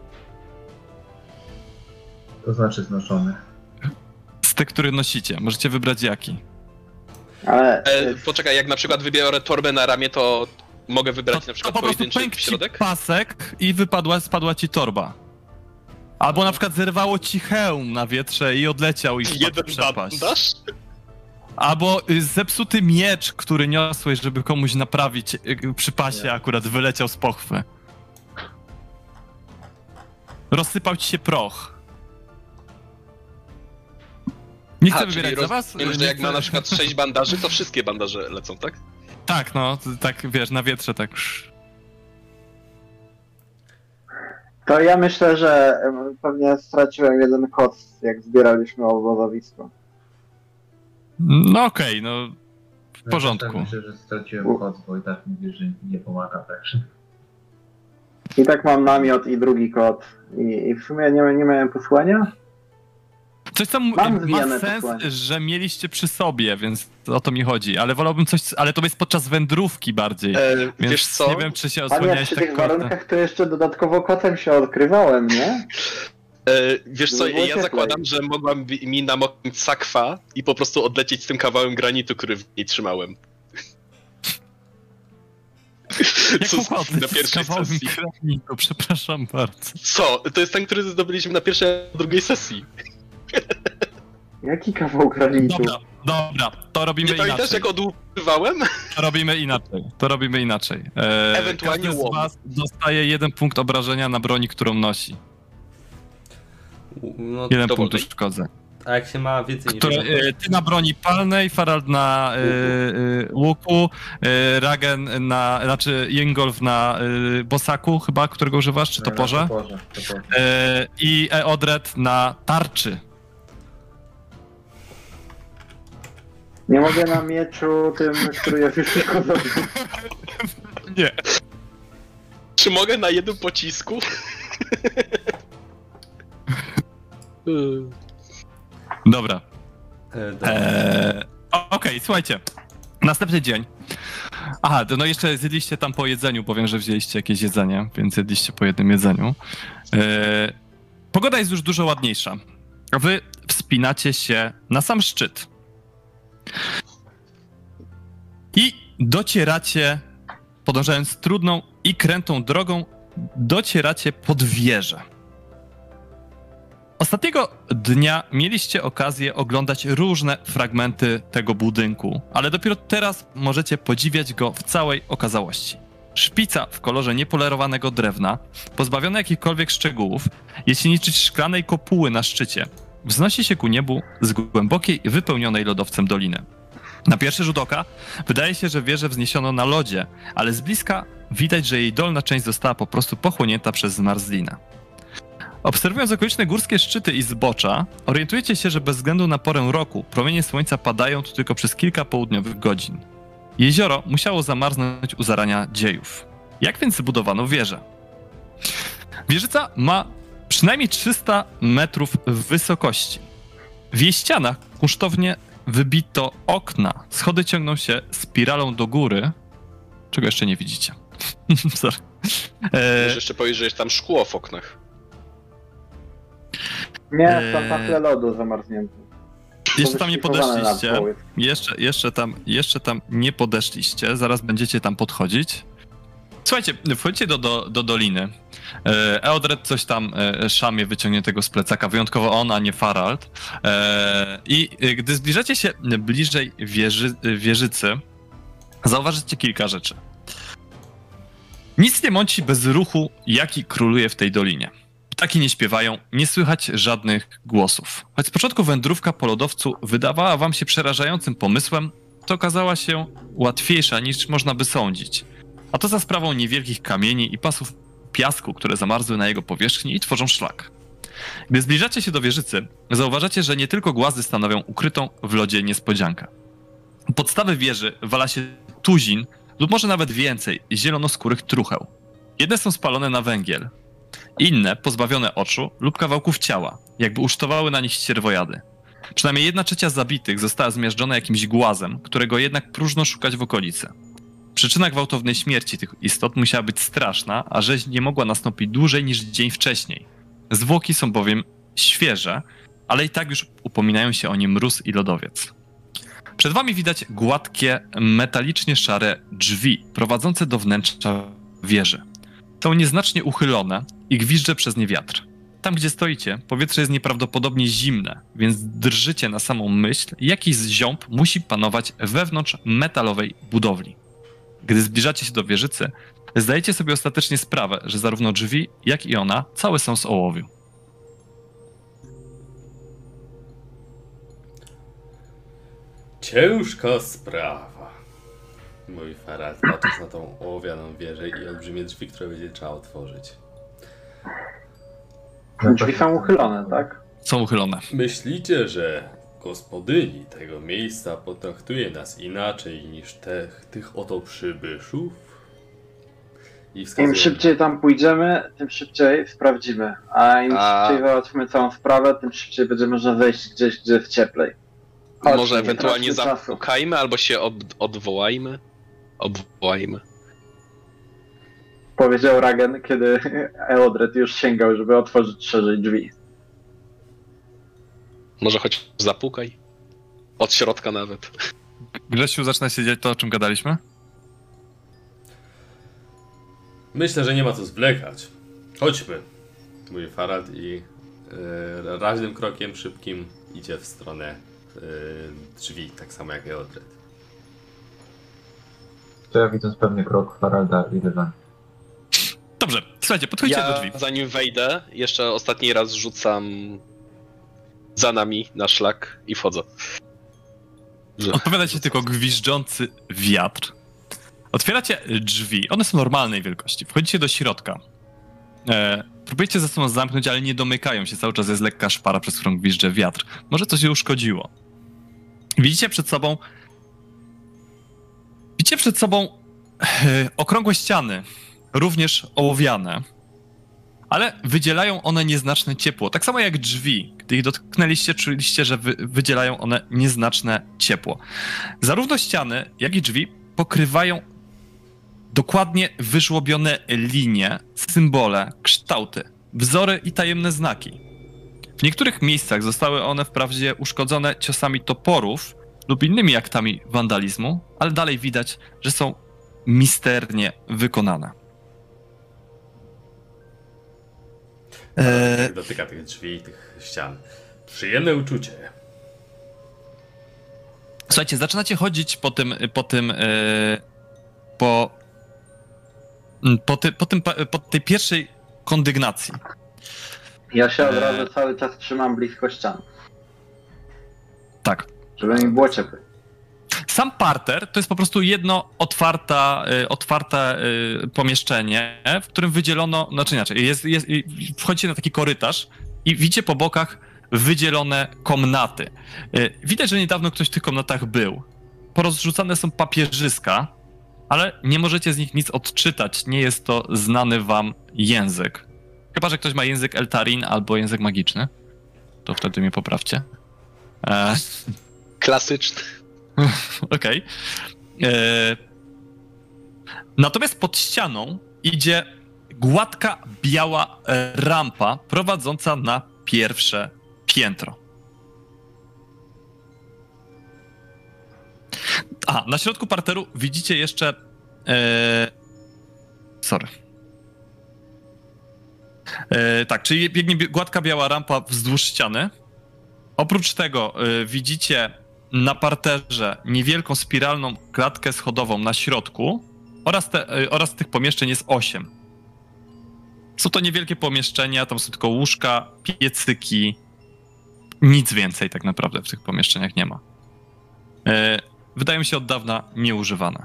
To znaczy znoszony. Z tych, które nosicie. Możecie wybrać jaki. Ale Poczekaj, jak na przykład wybiorę torbę na ramię, to mogę wybrać na To przykład po prostu pojedynczy pękł ci środek? pasek i spadła ci torba. Albo na przykład zerwało ci hełm na wietrze i odleciał i wpadł w Jeden przepaść. bandaż? Albo zepsuty miecz, który niosłeś, żeby komuś naprawić przy pasie, akurat wyleciał z pochwy. Rozsypał ci się proch. Nie chcę wybierać za was. Wiem, że nie jak chcę- ma na przykład 6 bandaży, to wszystkie bandaże lecą, tak? Tak, no, tak wiesz, na wietrze tak. to ja myślę, że pewnie straciłem jeden koc, jak zbieraliśmy obozowisko. No okej, no w porządku. Ja myślę, że straciłem koc, bo i tak mówię, że nie pomaga, także. I tak mam namiot i drugi kot. I w sumie nie miałem posłania? Coś, co Mam ma zwijane sens, posłanie. że mieliście przy sobie, więc o to mi chodzi. Ale wolałbym coś, ale to jest podczas wędrówki bardziej. Więc Wiesz co? nie wiem, czy się A nie, osłaniałeś przy tak tych kotem. warunkach to jeszcze dodatkowo kotem się odkrywałem, nie? Wiesz co, ja zakładam, że mogłam mi namoknąć sakwa i po prostu odlecieć z tym kawałem granitu, który w niej trzymałem. Jak Na pierwszej sesji. Granitu, przepraszam bardzo. Co? To jest ten, który zdobyliśmy na pierwszej a drugiej sesji. Jaki kawał granitu? Dobra, to robimy Nie pamiętasz, inaczej. jak odłupywałem? To robimy inaczej. Ewentualnie każdy łom. z was dostaje 1 punkt obrażenia na broni, którą nosi. No, 1 to punkt wolniej. uszkodzeń. a jak się ma więcej niż... Ty na broni palnej, Farald na łuku, Ragen na, znaczy Ingolf na bosaku chyba, którego używasz, czy toporze? Toporze. I Eodred na tarczy. Nie mogę na mieczu tym, który jest już tylko zrobił. Nie. Czy mogę na jednym pocisku? Dobra. Dobra. Okej, słuchajcie. Następny dzień. Aha, no jeszcze zjedliście tam po jedzeniu, bo wiem, że wzięliście jakieś jedzenie, więc jedliście po jednym jedzeniu. Pogoda jest już dużo ładniejsza. Wy wspinacie się na sam szczyt. I docieracie, podążając trudną i krętą drogą, docieracie pod wieżę. Ostatniego dnia mieliście okazję oglądać różne fragmenty tego budynku, ale dopiero teraz możecie podziwiać go w całej okazałości. Szpica w kolorze niepolerowanego drewna, pozbawiona jakichkolwiek szczegółów, jeśli nie liczyć szklanej kopuły na szczycie, wznosi się ku niebu z głębokiej, wypełnionej lodowcem doliny. Na pierwszy rzut oka wydaje się, że wieżę wzniesiono na lodzie, ale z bliska widać, że jej dolna część została po prostu pochłonięta przez zmarzlinę. Obserwując okoliczne górskie szczyty i zbocza, orientujecie się, że bez względu na porę roku promienie słońca padają tu tylko przez kilka południowych godzin. Jezioro musiało zamarznąć u zarania dziejów. Jak więc zbudowano wieżę? Wieżyca ma przynajmniej 300 metrów wysokości. W jej ścianach kunsztownie wybito okna. Schody ciągną się spiralą do góry, czego jeszcze nie widzicie. Sorry. Możesz jeszcze powiedzieć, że jest tam szkło w oknach. Nie, tam tafle lodu zamarznięte. Jeszcze tam nie Powyszlifowane na podeszliście. połów. Jeszcze tam nie podeszliście. Zaraz będziecie tam podchodzić. Słuchajcie, wchodzicie do doliny. Eodred coś tam szamie wyciągniętego z plecaka, wyjątkowo on, a nie Farald. I gdy zbliżacie się bliżej wieżycy, zauważycie kilka rzeczy. Nic nie mąci bez ruchu, jaki króluje w tej dolinie. Ptaki nie śpiewają, nie słychać żadnych głosów. Choć z początku wędrówka po lodowcu wydawała wam się przerażającym pomysłem, to okazała się łatwiejsza niż można by sądzić. A to za sprawą niewielkich kamieni i pasów piasku, które zamarzły na jego powierzchni i tworzą szlak. Gdy zbliżacie się do wieżycy, zauważacie, że nie tylko głazy stanowią ukrytą w lodzie niespodziankę. U podstawy wieży wala się tuzin lub może nawet więcej zielonoskórych trucheł. Jedne są spalone na węgiel, inne pozbawione oczu lub kawałków ciała, jakby usztowały na nich ścierwojady. Przynajmniej 1/3 zabitych została zmiażdżona jakimś głazem, którego jednak próżno szukać w okolicy. Przyczyna gwałtownej śmierci tych istot musiała być straszna, a rzeź nie mogła nastąpić dłużej niż dzień wcześniej. Zwłoki są bowiem świeże, ale i tak już upominają się o nie mróz i lodowiec. Przed wami widać gładkie, metalicznie szare drzwi prowadzące do wnętrza wieży. Są nieznacznie uchylone i gwizdże przez nie wiatr. Tam, gdzie stoicie, powietrze jest nieprawdopodobnie zimne, więc drżycie na samą myśl, jaki ziąb musi panować wewnątrz metalowej budowli. Gdy zbliżacie się do wieżycy, zdajecie sobie ostatecznie sprawę, że zarówno drzwi, jak i ona całe są z ołowiu. Ciężka sprawa. Mój Farad, patrząc na tą ołowianą wieżę i olbrzymie drzwi, które będzie trzeba otworzyć. Drzwi są uchylone, tak? Są uchylone. Myślicie, że gospodyni tego miejsca potraktuje nas inaczej niż tych oto przybyszów? I Im szybciej tam pójdziemy, tym szybciej sprawdzimy. A im szybciej załatwimy całą sprawę, tym szybciej będzie można wejść gdzieś, gdzie jest cieplej. Chodźmy, Może ewentualnie nie traćmy czasu. zapukajmy albo się odwołajmy? Obwołajmy. Powiedział Ragen, kiedy Eodred już sięgał, żeby otworzyć szerzej drzwi. Może choć zapukaj. Od środka nawet. Grzesiu, zaczyna się dziać to, o czym gadaliśmy? Myślę, że nie ma co zwlekać. Chodźmy, mówi Farad i raźnym krokiem szybkim idzie w stronę drzwi, tak samo jak Eodred. To ja widząc pewny krok Faralda idę za nim. Dobrze, słuchajcie, podchodźcie do drzwi. Zanim wejdę, jeszcze ostatni raz rzucam za nami na szlak i wchodzę. Odpowiadacie tylko gwiżdżący wiatr. Otwieracie drzwi, one są normalnej wielkości. Wchodzicie do środka. Próbujecie ze sobą zamknąć, ale nie domykają się. Cały czas jest lekka szpara, przez którą gwiżdże wiatr. Może coś się uszkodziło. Widzicie przed sobą okrągłe ściany, również ołowiane, ale wydzielają one nieznaczne ciepło. Tak samo jak drzwi. Gdy ich dotknęliście, czuliście, że wydzielają one nieznaczne ciepło. Zarówno ściany, jak i drzwi pokrywają dokładnie wyżłobione linie, symbole, kształty, wzory i tajemne znaki. W niektórych miejscach zostały one wprawdzie uszkodzone ciosami toporów lub innymi aktami wandalizmu, ale dalej widać, że są misternie wykonane. Dotyka tych drzwi, tych ścian. Przyjemne uczucie. Słuchajcie, zaczynacie chodzić po tej pierwszej kondygnacji. Ja się od razu cały czas trzymam blisko ścian, Tak. żeby mi było ciepło. Sam parter to jest po prostu jedno otwarte pomieszczenie, w którym wydzielono, znaczy inaczej, wchodzicie na taki korytarz i widzicie po bokach wydzielone komnaty. Widać, że niedawno ktoś w tych komnatach był. Porozrzucane są papierzyska, ale nie możecie z nich nic odczytać. Nie jest to znany wam język. Chyba że ktoś ma język Eltarin albo język magiczny. To wtedy mnie poprawcie. Klasyczny. Okej. Natomiast pod ścianą idzie gładka, biała rampa prowadząca na pierwsze piętro. Aha, na środku parteru widzicie jeszcze... tak, czyli biegnie gładka, biała rampa wzdłuż ściany. Oprócz tego widzicie na parterze niewielką spiralną klatkę schodową na środku oraz tych pomieszczeń jest 8. Są to niewielkie pomieszczenia, tam są tylko łóżka, piecyki. Nic więcej tak naprawdę w tych pomieszczeniach nie ma. Wydają się od dawna nieużywane.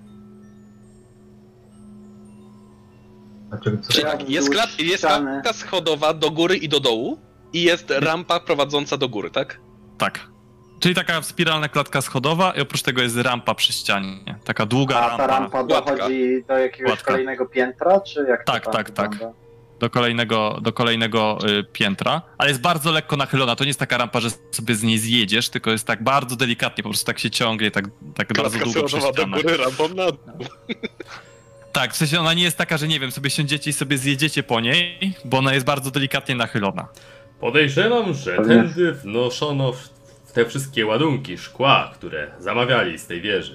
Czyli tak, jest klatka schodowa do góry i do dołu i jest rampa prowadząca do góry, tak? Tak. Czyli taka spiralna klatka schodowa i oprócz tego jest rampa przy ścianie. Taka długa rampa. A ta rampa dochodzi do jakiegoś kolejnego piętra, czy jak to Tak. wygląda? Do kolejnego piętra, ale jest bardzo lekko nachylona. To nie jest taka rampa, że sobie z niej zjedziesz, tylko jest tak bardzo delikatnie, po prostu tak się ciągnie, tak bardzo długo przez ścianę. do góry, rampą na dół. Tak, w sensie ona nie jest taka, że nie wiem, sobie siądziecie i sobie zjedziecie po niej, bo ona jest bardzo delikatnie nachylona. Podejrzewam, że tędy wnoszono w te wszystkie ładunki szkła, które zamawiali z tej wieży.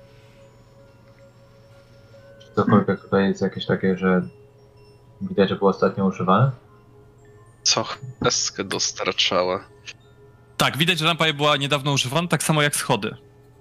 Cokolwiek tutaj jest jakieś takie, że widać, że było ostatnio używane? Co peskę dostarczała. Tak, widać, że rampa była niedawno używana, tak samo jak schody.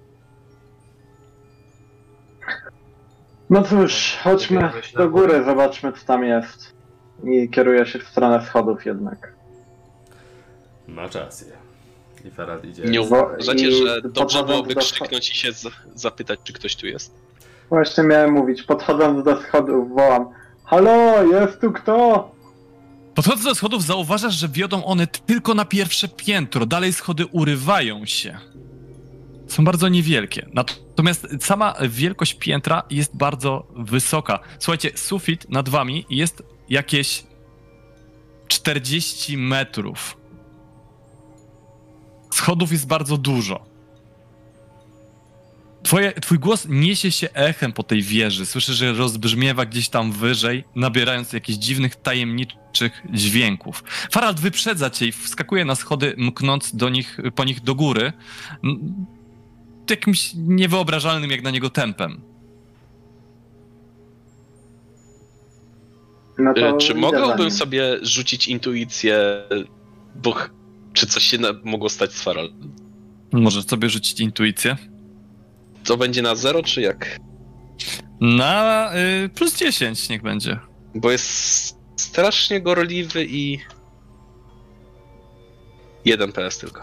No cóż, chodźmy do góry, zobaczmy co tam jest. I kieruję się w stronę schodów jednak. Masz rację. I Farad idzie... Nie uważacie, że dobrze podchodząc byłoby do krzyknąć i się zapytać, czy ktoś tu jest? Właśnie miałem mówić, podchodząc do schodów wołam: halo, jest tu kto? Podchodząc do schodów zauważasz, że wiodą one tylko na pierwsze piętro, dalej schody urywają się. Są bardzo niewielkie, natomiast sama wielkość piętra jest bardzo wysoka. Słuchajcie, sufit nad wami jest jakieś 40 metrów. Schodów jest bardzo dużo. Twój głos niesie się echem po tej wieży. Słyszysz, że rozbrzmiewa gdzieś tam wyżej, nabierając jakichś dziwnych, tajemniczych dźwięków. Farald wyprzedza cię i wskakuje na schody, mknąc po nich do góry. Jakimś niewyobrażalnym jak na niego tempem. No to Czy idę za mogłbym nim. sobie rzucić intuicję, bo czy coś się mogło stać z Faraldem? Możesz sobie rzucić intuicję. To będzie na 0 czy jak? Na plus 10 niech będzie. Bo jest strasznie gorliwy i... 1 PS tylko.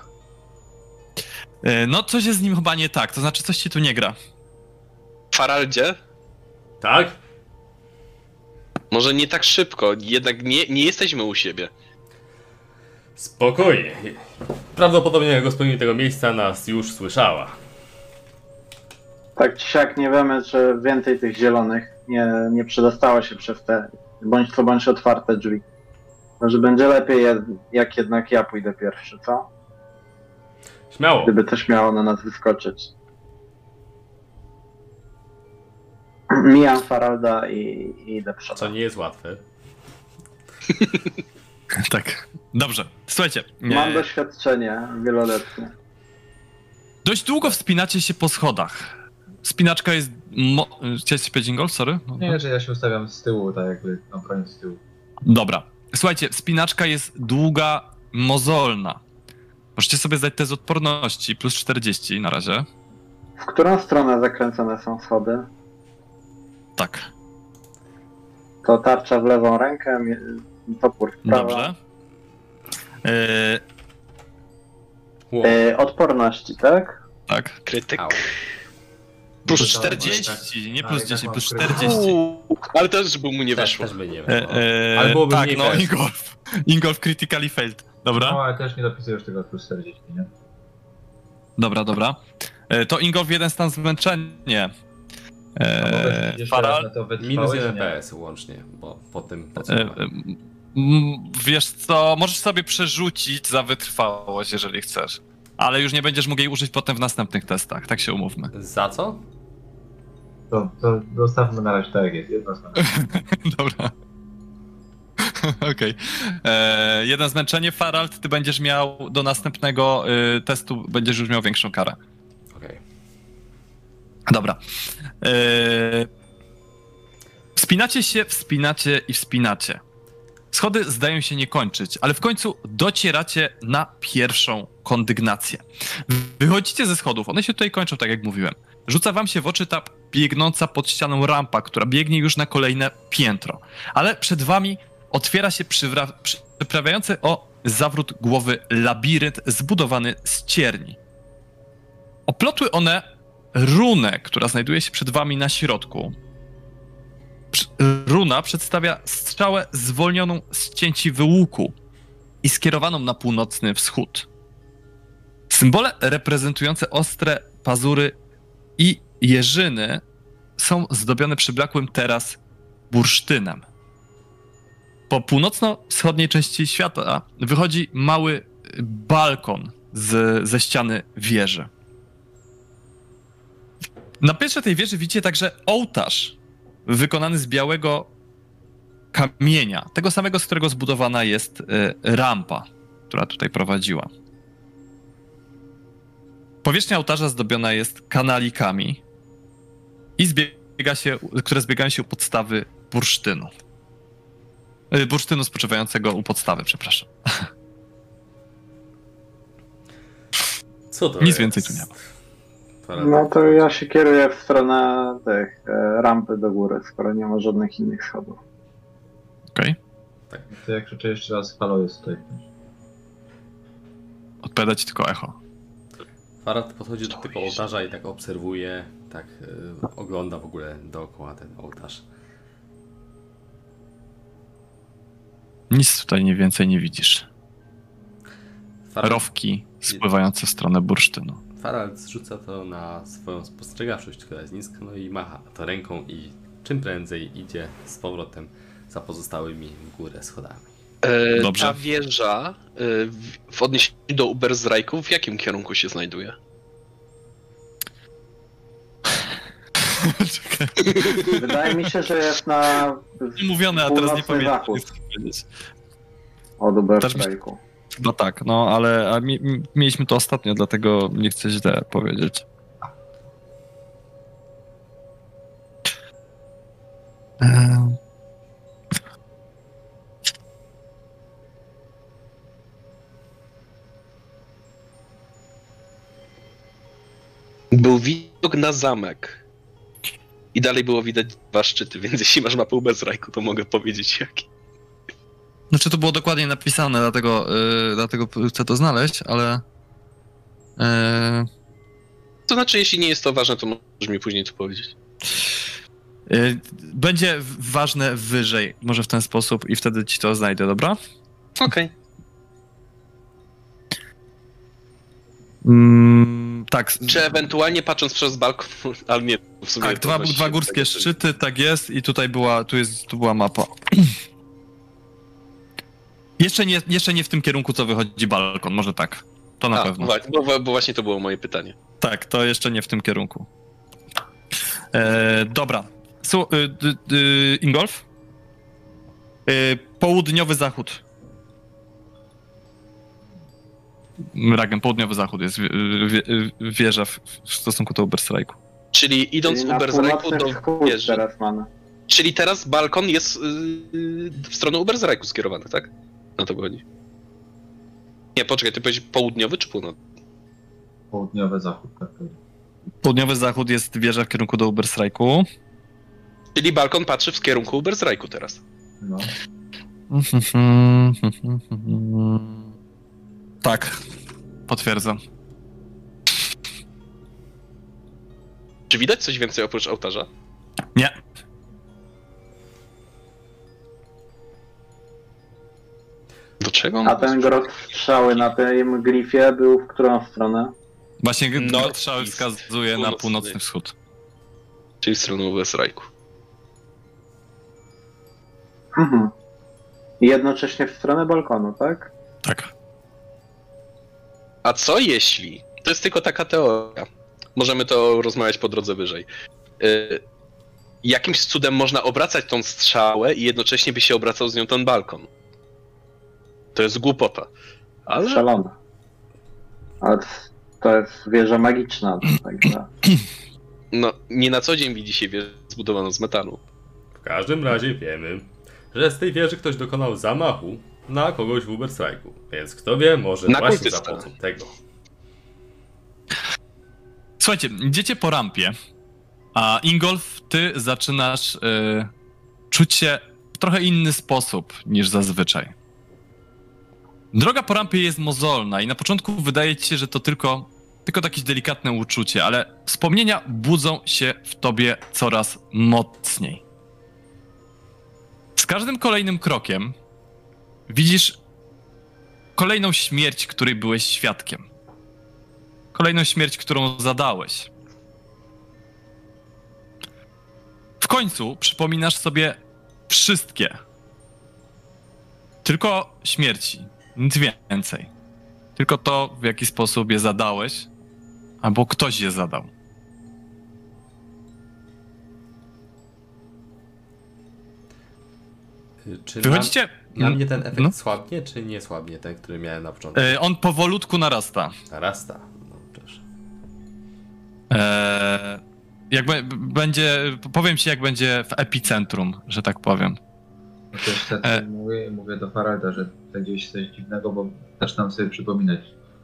No coś jest z nim chyba nie tak, to znaczy coś ci tu nie gra. Faraldzie? Tak? Może nie tak szybko, jednak nie jesteśmy u siebie. Spokojnie. Prawdopodobnie gospodyni tego miejsca nas już słyszała. Tak czy siak nie wiemy, czy więcej tych zielonych nie przedostało się przez te bądź co bądź otwarte drzwi. Może będzie lepiej, jak jednak ja pójdę pierwszy, co? Śmiało. Gdyby coś miało na nas wyskoczyć. Mijam Faralda i idę Co przodem. nie jest łatwe. Tak. Dobrze. Słuchajcie. Mam doświadczenie wieloletnie. Dość długo wspinacie się po schodach. Spinaczka jest... Chciałeś powiedzieć Ingolf? Sorry? Nie, że ja się ustawiam z tyłu, tak jakby na broń z tyłu. Dobra. Słuchajcie, wspinaczka jest długa, mozolna. Możecie sobie zdać test odporności, plus 40 na razie. W którą stronę zakręcone są schody? Tak. To tarcza w lewą rękę, topór w prawą. Dobrze. Wow. Odporności, tak? Tak. Krytyk. Au. Plus Tak, 40. Nie tak, plus tak 10, mam plus krytyk. 40. Ale też by mu nie Też, weszło. też by nie weszło. Ale byłoby tak, mniej no PS. Ingolf critically failed. Dobra. No, ale też nie dopisujesz tego plus 40, nie? Dobra. To Ingolf jeden stan zmęczenia. A mogę jeszcze raz Farald, na to Minus wytrwałość, 1 nie? PS łącznie, bo po tym wiesz co, możesz sobie przerzucić za wytrwałość, jeżeli chcesz. Ale już nie będziesz mógł jej użyć potem w następnych testach, tak się umówmy. Za co? To zostawmy na razie tak jak jest, jedno zdanie. Dobra. Okej. Jeden zmęczenie, Farald, ty będziesz miał do następnego testu, będziesz już miał większą karę. Okej. Dobra. Wspinacie. Schody zdają się nie kończyć, ale w końcu docieracie na pierwszą kondygnację. Wychodzicie ze schodów, one się tutaj kończą, tak jak mówiłem. Rzuca wam się w oczy ta biegnąca pod ścianą rampa, która biegnie już na kolejne piętro. Ale przed wami otwiera się przyprawiający o zawrót głowy labirynt zbudowany z cierni. Oplotły one runę, która znajduje się przed wami na środku. Runa przedstawia strzałę zwolnioną z cięciwy łuku i skierowaną na północny wschód. Symbole reprezentujące ostre pazury i jeżyny są zdobione przyblakłym teraz bursztynem. Po północno-wschodniej części świata wychodzi mały balkon ze ściany wieży. Na piętrze tej wieży widzicie także ołtarz wykonany z białego kamienia, tego samego, z którego zbudowana jest rampa, która tutaj prowadziła. Powierzchnia ołtarza zdobiona jest kanalikami, które zbiegają się u podstawy bursztynu. Bursztynu spoczywającego u podstawy, przepraszam. Co to Nic jest? więcej tu nie ma. No to ja się kieruję w stronę tych rampy do góry, skoro nie ma żadnych innych schodów. Okej. To jak krzyczę jeszcze raz, halo jest tutaj. Odpowiada ci tylko echo. Farad podchodzi do tego ołtarza i tak obserwuje, tak ogląda w ogóle dookoła ten ołtarz. Nic tutaj nie więcej nie widzisz. Farad, Rowki spływające w stronę bursztynu. Farad zrzuca to na swoją spostrzegawczość, która jest niska, no i macha to ręką i czym prędzej idzie z powrotem za pozostałymi w górę schodami. Dobrze. Ta wieża w odniesieniu do Uberzrajków w jakim kierunku się znajduje? Czekaj. Wydaje mi się, że jest na Mówione, a teraz nie północny pamiętam. zachód co powiedzieć. od Uberstrajku. Chyba tak, no ale mieliśmy to ostatnio, dlatego nie chcę źle powiedzieć. Był widok na zamek. I dalej było widać 2 szczyty, więc jeśli masz mapę Ubersreichu, to mogę powiedzieć jaki. Znaczy to było dokładnie napisane, dlatego chcę to znaleźć, ale... To znaczy, jeśli nie jest to ważne, to możesz mi później to powiedzieć. Będzie ważne wyżej, może w ten sposób i wtedy ci to znajdę, dobra? Okej. Tak. Czy ewentualnie patrząc przez balkon, ale nie, w sumie... Tak, to właściwie dwa górskie tak, szczyty, tak jest i tutaj tu była mapa. Jeszcze nie w tym kierunku, co wychodzi balkon, może tak. To na pewno. Bo właśnie to było moje pytanie. Tak, to jeszcze nie w tym kierunku. Dobra. Ingolf? Południowy zachód. Ragen, południowy zachód jest wieża w stosunku do Uberstrajku. Czyli idąc z Czyli na Ubersreichu północny do wschód wieży. teraz mamy. Czyli teraz balkon jest w stronę Ubersreichu skierowany, tak? Na to chodzi. Nie, poczekaj, ty powiedziałeś południowy czy północny? Południowy zachód, tak. Południowy zachód jest wieża w kierunku do Uberstrajku. Czyli balkon patrzy w kierunku Ubersreichu teraz. No. Tak, potwierdzam. Czy widać coś więcej oprócz ołtarza? Nie. Do czego? A ten grot strzały na tym glifie był w którą stronę? Właśnie North strzały East, wskazuje na północny. północny wschód. Czyli w stronę Ubersreichu. Mhm. I jednocześnie w stronę balkonu, tak? Tak. A co jeśli? To jest tylko taka teoria. Możemy to rozmawiać po drodze wyżej. Jakimś cudem można obracać tą strzałę i jednocześnie by się obracał z nią ten balkon. To jest głupota. Ale Szalone. Ale to jest wieża magiczna, także... no, nie na co dzień widzi się wieżę zbudowaną z metalu. W każdym razie wiemy, że z tej wieży ktoś dokonał zamachu na kogoś w Uberstrajku. Więc kto wie, może Na właśnie za kultystę. pomocą tego. Słuchajcie, idziecie po rampie, a Ingolf, ty zaczynasz czuć się w trochę inny sposób niż zazwyczaj. Droga po rampie jest mozolna i na początku wydaje ci się, że to tylko takie delikatne uczucie, ale wspomnienia budzą się w tobie coraz mocniej. Z każdym kolejnym krokiem widzisz kolejną śmierć, której byłeś świadkiem. Kolejną śmierć, którą zadałeś. W końcu przypominasz sobie wszystkie. Tylko śmierci. Nic więcej. Tylko to, w jaki sposób je zadałeś, albo ktoś je zadał. Czy Wychodzicie... na mnie ten efekt No. słabnie, czy nie słabnie ten, który miałem na początku? On powolutku narasta. Narasta. No proszę. Jak będzie... Powiem ci, jak będzie w epicentrum, że tak powiem. No to jeszcze mówię do Faralda, że będzie się coś dziwnego, bo zaczynam sobie przypominać.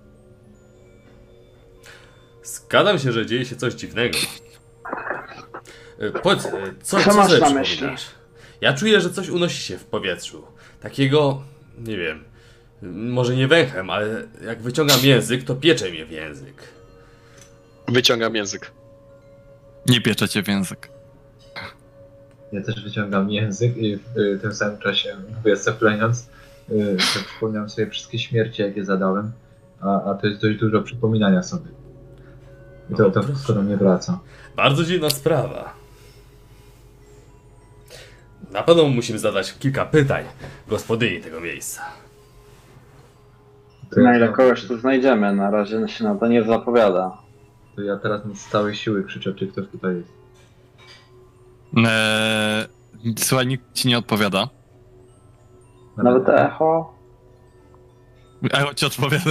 Zgadzam się, że dzieje się coś dziwnego. Powiedz, co Co masz sobie na myśli? przypominasz? Ja czuję, że coś unosi się w powietrzu. Takiego, nie wiem, może nie węchem, ale jak wyciągam język, to piecze mnie w język. Wyciągam język. Nie piecze cię w język. Ja też wyciągam język i w tym samym czasie, mówię cepleniąc, to przypomniałem sobie wszystkie śmierci, jakie zadałem, a to jest dość dużo przypominania sobie. I to wszystko do mnie wraca. Bardzo dziwna sprawa. Na pewno musimy zadać kilka pytań gospodyni tego miejsca. Na ile kogoś tu znajdziemy, na razie się na to nie zapowiada. To ja teraz z całej siły krzyczę, czy ktoś tutaj jest. Słuchaj, nikt ci nie odpowiada. Nawet echo. Echo ci odpowiada.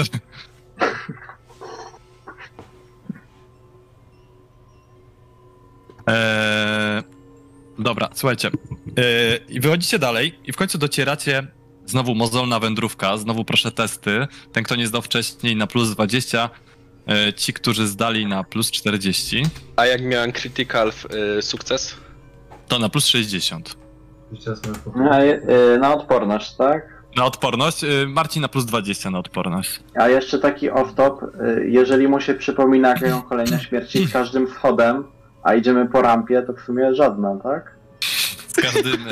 Dobra, słuchajcie. I wychodzicie dalej i w końcu docieracie. Znowu mozolna wędrówka, znowu proszę testy. Ten, kto nie zdał wcześniej, na plus 20. Ci, którzy zdali na plus 40, A jak miałem critical sukces? to na plus 60. Jeszcze raz możesz powtórzyć. Na odporność, tak? Na odporność. Marcin na plus 20 na odporność. A jeszcze taki off-top, jeżeli mu się przypomina jaką kolejne śmierci z każdym wchodem, a idziemy po rampie, to w sumie żadna, tak? Z każdym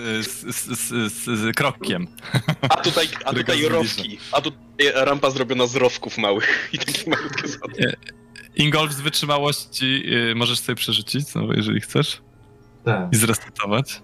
z krokiem. A tutaj Którego rowki. A tutaj rampa zrobiona z rowków małych i takie malutkie schody. Ingolf z wytrzymałości możesz sobie przerzucić, znowu, jeżeli chcesz. Tak, I zresetować.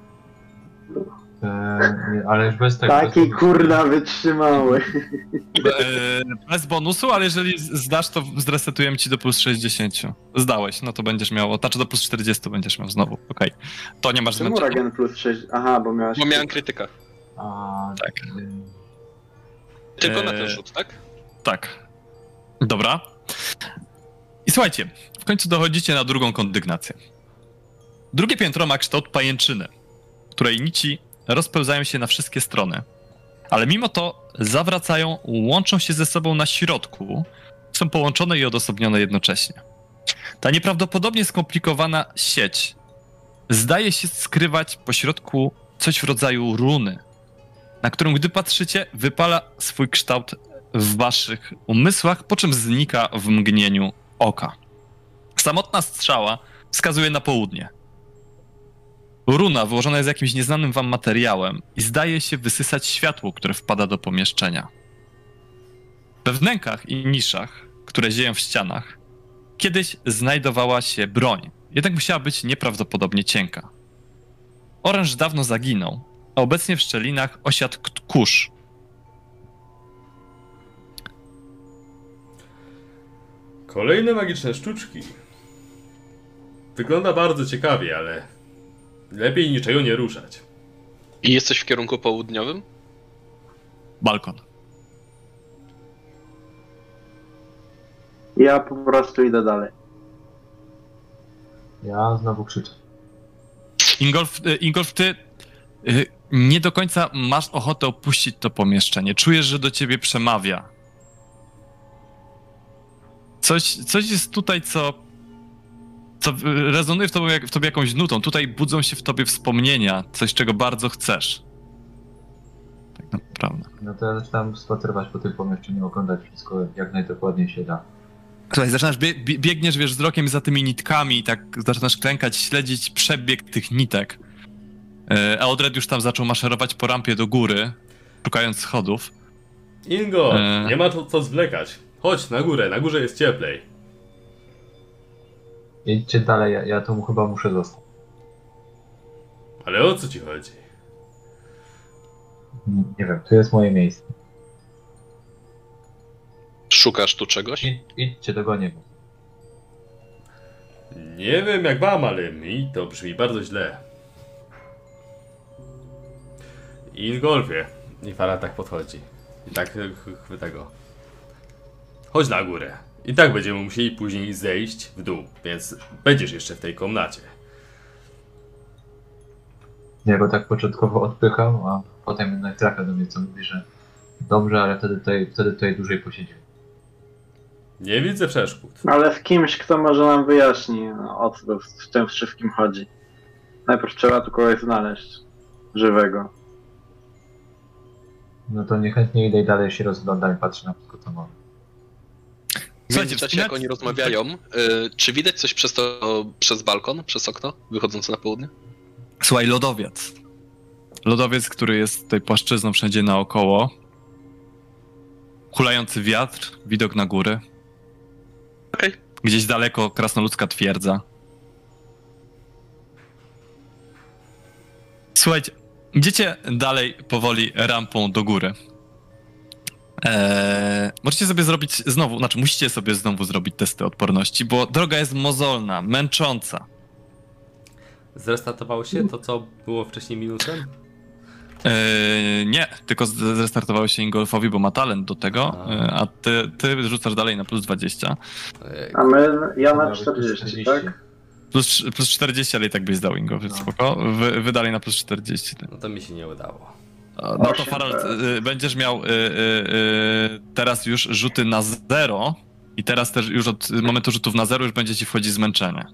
ale już bez tego. Taki bez... kurna wytrzymały. Bez bonusu, ale jeżeli zdasz, to zresetujemy ci do plus 60. Zdałeś, no to będziesz miał, znaczy do plus 40 będziesz miał znowu, okej. To nie masz Czemu zmęczenia. Ragen plus 6? Aha, bo miałeś... Bo miałem krytyka. A, Tak. Tylko na ten rzut, tak? Tak. Dobra. I słuchajcie, w końcu dochodzicie na drugą kondygnację. Drugie piętro ma kształt pajęczyny, której nici rozpełzają się na wszystkie strony. Ale mimo to zawracają, łączą się ze sobą na środku, są połączone i odosobnione jednocześnie. Ta nieprawdopodobnie skomplikowana sieć zdaje się skrywać pośrodku coś w rodzaju runy, na którą gdy patrzycie, wypala swój kształt w waszych umysłach, po czym znika w mgnieniu oka. Samotna strzała wskazuje na południe. Runa wyłożona jest jakimś nieznanym wam materiałem i zdaje się wysysać światło, które wpada do pomieszczenia. We wnękach i niszach, które zieją w ścianach, kiedyś znajdowała się broń, jednak musiała być nieprawdopodobnie cienka. Oręż dawno zaginął, a obecnie w szczelinach osiadł kurz. Kolejne magiczne sztuczki. Wygląda bardzo ciekawie, ale lepiej niczego nie ruszać. I jesteś w kierunku południowym? Balkon. Ja po prostu idę dalej. ja znowu krzyczę. Ingolf, ty nie do końca masz ochotę opuścić to pomieszczenie. Czujesz, że do ciebie przemawia. Coś jest tutaj, co rezonuje w tobie jakąś nutą. Tutaj budzą się w tobie wspomnienia, coś, czego bardzo chcesz. Tak naprawdę. No to ja zaczynam spacerować po tym pomieszczeniu, oglądać wszystko jak najdokładniej się da. Słuchaj, zaczynasz, biegniesz, wiesz, wzrokiem za tymi nitkami i tak zaczynasz klękać, śledzić przebieg tych nitek. Eldred już tam zaczął maszerować po rampie do góry, szukając schodów. Ingo, nie ma to co zwlekać. Chodź na górze jest cieplej. Idźcie dalej, ja tu chyba muszę zostać. Ale o co ci chodzi? Nie wiem, tu jest moje miejsce. Szukasz tu czegoś? Idźcie, dogonię go. Nie wiem jak wam, ale mi to brzmi bardzo źle. Ingolfie. I Fara tak podchodzi. I tak tego. Chodź na górę. I tak będziemy musieli później zejść w dół, więc będziesz jeszcze w tej komnacie. Ja go tak początkowo odpycham, a potem jednak trafia do mnie, co mówi, że dobrze, ale wtedy tutaj dłużej posiedzimy. Nie widzę przeszkód. Ale z kimś, kto może nam wyjaśni, o co w tym wszystkim chodzi. Najpierw trzeba tu kogoś znaleźć. Żywego. No to niechętnie idę i dalej się rozglądam i patrzę na wszystko, co mam. W międzyczasie, jak oni rozmawiają, czy widać coś przez balkon, przez okno, wychodzące na południe? Słuchaj, lodowiec. Lodowiec, który jest tutaj płaszczyzną wszędzie naokoło. Hulający wiatr, widok na góry. Okej. Gdzieś daleko krasnoludzka twierdza. Słuchajcie, idziecie dalej powoli rampą do góry. Możecie sobie zrobić znowu, znaczy musicie sobie znowu zrobić testy odporności, bo droga jest mozolna, męcząca. Zrestartowało się to, co było wcześniej minusem? Nie, tylko zrestartowało się Ingolfowi, bo ma talent do tego, a ty rzucasz dalej na plus 20. Ojej. A ja na Nawet 40, tak? Plus 40, ale i tak byś zdał Ingo, więc spoko. Wy dalej na plus 40. No to mi się nie udało. No to Osiem, Farald, tak. będziesz miał teraz już rzuty na 0 i teraz też już od momentu rzutów na 0 już będzie ci wchodzić zmęczenie.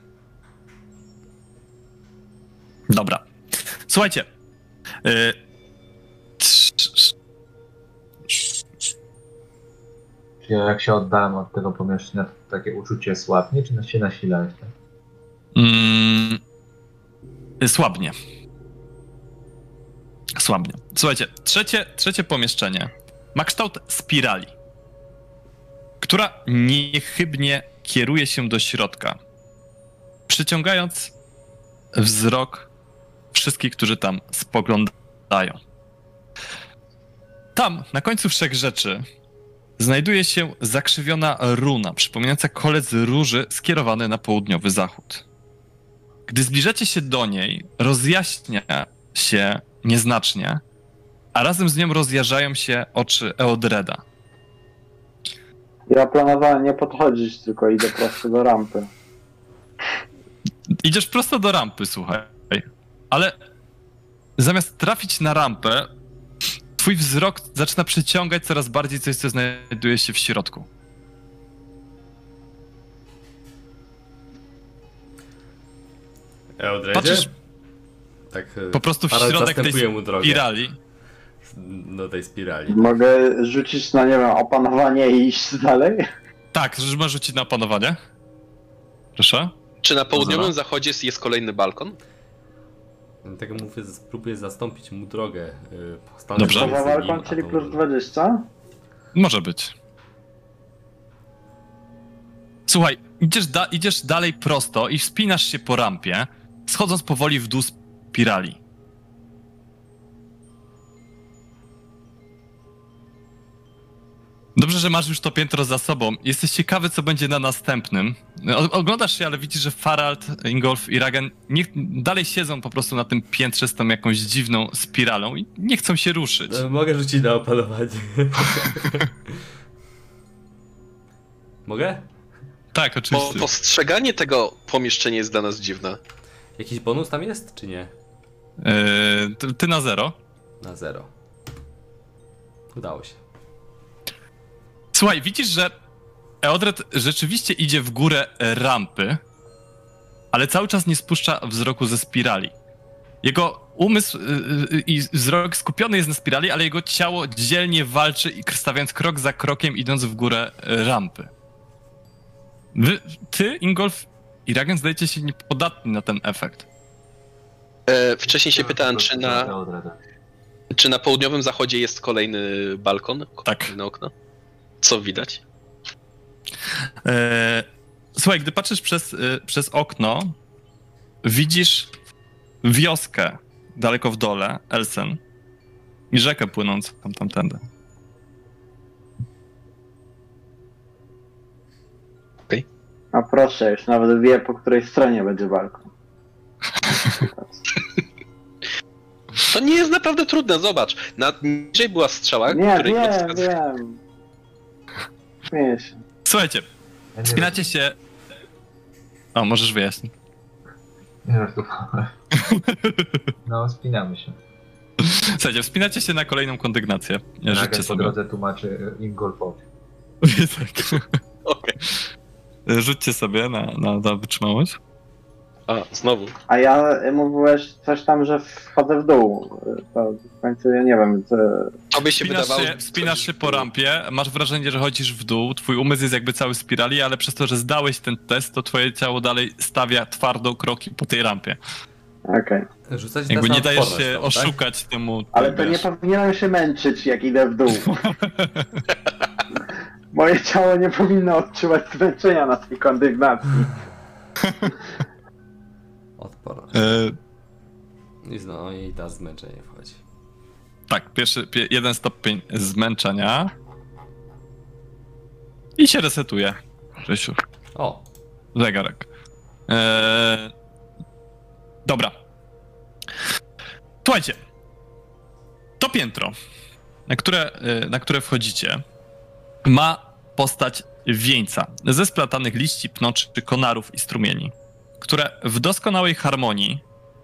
Dobra. Słuchajcie. Czy ja jak się oddałem od tego pomieszczenia, to takie uczucie słabnie, czy się nasila jeszcze? Słabnie. Słabnie. Słuchajcie, trzecie pomieszczenie ma kształt spirali, która niechybnie kieruje się do środka, przyciągając wzrok wszystkich, którzy tam spoglądają. Tam, na końcu wszechrzeczy, znajduje się zakrzywiona runa, przypominająca kolec róży skierowany na południowy zachód. Gdy zbliżacie się do niej, rozjaśnia się nieznacznie, a razem z nią rozjarzają się oczy Eodreda. Ja planowałem nie podchodzić, tylko idę prosto do rampy. Idziesz prosto do rampy, słuchaj, ale zamiast trafić na rampę, twój wzrok zaczyna przyciągać coraz bardziej coś, co znajduje się w środku. Eodredzie? Patrzysz Tak, po prostu w Farald środek tej zastępuje mu drogę spirali. do tej spirali. Mogę rzucić na, nie wiem, opanowanie i iść dalej? Tak, że możesz rzucić na opanowanie. Proszę. Czy na południowym Dobra. zachodzie jest kolejny balkon? Tak jak mówię, spróbuję zastąpić mu drogę. Dobrze. Poza walką, czyli plus 20? Może być. Słuchaj, idziesz dalej prosto i wspinasz się po rampie, schodząc powoli w dół spirali. Dobrze, że masz już to piętro za sobą. Jesteś ciekawy, co będzie na następnym. Oglądasz się, ale widzisz, że Farald, Ingolf i Ragen dalej siedzą po prostu na tym piętrze z tą jakąś dziwną spiralą i nie chcą się ruszyć. Mogę rzucić na opanowanie. Mogę? Tak, oczywiście. Postrzeganie tego pomieszczenia jest dla nas dziwne. Jakiś bonus tam jest, czy nie? Ty na 0. Na 0. Udało się. Słuchaj, widzisz, że Eodred rzeczywiście idzie w górę rampy, ale cały czas nie spuszcza wzroku ze spirali. Jego umysł i wzrok skupiony jest na spirali, ale jego ciało dzielnie walczy, stawiając krok za krokiem, idąc w górę rampy. Ty, Ingolf i Ragen zdajecie się niepodatni na ten efekt. Wcześniej się pytałem, czy na południowym zachodzie jest kolejny balkon? Tak. Kolejne okno? Co widać? Słuchaj, gdy patrzysz przez okno, widzisz wioskę daleko w dole, Elsen, i rzekę płynącą tamtędy. A proszę, już nawet wie, po której stronie będzie balkon. To nie jest naprawdę trudne, zobacz. Niżej była strzała, Nie, której wiem. Śmieję się. Słuchajcie, wspinacie się... O, możesz wyjaśnić. Nie żartowałem. No, spinamy się. Słuchajcie, wspinacie się na kolejną kondygnację. Rzućcie Ragen po sobie. drodze tłumaczy Ingolfowi. Tak. Okej. Rzućcie sobie na wytrzymałość. A, znowu. A ja mówiłeś coś tam, że wchodzę w dół. To w końcu ja nie wiem. Tobie się wydawało... Wspinasz się po rampie, masz wrażenie, że chodzisz w dół, twój umysł jest jakby cały w spirali, ale przez to, że zdałeś ten test, to twoje ciało dalej stawia twardo kroki po tej rampie. Okej. Rzucać Jakby teraz nie na dajesz odporność, się no, oszukać temu. Ale to nie wiesz. powinienem się męczyć, jak idę w dół. Moje ciało nie powinno odczuwać zmęczenia na tej kondygnacji. Odporność. I znowu i ta zmęczenie wchodzi. Tak, jeden stopień zmęczenia. I się resetuje. Grzesiu. O, Zegarek. Dobra. Słuchajcie. To piętro, na które wchodzicie, ma postać wieńca ze splatanych liści, pnoczy, konarów i strumieni, które w doskonałej harmonii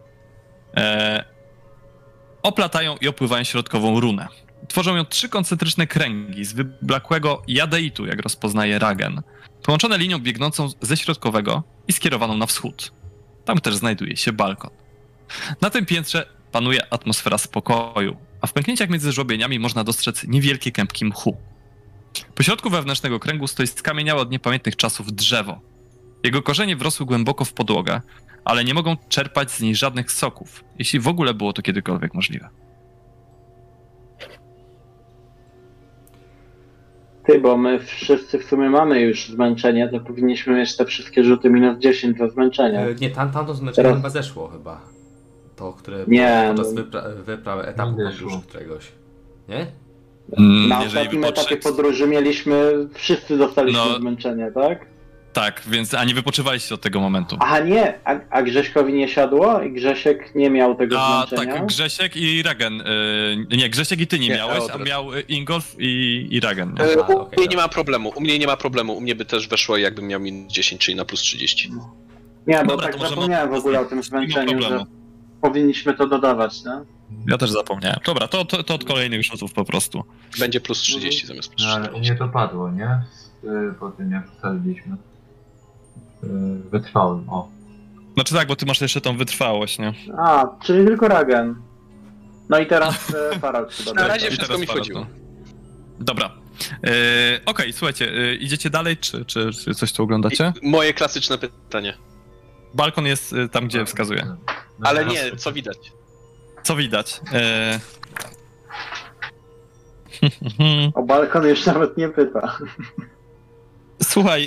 oplatają i opływają środkową runę. Tworzą ją 3 koncentryczne kręgi z wyblakłego jadeitu, jak rozpoznaje Ragen, połączone linią biegnącą ze środkowego i skierowaną na wschód. Tam też znajduje się balkon. Na tym piętrze panuje atmosfera spokoju, a w pęknięciach między żłobieniami można dostrzec niewielkie kępki mchu. Po środku wewnętrznego kręgu stoi skamieniałe od niepamiętnych czasów drzewo. Jego korzenie wrosły głęboko w podłogę, ale nie mogą czerpać z niej żadnych soków, jeśli w ogóle było to kiedykolwiek możliwe. Ty, bo my wszyscy w sumie mamy już zmęczenie, to powinniśmy mieć te wszystkie rzuty minus 10 za zmęczenie. Nie, tamto zmęczenie chyba zeszło chyba. To, które Nie, podczas wyprawy etapu podróży któregoś. Nie? Na ostatnim etapie podróży wszyscy dostaliśmy zmęczenie, tak? Tak, więc ani wypoczywaliście od tego momentu. Aha, nie, a Grześkowi nie siadło i Grzesiek nie miał tego zmęczenia? Tak, Grzesiek i Ragen. Nie, Grzesiek i ty nie miałeś, a miał Ingolf i Ragen. Nie? U mnie nie ma problemu, u mnie by też weszło, jakbym miał minus 10, czyli na plus 30. Nie, bo dobra, tak zapomniałem w ogóle o tym zmęczeniu, że powinniśmy to dodawać, no? Ja też zapomniałem. Dobra, to od kolejnych rzutów po prostu. Będzie plus 30 zamiast plus 40. No, ale u mnie to padło, nie? Po tym jak ustaliliśmy. Wytrwałem, o. Znaczy tak, bo ty masz jeszcze tą wytrwałość, nie? A, czyli tylko Ragen. No i teraz Farad chyba. Na razie wszystko mi wchodziło. Dobra. Okej, słuchajcie, idziecie dalej, czy coś tu oglądacie? Moje klasyczne pytanie. Balkon jest tam, gdzie wskazuje. No, Ale nie, co widać? Co widać? O balkon już nawet nie pyta. Słuchaj,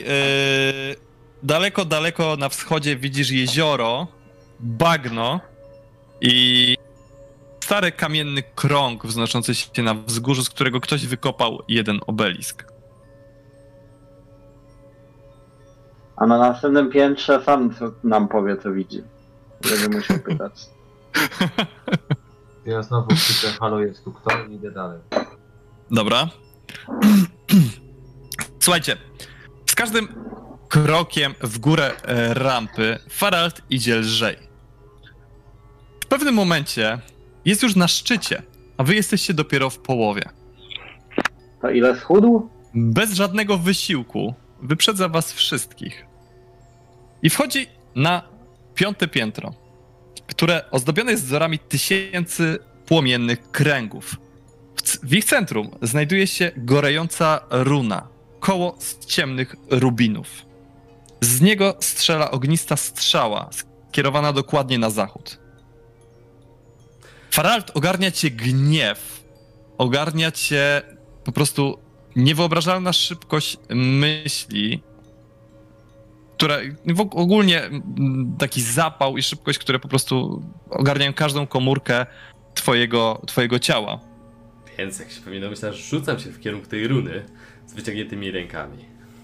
daleko na wschodzie widzisz jezioro, bagno i stary kamienny krąg wznoszący się na wzgórzu, z którego ktoś wykopał jeden obelisk. A na następnym piętrze sam nam powie, co widzi. Będę musiał pytać. Ja znowu krzyczę, halo, jest tu kto i idę dalej. Dobra. Słuchajcie, z każdym krokiem w górę rampy Farald idzie lżej. W pewnym momencie jest już na szczycie, a wy jesteście dopiero w połowie. To ile schudł? Bez żadnego wysiłku wyprzedza was wszystkich. I wchodzi na 5. piętro, które ozdobione jest wzorami tysięcy płomiennych kręgów. W ich centrum znajduje się gorejąca runa, koło z ciemnych rubinów. Z niego strzela ognista strzała, skierowana dokładnie na zachód. Farald, ogarnia cię gniew, ogarnia cię po prostu niewyobrażalna szybkość myśli, która ogólnie taki zapał i szybkość, które po prostu ogarniają każdą komórkę twojego ciała. Więc jak się pewnie domyślasz, rzucam się w kierunku tej runy z wyciągniętymi rękami.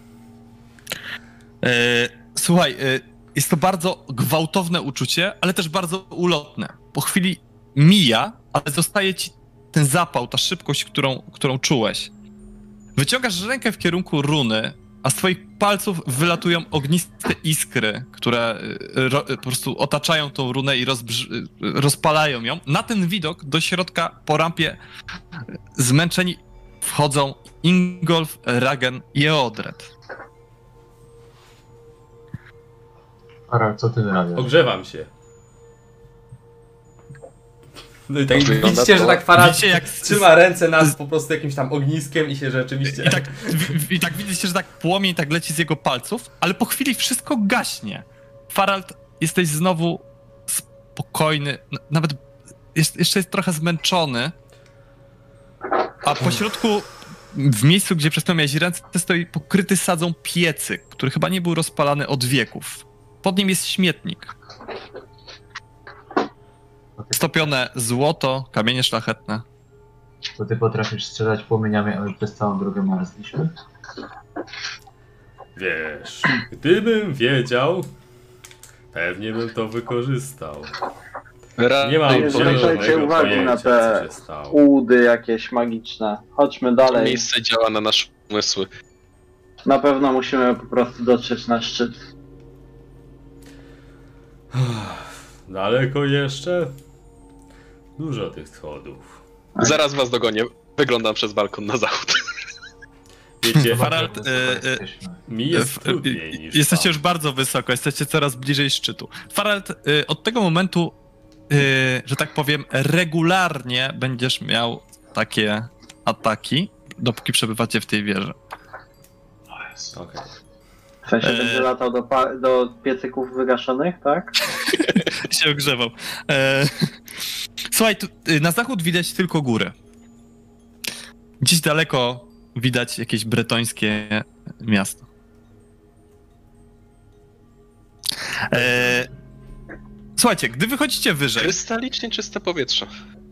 Słuchaj, jest to bardzo gwałtowne uczucie, ale też bardzo ulotne. Po chwili mija, ale zostaje ci ten zapał, ta szybkość, którą czułeś. Wyciągasz rękę w kierunku runy, a z twoich palców wylatują ogniste iskry, które po prostu otaczają tą runę i rozpalają ją. Na ten widok do środka po rampie zmęczeni wchodzą Ingolf, Ragen i Eodred. Aral, co ty wyrabiasz? Ogrzewam się. No i tak widzicie, że tak Farad trzyma ręce nas po prostu jakimś tam ogniskiem i się rzeczywiście... I tak widzicie, że tak płomień tak leci z jego palców, ale po chwili wszystko gaśnie. Farald, jesteś znowu spokojny, nawet jeszcze jest trochę zmęczony, a po środku, w miejscu, gdzie przez to miałeś ręce, stoi pokryty sadzą piecyk, który chyba nie był rozpalany od wieków. Pod nim jest śmietnik. Stopione złoto, kamienie szlachetne. To ty potrafisz strzelać płomieniami, a my przez całą drogę marzliśmy? Wiesz, gdybym wiedział, Pewnie bym to wykorzystał. Ra- Nie mam Nie zwracajcie zielonego uwagi na pojęcia, te co się stało. udy jakieś magiczne. Chodźmy dalej. Miejsce działa na nasze umysły. Na pewno musimy po prostu dotrzeć na szczyt. Daleko jeszcze? Dużo tych schodów. Zaraz was dogonię. Wyglądam przez balkon na zachód. Wiecie, Farald, mi jest trudniej niż jesteście wam. już bardzo wysoko, jesteście coraz bliżej szczytu. Farald, od tego momentu, że tak powiem, regularnie będziesz miał takie ataki, dopóki przebywacie w tej wieży. Okej. W sensie będzie latał do piecyków wygaszonych, tak? Się ogrzewał. Słuchaj, tu, na zachód widać tylko góry. Gdzieś daleko widać jakieś bretońskie miasto. Słuchajcie, gdy wychodzicie wyżej, Krystalicznie czyste powietrze.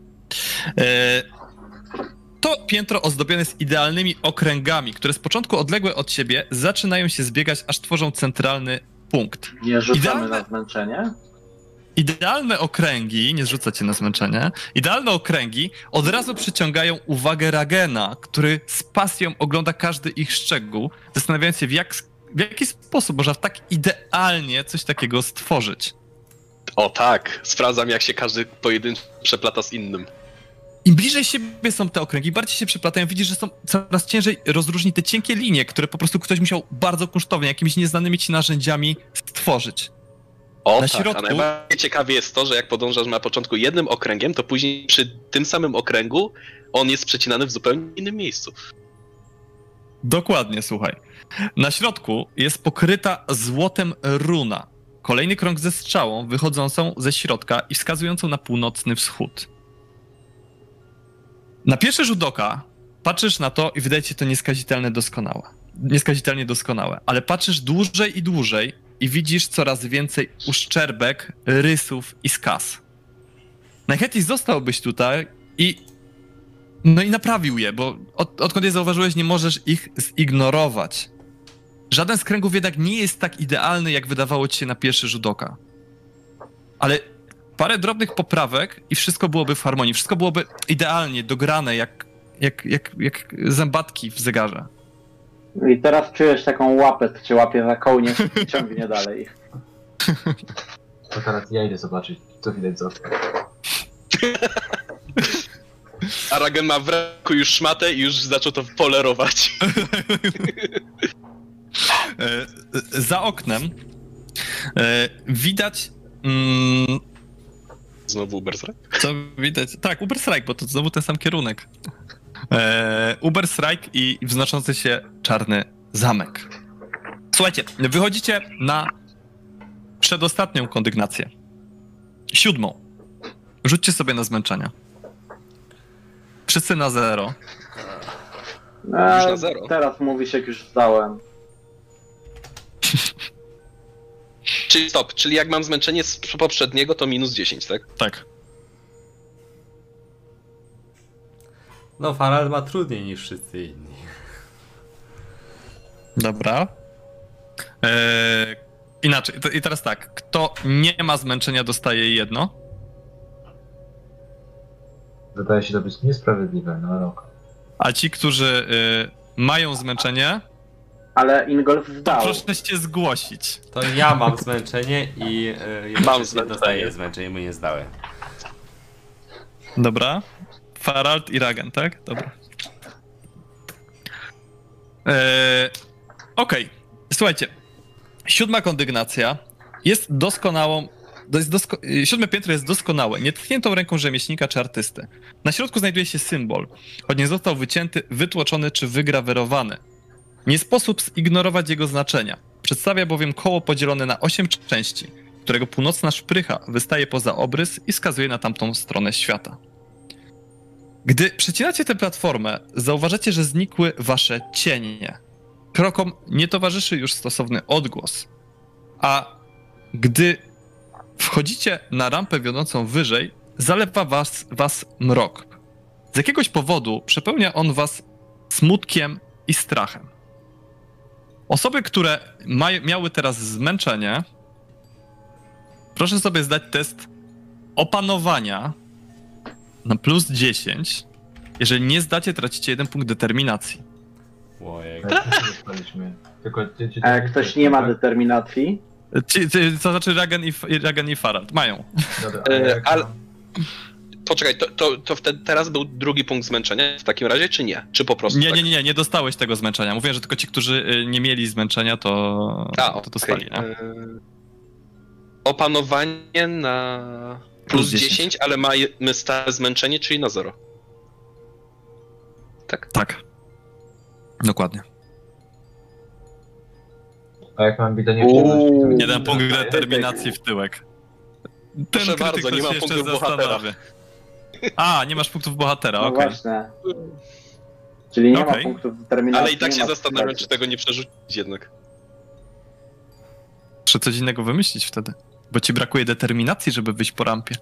to piętro ozdobione jest idealnymi okręgami, które z początku odległe od siebie zaczynają się zbiegać, aż tworzą centralny punkt. Nie rzucamy Idealne- na zmęczenie. Idealne okręgi, nie zrzucacie na zmęczenie, idealne okręgi od razu przyciągają uwagę Ragena, który z pasją ogląda każdy ich szczegół, zastanawiając się w jaki sposób można tak idealnie coś takiego stworzyć. O tak, sprawdzam jak się każdy pojedynczy przeplata z innym. Im bliżej siebie są te okręgi, bardziej się przeplatają, widzisz, że są coraz ciężej rozróżnić te cienkie linie, które po prostu ktoś musiał bardzo kunsztownie, jakimiś nieznanymi ci narzędziami stworzyć. O Na tak, środku- a najbardziej ciekawie jest to, że jak podążasz na początku jednym okręgiem, to później przy tym samym okręgu on jest przecinany w zupełnie innym miejscu. Dokładnie, słuchaj. Na środku jest pokryta złotem runa. Kolejny krąg ze strzałą wychodzącą ze środka i wskazującą na północny wschód. Na pierwszy rzut oka patrzysz na to i wydaje ci się to nieskazitelnie doskonałe, ale patrzysz dłużej i dłużej i widzisz coraz więcej uszczerbek, rysów i skaz. Najchętniej zostałbyś tutaj i naprawił je, bo odkąd je zauważyłeś, nie możesz ich zignorować. Żaden z kręgów jednak nie jest tak idealny, jak wydawało ci się na pierwszy rzut oka. Ale parę drobnych poprawek i wszystko byłoby w harmonii. Wszystko byłoby idealnie dograne, jak zębatki w zegarze. I teraz czujesz taką łapę, co cię łapie za kołnierz i ciągnie dalej. To teraz ja idę zobaczyć, co widać za oknem. Aragen ma w ręku już szmatę i już zaczął to polerować. Za oknem widać... Znowu Berserk? Co widać? Tak, Uberstrike, bo to znowu ten sam kierunek. Uberstrike i wznoszący się czarny zamek. Słuchajcie, wychodzicie na przedostatnią kondygnację. 7. Rzućcie sobie na zmęczenie. Wszyscy na 0. Już na 0. Teraz mówisz, jak już zdałem. Czyli stop, czyli jak mam zmęczenie z poprzedniego, to minus 10, tak? Tak. No, Farald ma trudniej niż wszyscy inni. Dobra. Inaczej. I teraz tak. Kto nie ma zmęczenia, dostaje 1. Wydaje się to być niesprawiedliwe na rok. A ci, którzy mają zmęczenie, Ale Ingolf zdał. proszę się zgłosić. To ja mam zmęczenie i jednocześnie zmęczenie. dostaję zmęczenie, bo nie zdałem. Dobra. Farald i Ragen, tak? Dobra. Okej. Słuchajcie. 7. kondygnacja jest doskonałą... 7. piętro jest doskonałe, nietkniętą ręką rzemieślnika czy artysty. Na środku znajduje się symbol, choć nie został wycięty, wytłoczony czy wygrawerowany. Nie sposób zignorować jego znaczenia. Przedstawia bowiem koło podzielone na 8 części, którego północna szprycha wystaje poza obrys i wskazuje na tamtą stronę świata. Gdy przecinacie tę platformę, zauważacie, że znikły wasze cienie. Krokom nie towarzyszy już stosowny odgłos, a gdy wchodzicie na rampę wiodącą wyżej, zalewa was mrok. Z jakiegoś powodu przepełnia on was smutkiem i strachem. Osoby, które miały teraz zmęczenie, proszę sobie zdać test opanowania na plus 10. Jeżeli nie zdacie, tracicie 1 punkt determinacji. Łojek. Ale wszyscy dostaliśmy. Tylko A jak ktoś nie ma determinacji, To znaczy Ragen i Farad mają. Dobra, ale- Poczekaj, to wtedy teraz był drugi punkt zmęczenia w takim razie, czy nie? Czy po prostu tak? Nie dostałeś tego zmęczenia. Mówię, że tylko ci, którzy nie mieli zmęczenia, to dostali, nie? Opanowanie na plus 10, ale mamy stałe zmęczenie, czyli na 0. Tak? Tak. Dokładnie. A jak mam widzenie Uuu. to mi 1 punkt dostaje. determinacji w tyłek. Ten Proszę krytyk bardzo, to nie się mam jeszcze punktów bohatera. zastanowi. A, nie masz punktów bohatera, no okej. właśnie. Czyli nie Okej. ma punktów determinacji. Ale i tak nie się ma zastanawiam, straty. czy tego nie przerzucić jednak. Muszę coś innego wymyślić wtedy. Bo ci brakuje determinacji, żeby wyjść po rampie.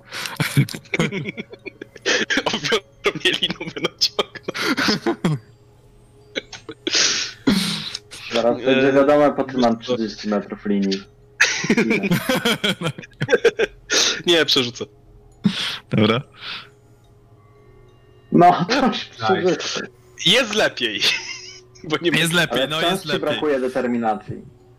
Obiorą mnie liną by naciągnął. Zaraz będzie wiadomo, po czym mam 30 metrów linii. Nie, przerzucę. Dobra. No, coś przeżyć. Jest lepiej. Bo nie Jest lepiej, Ale no wciąż jest ci lepiej. brakuje determinacji.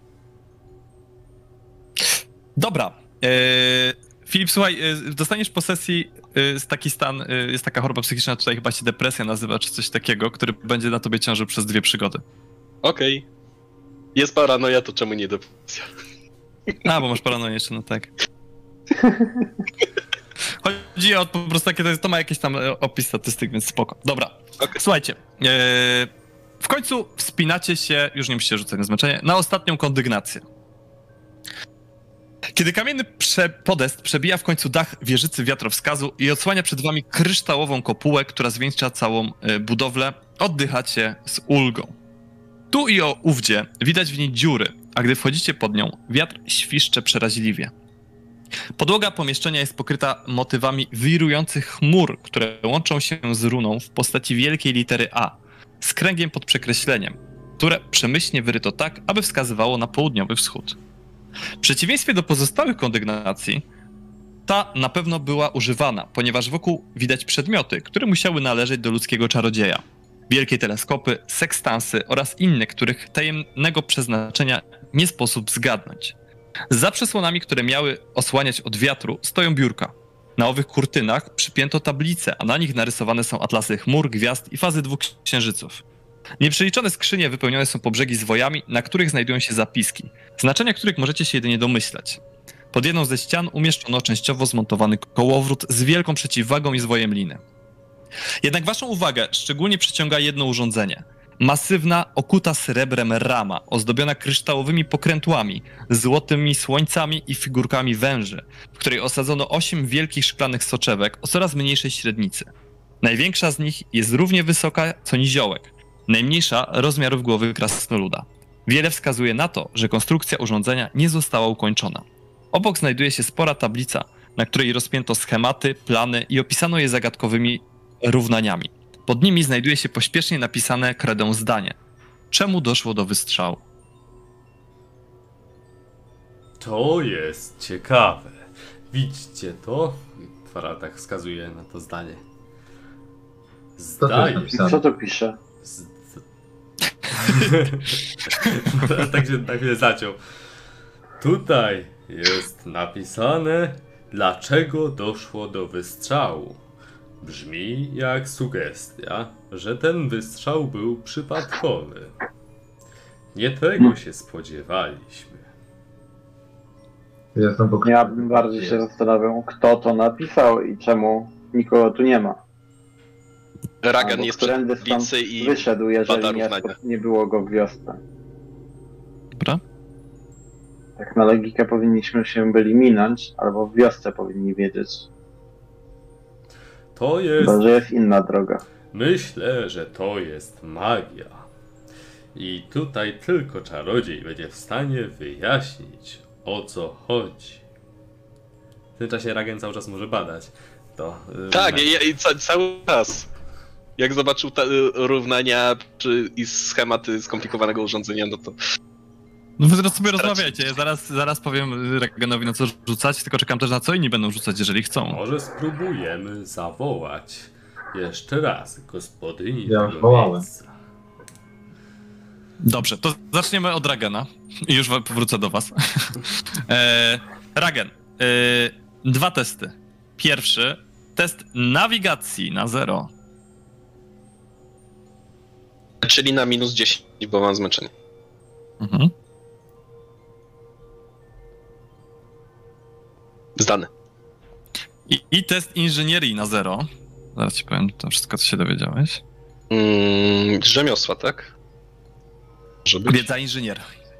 Dobra. Filip, słuchaj, dostaniesz po sesji taki stan, jest taka choroba psychiczna, tutaj chyba się depresja nazywa, czy coś takiego, który będzie na tobie ciążył przez 2 przygody. Okej. Jest paranoja, to czemu nie depresja? A, bo masz paranoję jeszcze, no tak. Chodzi o po prostu takie, to ma jakiś tam opis statystyk, więc spoko. Dobra, słuchajcie. W końcu wspinacie się, już nie musicie rzucać na zmęczenie, na ostatnią kondygnację. Kiedy kamienny podest przebija w końcu dach wieżycy wiatrowskazu i odsłania przed wami kryształową kopułę, która zwieńcza całą budowlę, oddychacie z ulgą. Tu i ówdzie widać w niej dziury, a gdy wchodzicie pod nią, wiatr świszcze przeraźliwie. Podłoga pomieszczenia jest pokryta motywami wirujących chmur, które łączą się z runą w postaci wielkiej litery A, z kręgiem pod przekreśleniem, które przemyślnie wyryto tak, aby wskazywało na południowy wschód. W przeciwieństwie do pozostałych kondygnacji, ta na pewno była używana, ponieważ wokół widać przedmioty, które musiały należeć do ludzkiego czarodzieja. Wielkie teleskopy, sekstansy oraz inne, których tajemnego przeznaczenia nie sposób zgadnąć. Za przesłonami, które miały osłaniać od wiatru, stoją biurka. Na owych kurtynach przypięto tablice, a na nich narysowane są atlasy chmur, gwiazd i fazy 2 księżyców. Nieprzeliczone skrzynie wypełnione są po brzegi zwojami, na których znajdują się zapiski, znaczenia których możecie się jedynie domyślać. Pod jedną ze ścian umieszczono częściowo zmontowany kołowrót z wielką przeciwwagą i zwojem liny. Jednak waszą uwagę szczególnie przyciąga jedno urządzenie. Masywna, okuta srebrem rama, ozdobiona kryształowymi pokrętłami, złotymi słońcami i figurkami węży, w której osadzono 8 wielkich szklanych soczewek o coraz mniejszej średnicy. Największa z nich jest równie wysoka co niziołek, najmniejsza rozmiarów głowy krasnoluda. Wiele wskazuje na to, że konstrukcja urządzenia nie została ukończona. Obok znajduje się spora tablica, na której rozpięto schematy, plany i opisano je zagadkowymi równaniami. Pod nimi znajduje się pośpiesznie napisane kredą zdanie. Czemu doszło do wystrzału? To jest ciekawe. Widzicie to? Farad tak wskazuje na to zdanie. Co to jest Zdaje napisane? Co to pisze? Tak się na chwilę zaciął. Tutaj jest napisane, dlaczego doszło do wystrzału. Brzmi jak sugestia, że ten wystrzał był przypadkowy. Nie tego się spodziewaliśmy. Jestem pokryty. Ja bym bardziej się zastanawiał, kto to napisał i czemu nikogo tu nie ma. Ragan Albo jest którędy przy stąd tablicy i wyszedł, bada jeżeli równania. nie było go w wiosce. Dobra? Tak na logikę powinniśmy się byli minąć, albo w wiosce powinni wiedzieć. To jest... Chyba, że jest inna droga. Myślę, że to jest magia. I tutaj tylko czarodziej będzie w stanie wyjaśnić, o co chodzi. W tym czasie Ragen cały czas może badać. To, Tak, i cały czas. Jak zobaczył te równania i schematy skomplikowanego urządzenia, no to... No wy teraz sobie rozmawiajcie, ja zaraz powiem Regenowi na co rzucać, tylko czekam też na co inni będą rzucać, jeżeli chcą. Może spróbujemy zawołać jeszcze raz gospodyni Ja już tego wołałem. miejsca. Dobrze, to zaczniemy od Ragena i już wrócę do was. Ragen, 2 testy. Pierwszy, test nawigacji na 0. Czyli na minus 10, bo mam zmęczenie. Mhm. Zdane. I test inżynierii na 0. Zaraz ci powiem to wszystko, co się dowiedziałeś. Rzemiosła, tak? Może być. Wiedza inżynier.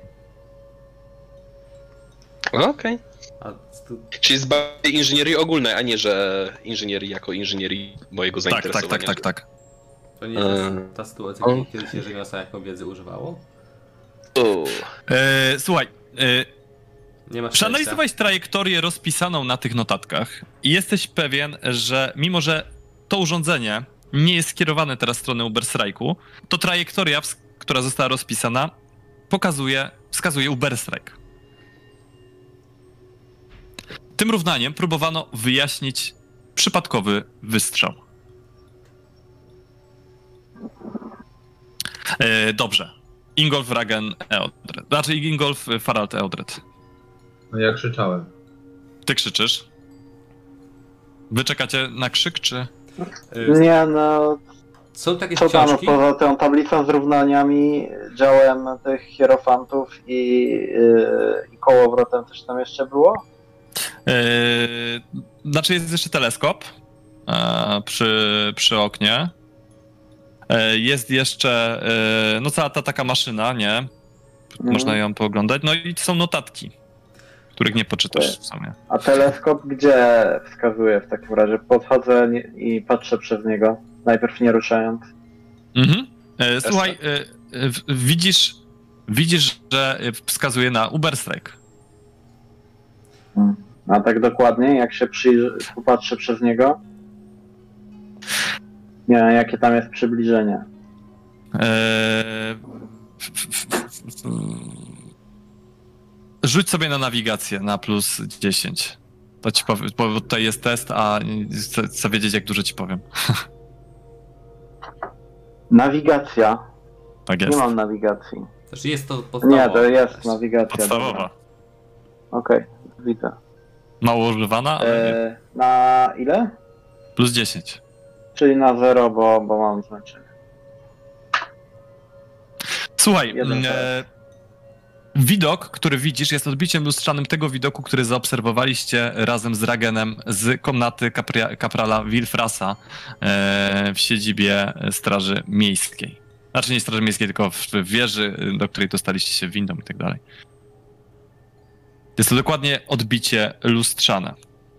Okej. A tu Czyli z bardziej inżynierii ogólnej, a nie, że inżynierii jako inżynierii mojego zainteresowania. Tak. to nie jest ta sytuacja, kiedy się rzemiosła jaką wiedzę używało? Słuchaj, Nie masz przeanalizowałeś trajektorię rozpisaną na tych notatkach i jesteś pewien, że mimo, że to urządzenie nie jest skierowane teraz w stronę Uberstrike'u, to trajektoria, która została rozpisana, wskazuje Uberstrike. Tym równaniem próbowano wyjaśnić przypadkowy wystrzał. Dobrze. Ingolf, Ragen, Eodred. Znaczy Ingolf, Faralt, Eodred. No ja krzyczałem. Ty krzyczysz. Wy czekacie na krzyk, czy... Nie, no, Są takie co tam, książki? poza tą tablicą z równaniami, działem tych hierofantów i kołowrotem też tam jeszcze było? Znaczy jest jeszcze teleskop przy oknie. Jest jeszcze no cała ta taka maszyna, nie? Można ją pooglądać. No i są notatki, których nie poczytasz w sumie. A teleskop gdzie wskazuje w takim razie? Podchodzę i patrzę przez niego, najpierw nie ruszając. Mhm. Słuchaj, widzisz, że wskazuje na Uberstrike. A tak dokładnie, jak się popatrzę przez niego? Nie, jakie tam jest przybliżenie? Rzuć sobie na nawigację na plus 10. To ci powiem, bo tutaj jest test, a chcę wiedzieć, jak dużo ci powiem. Nawigacja. Tak jest. Nie mam nawigacji. Znaczy jest to podstawowa. Nie, to jest nawigacja. Podstawowa. Okej, widzę. Mało używana, ale nie. Na ile? Plus 10. Czyli na 0, bo mam znaczenie. Słuchaj, Jeden teraz. widok, który widzisz, jest odbiciem lustrzanym tego widoku, który zaobserwowaliście razem z Ragenem z komnaty kaprala Wilfrasa w siedzibie Straży Miejskiej. Znaczy nie Straży Miejskiej, tylko w wieży, do której dostaliście się windą i tak dalej. Jest to dokładnie odbicie lustrzane.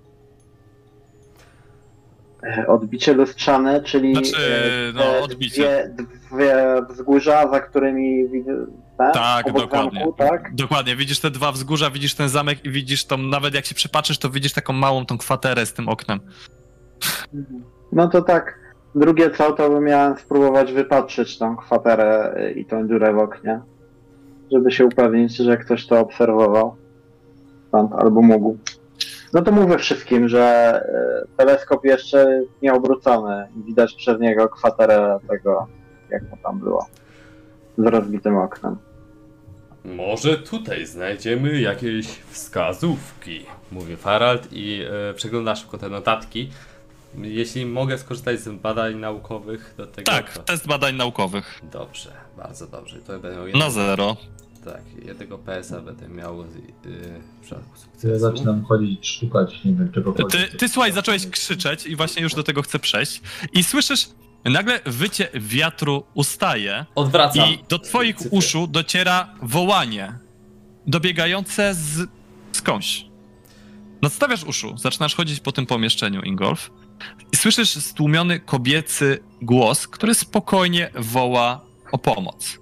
Odbicie lustrzane, czyli Znaczy, te odbicie. dwie wzgórza, za którymi widzę. Tak, obok dokładnie. zamku, tak? Dokładnie, widzisz te 2 wzgórza, widzisz ten zamek i widzisz tą, nawet jak się przypatrzysz, to widzisz taką małą tą kwaterę z tym oknem. No to tak, drugie co, to bym miałem spróbować wypatrzyć tą kwaterę i tą dziurę w oknie, żeby się upewnić, że ktoś to obserwował stąd albo mógł. No to mówię wszystkim, że teleskop jeszcze nie obrócony i widać przez niego kwaterę tego, jak to tam było, z rozbitym oknem. Może tutaj znajdziemy jakieś wskazówki, mówi Faralt i przegląda szybko te notatki. Jeśli mogę skorzystać z badań naukowych do tego. Tak, to... test badań naukowych. Dobrze, bardzo dobrze. To będę miał Na 0. Tak, jednego PS-a będę miał w przypadku Ja sukcesu. zaczynam chodzić, szukać, nie wiem czegokolwiek. Ty słuchaj, zacząłeś krzyczeć i właśnie już do tego chcę przejść. I słyszysz, nagle wycie wiatru ustaje Odwracam. i do twoich cyfry. uszu dociera wołanie dobiegające skądś. Nadstawiasz uszu, zaczynasz chodzić po tym pomieszczeniu, Ingolf, i słyszysz stłumiony kobiecy głos, który spokojnie woła o pomoc.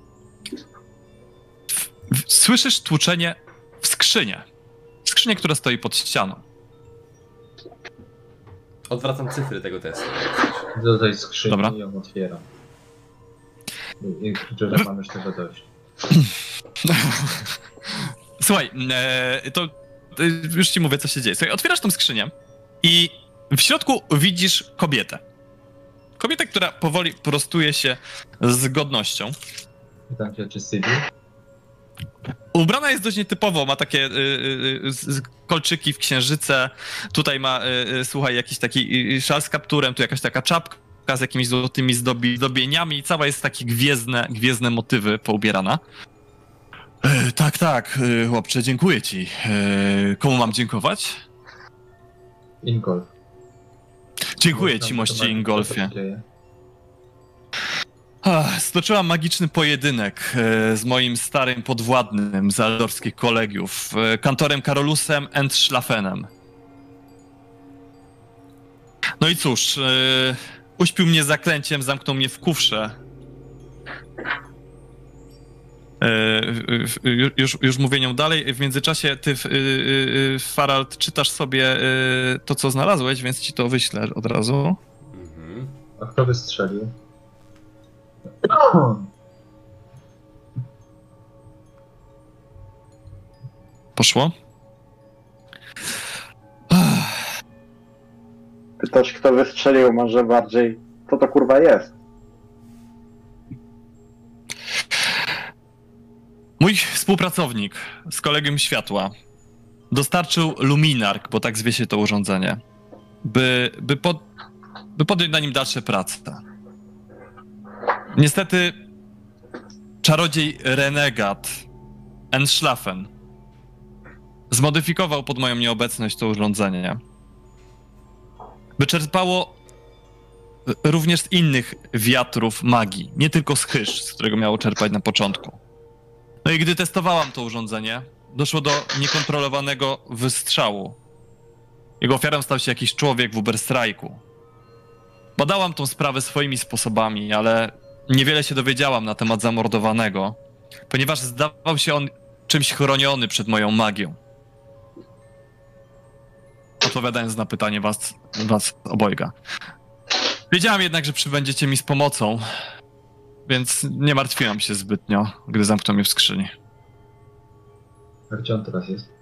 Słyszysz tłuczenie w skrzynię. Skrzynię, która stoi pod ścianą. Odwracam cyfry tego testu. Dodaj skrzynię Dobra. i ją otwieram. I krzyczę, że mam już tego dość. Słuchaj, to już ci mówię, co się dzieje. Słuchaj, otwierasz tą skrzynię i w środku widzisz kobietę. Kobietę, która powoli prostuje się z godnością. Pytam cię, czy Sybil? Ubrana jest dość nietypowo, ma takie kolczyki w księżyce, tutaj ma, słuchaj, jakiś taki szal z kapturem, tu jakaś taka czapka z jakimiś złotymi zdobieniami, cała jest takie gwiezdne motywy poubierana. Tak, chłopcze, dziękuję ci. Komu mam dziękować? Ingolf. Dziękuję ci, mości Ingolfie. Stoczyłam magiczny pojedynek z moim starym podwładnym z aldorskich kolegiów, kantorem Karolusem Entschlafenem. No i cóż, uśpił mnie zaklęciem, zamknął mnie w kufrze. Już mówię nią dalej. W międzyczasie ty, Farald, czytasz sobie to, co znalazłeś, więc ci to wyślę od razu. A kto wystrzelił? Poszło? Pytasz, kto wystrzelił, może bardziej, co to kurwa jest? Mój współpracownik z Kolegium Światła dostarczył luminark, bo tak zwie się to urządzenie, by podjąć na nim dalsze prace. Niestety czarodziej renegat Entschlafen zmodyfikował pod moją nieobecność to urządzenie, by czerpało również z innych wiatrów magii, nie tylko z chyż, z którego miało czerpać na początku. No i gdy testowałam to urządzenie, doszło do niekontrolowanego wystrzału. Jego ofiarą stał się jakiś człowiek w Uberstrajku. Badałam tą sprawę swoimi sposobami, ale niewiele się dowiedziałam na temat zamordowanego, ponieważ zdawał się on czymś chroniony przed moją magią. Odpowiadając na pytanie was obojga. Wiedziałam jednak, że przybędziecie mi z pomocą, więc nie martwiłam się zbytnio, gdy zamknął mnie w skrzyni. A gdzie on teraz jest?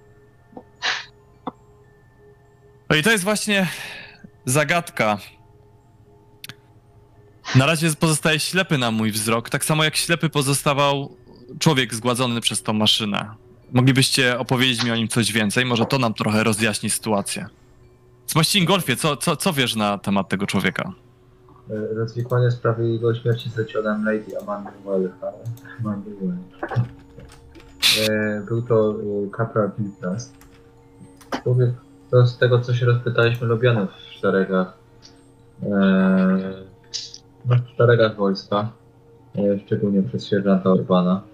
No i to jest właśnie zagadka. Na razie pozostaje ślepy na mój wzrok, tak samo jak ślepy pozostawał człowiek zgładzony przez tą maszynę. Moglibyście opowiedzieć mi o nim coś więcej? Może to nam trochę rozjaśni sytuację. Mości Ingolfie, co wiesz na temat tego człowieka? Rozwikłanie sprawy jego śmierci zleciłem Lady Amandy Wellhall. Był to kapral Piltras. Człowiek, to z tego co się rozpytaliśmy, lubiany w szeregach wojska, szczególnie przez sierżanta Urbana.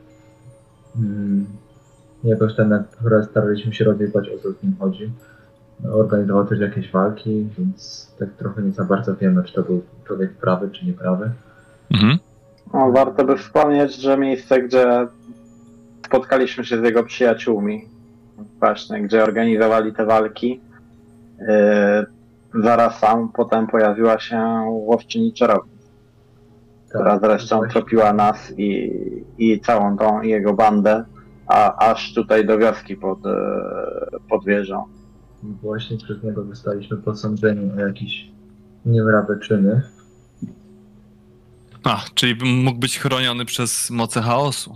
Jakoś ten, które staraliśmy się rozwijać, o co z nim chodzi. Organizował też jakieś walki, więc tak trochę nie za bardzo wiemy, czy to był człowiek prawy, czy nieprawy. Mhm. No, warto by wspomnieć, że miejsce, gdzie spotkaliśmy się z jego przyjaciółmi, właśnie, gdzie organizowali te walki, zaraz sam potem pojawiła się łowczyni czarownic, która zresztą tropiła nas i całą tą jego bandę, aż tutaj do wioski pod wieżą. Właśnie przez niego zostaliśmy posądzeni o jakieś niemrawe czyny. Czyli mógł być chroniony przez moce chaosu.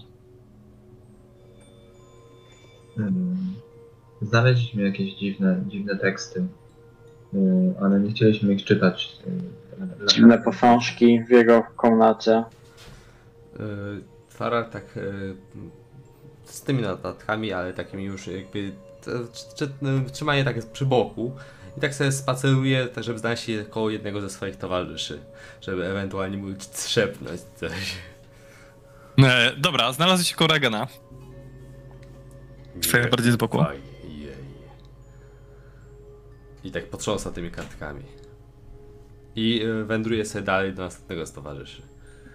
Znaleźliśmy jakieś dziwne teksty, ale nie chcieliśmy ich czytać. Dziwne posążki w jego komnacie. Farah tak z tymi notatkami, ale takimi już jakby trzyma je tak przy boku i tak sobie spaceruje, tak żeby znaleźć się koło jednego ze swoich towarzyszy, żeby ewentualnie mógł trzepnąć coś. Dobra, znalazł się koło Regana. Twoje bardziej z boku. I tak potrząsa tymi kartkami. I wędruje sobie dalej do następnego z towarzyszy.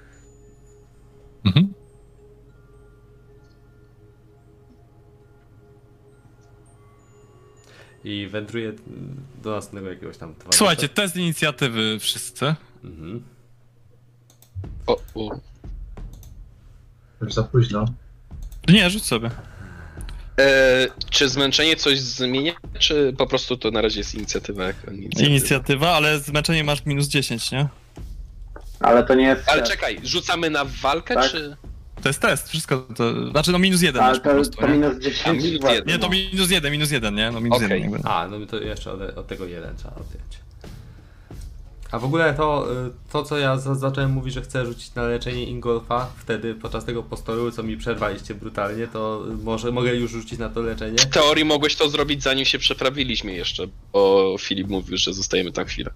Mhm. I wędruje do następnego jakiegoś tam towarzysza. Słuchajcie, test inicjatywy wszyscy. Mhm. O. Już za późno. Nie, rzuć sobie. Czy zmęczenie coś zmienia, czy po prostu to na razie jest inicjatywa? Inicjatywa, ale zmęczenie masz minus 10, nie? Ale to nie jest... Ale czekaj, rzucamy na walkę, Tak? czy... To jest test, wszystko to... Znaczy, no minus 1 Ale masz po to, prostu, to nie? minus 10. A, minus właśnie. 1. Nie, to minus 1, nie? No minus Okej. 1 jakby. A, no to jeszcze od tego 1 trzeba odjąć. A w ogóle to co ja zacząłem mówić, że chcę rzucić na leczenie Ingolfa, wtedy podczas tego postoju, co mi przerwaliście brutalnie, to może mogę już rzucić na to leczenie? W teorii mogłeś to zrobić, zanim się przeprawiliśmy jeszcze, bo Filip mówił, że zostajemy tam chwilę.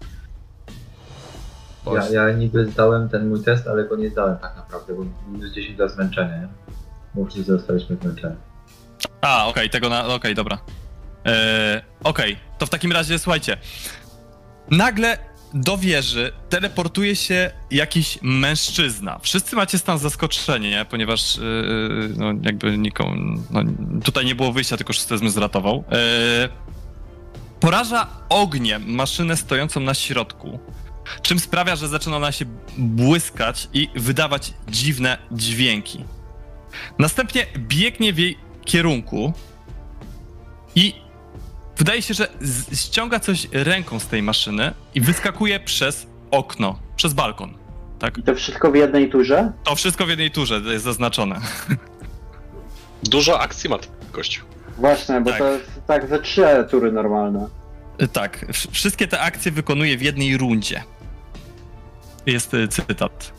Ja niby zdałem ten mój test, ale go nie zdałem tak naprawdę, bo minus 10 za zmęczenie, nie? Muszę zostaliśmy zmęczeni. A, okej, okej, dobra. Okej, to w takim razie, słuchajcie. Nagle do wieży teleportuje się jakiś mężczyzna. Wszyscy macie stan zaskoczenia, ponieważ no jakby nikomu... No, tutaj nie było wyjścia, tylko Sztezmy zratował. Poraża ogniem maszynę stojącą na środku, czym sprawia, że zaczyna ona się błyskać i wydawać dziwne dźwięki. Następnie biegnie w jej kierunku i wydaje się, że ściąga coś ręką z tej maszyny i wyskakuje przez okno, przez balkon. Tak? I to wszystko w jednej turze? To wszystko w jednej turze jest zaznaczone. Dużo akcji ma gościu. Właśnie, bo Tak. to jest tak ze 3 tury normalne. Tak, wszystkie te akcje wykonuje w jednej rundzie. Jest cytat.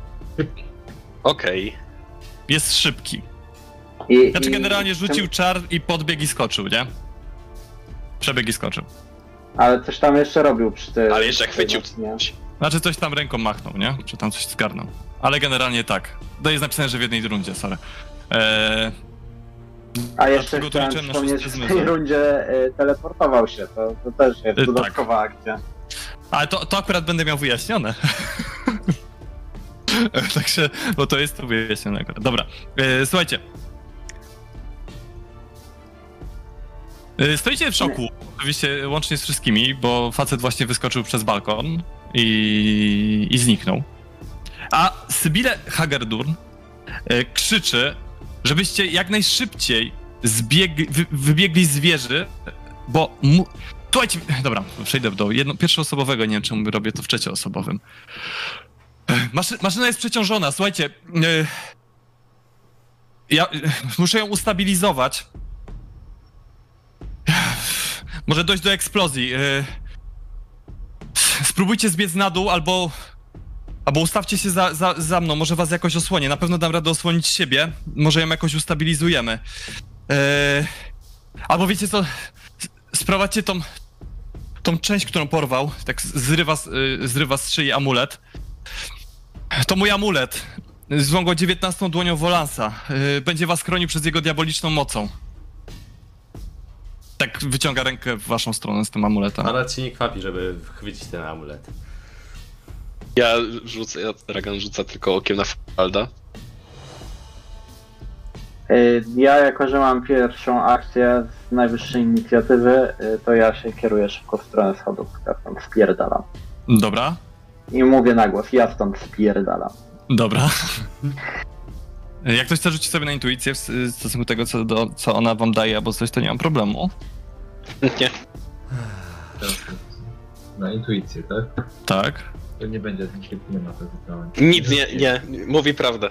Okej. Jest szybki. Znaczy generalnie rzucił czar i podbiegł i skoczył, nie? Przebiegł i skoczył. Ale coś tam jeszcze robił przy tym. Ale jeszcze chwycił. Nie? Znaczy coś tam ręką machnął, nie? Czy tam coś zgarnął. Ale generalnie tak. To jest napisane, że w jednej rundzie, sorry. A jeszcze Dlatego tu chciałem liczyłem na wspomnieć, szósty że w zmysł. tej rundzie teleportował się. To też jest Tak. dodatkowa akcja. Ale to akurat będę miał wyjaśnione. Także, bo to jest tu wyjaśnione akurat. Dobra, słuchajcie. Stoicie w szoku, oczywiście łącznie z wszystkimi, bo facet właśnie wyskoczył przez balkon i zniknął. A Sybille Hagerdurn krzyczy, żebyście jak najszybciej wybiegli z wieży, bo... Słuchajcie, dobra, przejdę do pierwszoosobowego, nie wiem czemu robię to w trzecioosobowym. Maszyna jest przeciążona, słuchajcie. Ja muszę ją ustabilizować. Może dojść do eksplozji. Spróbujcie zbiec na dół, albo ustawcie się za mną, może was jakoś osłonię. Na pewno dam radę osłonić siebie, może ją jakoś ustabilizujemy. Albo wiecie co, sprowadźcie tą część, którą porwał, tak zrywa z szyi amulet. To mój amulet. Zwą go 19 dłonią Wolansa. Będzie was chronił przed jego diaboliczną mocą. Tak wyciąga rękę w waszą stronę z tym amuletem. Arat się nie kwapi, żeby chwycić ten amulet. Dragan rzuca tylko okiem na Faralda. Ja, jako że mam pierwszą akcję z najwyższej inicjatywy, to ja się kieruję szybko w stronę schodów. Ja stąd spierdalam. Dobra. I mówię na głos, ja stąd spierdalam. Dobra. Jak ktoś chce rzucić sobie na intuicję w stosunku tego, co ona wam daje, albo coś, to nie mam problemu. Nie. Na intuicję, tak? Tak. To nie będzie, nie ma tego wybrałem. Nic nie, mówi prawdę.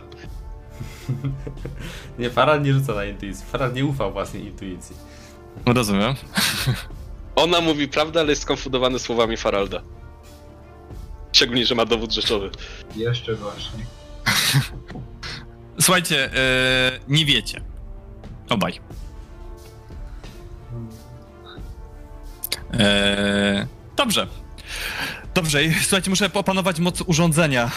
Nie, Farad nie rzuca na intuicję. Farad nie ufa własnej intuicji. Rozumiem. Ona mówi prawdę, ale jest skonfundowany słowami Faralda. Szczególnie, że ma dowód rzeczowy. Jeszcze właśnie. Słuchajcie, nie wiecie. Obaj. Dobrze. Dobrze, słuchajcie, muszę opanować moc urządzenia.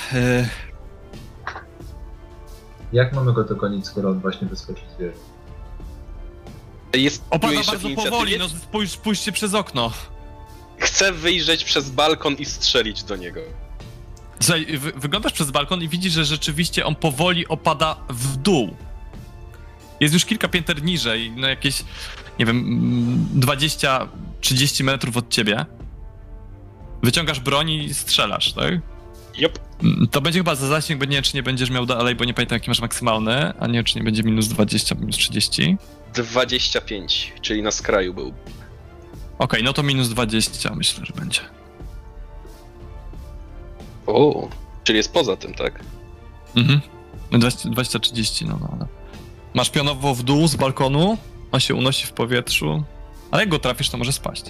Jak mamy go dogonić, skoro on właśnie wyskoczył z wieży? Jest Opada jeszcze w bardzo inicjatywie. powoli, no spójrzcie przez okno. Chcę wyjrzeć przez balkon i strzelić do niego. Słuchaj, wyglądasz przez balkon i widzisz, że rzeczywiście on powoli opada w dół. Jest już kilka pięter niżej, no jakieś, nie wiem, 20-30 metrów od ciebie. Wyciągasz broń i strzelasz, tak? Jop. To będzie chyba za zasięg, bo nie wiem, czy nie będziesz miał dalej, bo nie pamiętam, jaki masz maksymalny, a nie wiem, czy nie będzie minus 20, minus 30. 25, czyli na skraju był. Okej, no to minus 20 myślę, że będzie. O, czyli jest poza tym, tak? Mhm. 20-30, no. Masz pionowo w dół z balkonu, on się unosi w powietrzu, ale jak go trafisz, to może spaść.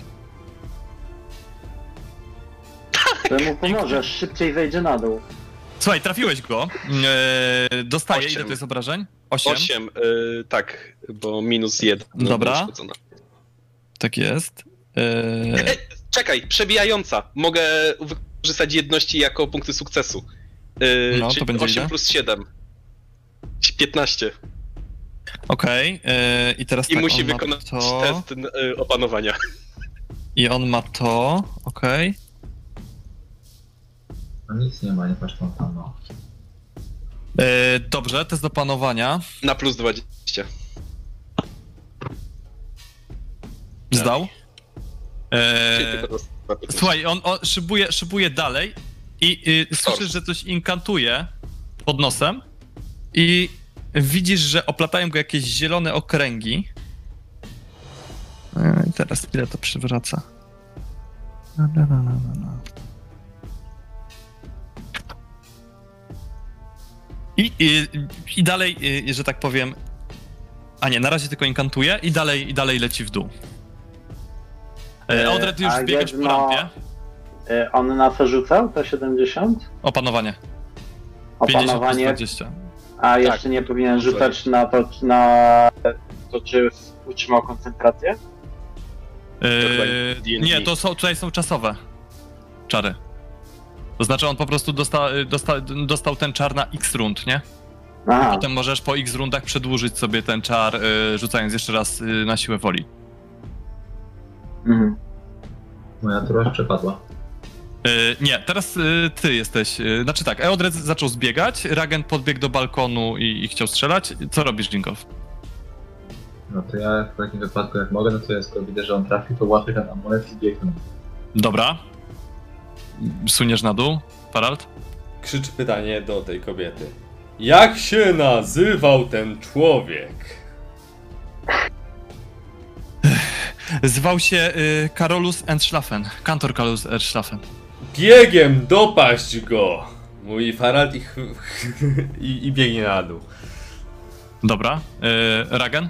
Ty mu pomożesz, szybciej wejdzie na dół. Słuchaj, trafiłeś go, dostaje, 8. ile to jest obrażeń? 8? 8, tak, bo minus 1. Dobra. Tak jest. Czekaj, przebijająca. Mogę wykorzystać jedności jako punkty sukcesu. No, czyli to będzie 8 ile? plus 7. 15. Okej, i teraz I tak, musi on ma wykonać to, test opanowania. i on ma to, okej. No nic nie ma, nie patrz tam, no. Dobrze, test opanowania. Na plus 20. Zdał. Czyli tylko do 15. Słuchaj, on szybuje dalej i słyszysz, że coś inkantuje pod nosem i widzisz, że oplatają go jakieś zielone okręgi. I teraz ile to przywraca? I dalej, że tak powiem... A nie, na razie tylko inkantuje i dalej leci w dół. Odred już a biegasz po jedno- rampie. On na co rzucał? To 70? Opanowanie. 50 plus Opanowanie, 20. a jeszcze nie powinien rzucać na to, czy utrzymał koncentrację? chyba D&D. Nie, tutaj są czasowe czary. To znaczy on po prostu dostał ten czar na X rund, nie? Aha, Potem możesz po X rundach przedłużyć sobie ten czar, rzucając jeszcze raz na siłę woli. mhm. Moja tura już przepadła. Nie, teraz ty jesteś. Znaczy tak, Eodred zaczął zbiegać, Ragen podbiegł do balkonu i chciał strzelać. Co robisz, Dżingolf? No to ja w takim wypadku jak mogę, no to ja skoro widzę, że on trafi, to łapię ten amulet i biegnę. Dobra. Suniesz na dół, Farald? Krzyczy pytanie do tej kobiety. Jak się nazywał ten człowiek? Zwał się Karolus Entschlafen. Kantor Karolus Entschlafen. Biegiem dopaść go! Mówi Farald i biegnie na dół. Dobra. Ragen?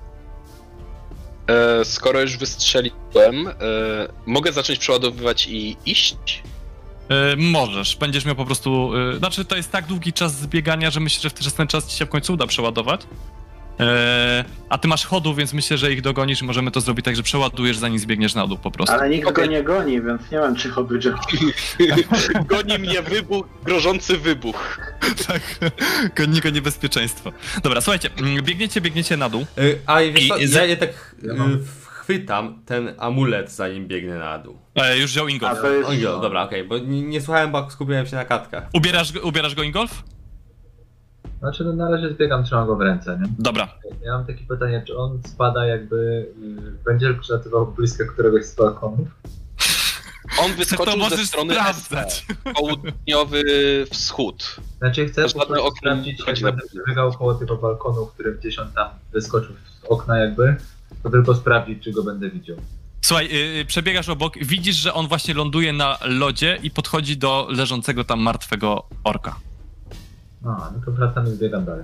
Skoro już wystrzeliłem, mogę zacząć przeładowywać i iść? Możesz. Będziesz miał po prostu... Znaczy, to jest tak długi czas zbiegania, że myślę, że przez ten czas ci się w końcu uda przeładować. A ty masz chodu, więc myślę, że ich dogonisz i możemy to zrobić tak, że przeładujesz, zanim zbiegniesz na dół po prostu. Ale nikt Okej. go nie goni, więc nie wiem, czy chodu działa. Goni mnie wybuch, grożący wybuch. Tak, goni go niebezpieczeństwo. Dobra, słuchajcie, biegniecie na dół. A i wiesz co, I- ja je tak chwytam ten amulet, zanim biegnę na dół. Już wziął A Ingolf. to jest... O, jo, dobra, okej, bo nie słuchałem, bo skupiłem się na kartkach. Ubierasz go Ingolf? Znaczy no na razie zbiegam, trzymam go w ręce, nie? Dobra. Ja mam takie pytanie, czy on spada jakby... będzie przelatywał blisko któregoś z balkonów? On To wyskoczył ze możesz strony sprawdzać. południowy wschód. Znaczy chcę Żadne po prostu okno sprawdzić, nie jak wchodzi na będę przebiegał koło tego balkonu, w którym gdzieś on tam wyskoczył z okna jakby, to tylko sprawdzić, czy go będę widział. Słuchaj, przebiegasz obok, widzisz, że on właśnie ląduje na lodzie i podchodzi do leżącego tam martwego orka. No to wracam i biegam dalej.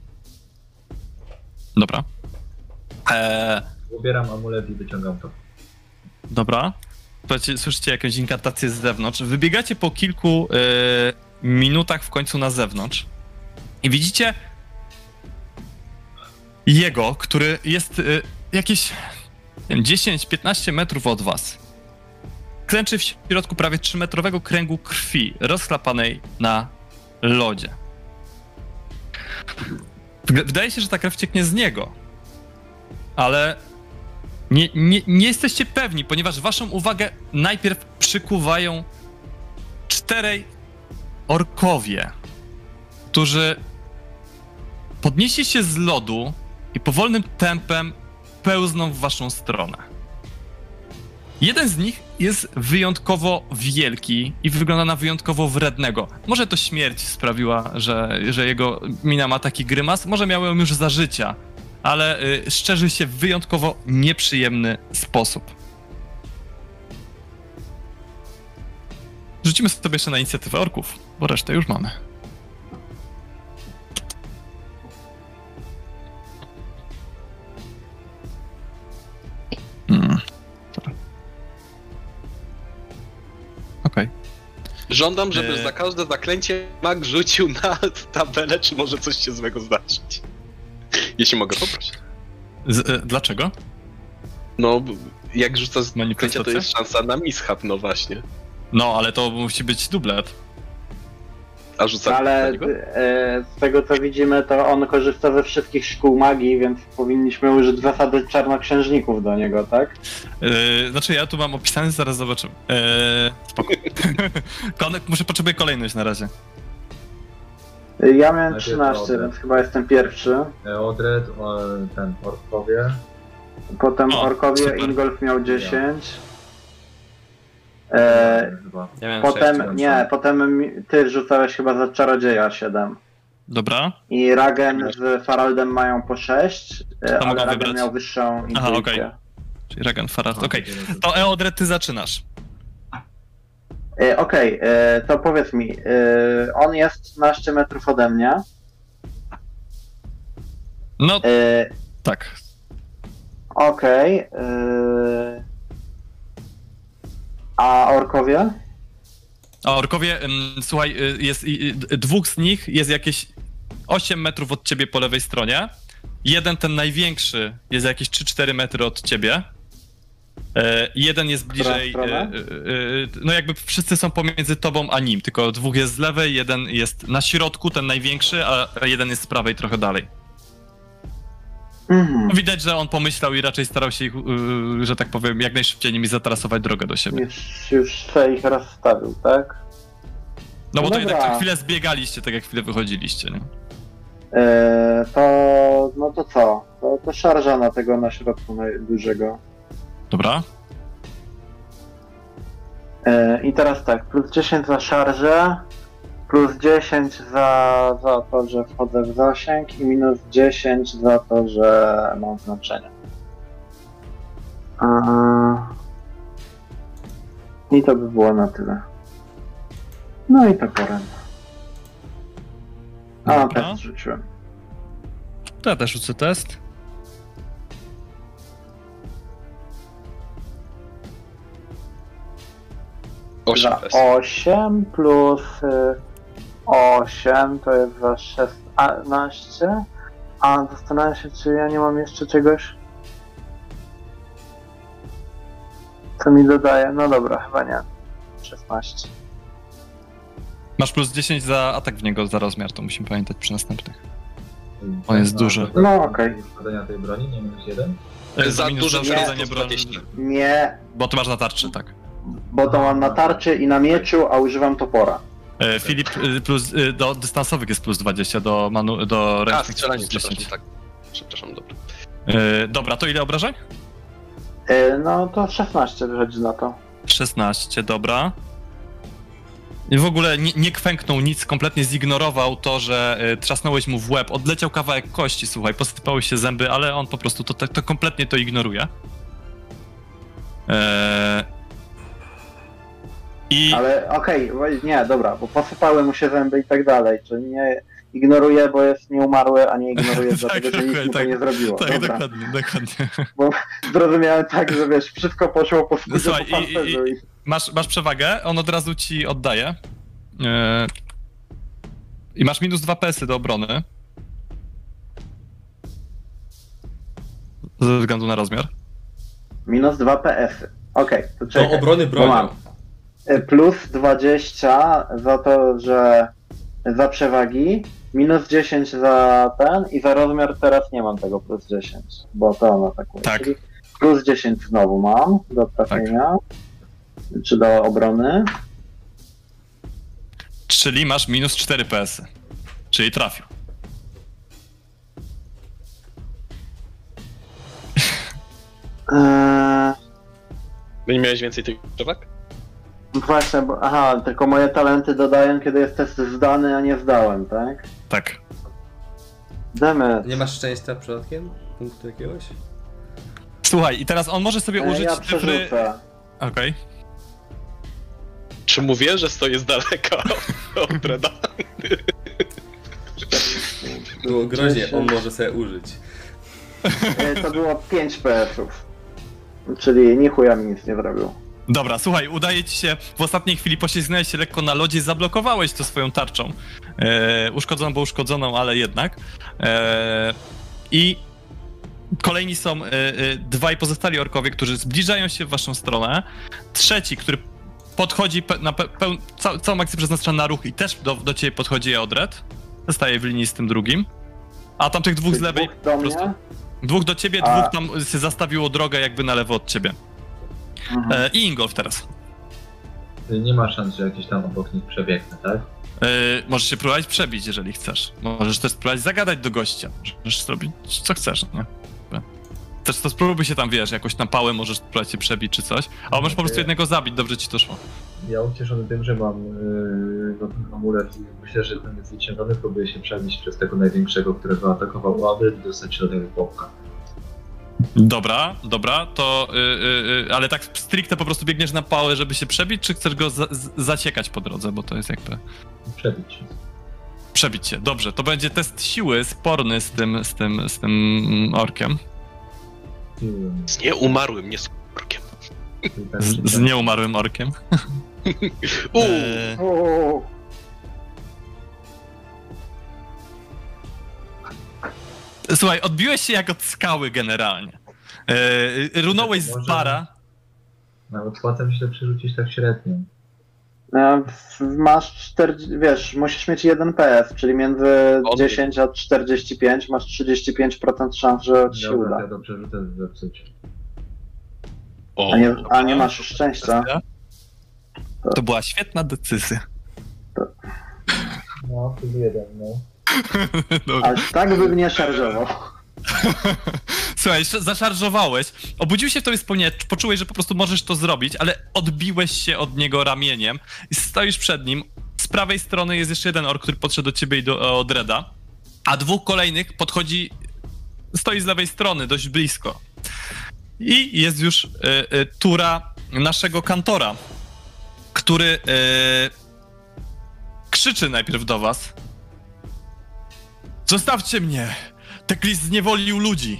Dobra. Ubieram amulet i wyciągam to. Dobra. Słuchajcie, słyszycie jakąś inkantację z zewnątrz. Wybiegacie po kilku minutach w końcu na zewnątrz i widzicie jego, który jest jakieś 10-15 metrów od was. Klęczy w środku prawie 3-metrowego kręgu krwi rozchlapanej na lodzie. Wydaje się, że ta krew cieknie z niego, ale nie jesteście pewni, ponieważ waszą uwagę najpierw przykuwają 4 orkowie, którzy podnieśli się z lodu i powolnym tempem pełzną w waszą stronę. Jeden z nich jest wyjątkowo wielki i wygląda na wyjątkowo wrednego. Może to śmierć sprawiła, że jego mina ma taki grymas, może miał ją już za życia, ale szczerzy się w wyjątkowo nieprzyjemny sposób. Rzucimy sobie jeszcze na inicjatywę orków, bo resztę już mamy. Okej. Żądam, żeby za każde zaklęcie mag rzucił na tabelę, czy może coś się złego zdarzyć. Jeśli mogę poprosić. Dlaczego? No, jak rzuca zaklęcia, to Manifestacja? jest szansa na mishap, no właśnie. No, ale to musi być dublet. A rzuca na Ale niego? z tego co widzimy, to on korzysta ze wszystkich szkół magii, więc powinniśmy użyć zasady czarnoksiężników do niego, tak? Znaczy ja tu mam opisane, zaraz zobaczymy. Spoko. Potrzebuję kolejność na razie. Ja miałem Najpierw 13, Robert. więc chyba jestem pierwszy. Eodred, ten orkowie. Potem O, orkowie, super. Ingolf miał 10. Chyba. Ja miałem Potem, 6. nie, potem ty rzucałeś chyba za czarodzieja 7. Dobra. I Ragen z Faraldem mają po 6, ale mogą Ragen wybrać. miał wyższą intuicję. Aha, okej. Czyli Ragan Farad. Okej. To Eodred, ty zaczynasz. Okej, to powiedz mi, on jest 13 metrów ode mnie. No, E, tak. Okej. A orkowie? A orkowie, słuchaj, dwóch z nich jest jakieś 8 metrów od ciebie po lewej stronie. Jeden, ten największy, jest jakieś 3-4 metry od ciebie. Jeden jest bliżej. stronę? No jakby wszyscy są pomiędzy tobą a nim, tylko dwóch jest z lewej, jeden jest na środku, ten największy, a jeden jest z prawej trochę dalej. Mhm. No widać, że on pomyślał i raczej starał się ich, że tak powiem, jak najszybciej nimi zatrasować drogę do siebie. Już se ich rozstawił, tak? No bo to Dobra. jednak co chwilę zbiegaliście, tak jak chwilę wychodziliście, nie? No to co? To szarża na tego na środku dużego. Dobra. I teraz tak, plus 10 za szarżę, plus 10 za to, że wchodzę w zasięg i minus 10 za to, że mam znaczenie. I to by było na tyle. No i to porem. A, Dobra. test rzuciłem. To ja też rzucę test. Osiem Za PS. 8 plus 8 to jest za 16. A zastanawiam się, czy ja nie mam jeszcze czegoś, co mi dodaje. No dobra, chyba nie. 16. Masz plus 10 za atak w niego, za rozmiar, to musimy pamiętać przy następnych. On jest duży. No, okej. Uszkodzenia tej broni, nie minus 1? Za minus duże za nie, uszkodzenie to broni. 20. Nie, Bo ty masz na tarczy, tak. bo to mam na tarczy i na mieczu, a używam topora. Filip, plus, do dystansowych jest plus 20, do A, ręcznych strzelanie, jest plus 10. przepraszam, tak. Przepraszam, dobra. Dobra, to ile obrażeń? No to 16 wychodzi na to. 16, dobra. I w ogóle nie kwęknął nic, kompletnie zignorował to, że trzasnąłeś mu w łeb, odleciał kawałek kości, słuchaj, posypały się zęby, ale on po prostu to kompletnie to ignoruje. Ale okej, nie, dobra, bo posypały mu się zęby i tak dalej, czyli nie ignoruje, bo jest nieumarły, a nie ignoruje dlatego, że nic mu to nie zrobiło. Tak, Dobra. dokładnie. Zrozumiałem tak, że wiesz, wszystko poszło po skórze, Słuchaj, po pancerzu i... Masz przewagę, on od razu ci oddaje. I masz minus 2 PS-y do obrony. Ze względu na rozmiar. Minus 2 PS-y. Okej, to czekaj. Do obrony bo mam. bronią. Plus 20 za to, że za przewagi, minus 10 za ten i za rozmiar teraz nie mam tego plus 10, bo to on atakuje. Tak. Czyli plus 10 znowu mam do trafienia, czy do obrony. Czyli masz minus 4 PS-y. Czyli trafił. Nie miałeś więcej tych przewag? Właśnie, bo aha, tylko moje talenty dodają, kiedy jest test zdany, a nie zdałem, tak? Tak. Demy. Nie masz szczęścia przypadkiem? Punktu jakiegoś? Słuchaj, i teraz on może sobie użyć Ja cyfry... przerzucę. Okej. Czy mówię, że stoję z daleka od Reda? Było groźnie, on może sobie użyć. To było 5 PS-ów. Czyli ni chuja mi nic nie zrobił. Dobra, słuchaj, udaje ci się, w ostatniej chwili poślizgnąłeś się lekko na lodzie, zablokowałeś to swoją tarczą. Uszkodzoną, bo uszkodzoną, ale jednak. I kolejni są dwaj pozostali orkowie, którzy zbliżają się w waszą stronę. Trzeci, który podchodzi całą akcję przeznacza na ruch i też do ciebie podchodzi Eodred. Zostaje w linii z tym drugim. A tamtych dwóch z lewej, Dwóch do po prostu, mnie? dwóch do ciebie, dwóch tam się zastawiło drogę jakby na lewo od ciebie. I Ingolf teraz. Nie ma szans, że jakiś tam obok nich przebiegnę, tak? Możesz się próbować przebić, jeżeli chcesz. Możesz też spróbować zagadać do gościa. Możesz zrobić co chcesz, nie? Też to spróbuj się tam, wiesz, jakoś na pałę możesz spróbować się przebić czy coś. A możesz po prostu jednego zabić, dobrze ci to szło. Ja ucieszony tym, że mam ten amulet i myślę, że ten jest wyciągany, próbuję się przebić przez tego największego, którego atakował Łaby i dostać się do tego chłopka. Dobra, to... ale tak stricte po prostu biegniesz na pałę, żeby się przebić, czy chcesz go zaciekać po drodze, bo to jest jakby... Przebić się. Przebić się, dobrze. To będzie test siły sporny z tym orkiem. Z nieumarłym, nie z orkiem. Z nieumarłym orkiem. Uuu. Słuchaj, odbiłeś się jak od skały generalnie. Runąłeś z bara. Nawet łatwo się przerzucić tak średnio. Masz 40, wiesz, musisz mieć 1 PS, czyli między 10 a 45 masz 35% szans, że ci się Dobra, uda. ja dobrze rzucę zepsuć. A nie masz szczęścia. To była świetna decyzja. No, plus 1, no. Ale tak bym nie szarżował. Słuchaj, zaszarżowałeś, obudził się w tobie wspomnienie, poczułeś, że po prostu możesz to zrobić, ale odbiłeś się od niego ramieniem i stoisz przed nim. Z prawej strony jest jeszcze jeden ork, który podszedł do ciebie i do Dreda, a dwóch kolejnych stoi z lewej strony, dość blisko. I jest już tura naszego kantora, który krzyczy najpierw do was. Zostawcie mnie! Teklis zniewolił ludzi!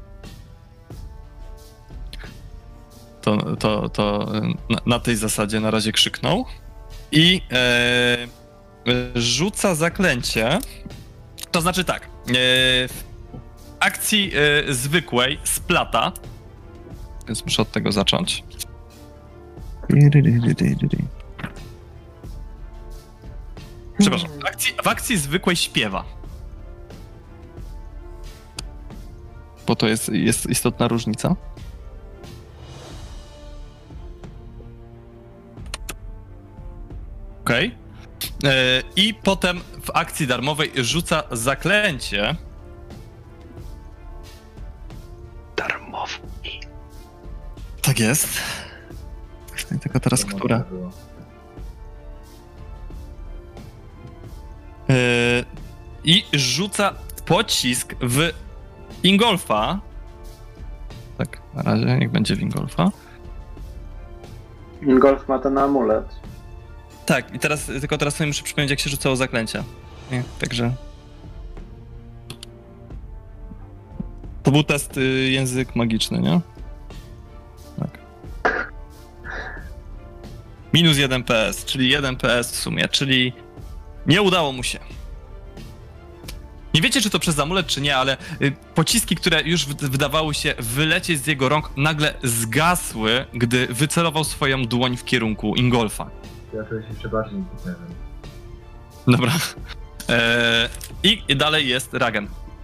To na tej zasadzie na razie krzyknął. I rzuca zaklęcie. To znaczy tak. W akcji zwykłej splata. Więc muszę od tego zacząć. Przepraszam. W akcji zwykłej śpiewa. Bo to jest istotna różnica. Okej. I potem w akcji darmowej rzuca zaklęcie. Darmowy. Tak jest. Tylko teraz która? I rzuca pocisk w Ingolfa. Tak, na razie niech będzie w Ingolfa. Ingolf ma ten amulet. Tak, i teraz sobie muszę przypomnieć, jak się rzucało zaklęcia. Nie? Także... To był test język magiczny, nie? Tak. Minus 1 PS, czyli 1 PS w sumie, czyli nie udało mu się. Nie wiecie, czy to przez amulet, czy nie, ale pociski, które już wydawały się wylecieć z jego rąk, nagle zgasły, gdy wycelował swoją dłoń w kierunku Ingolfa. Ja czuję się jeszcze bardziej niepewien. Dobra. I dalej jest Ragen.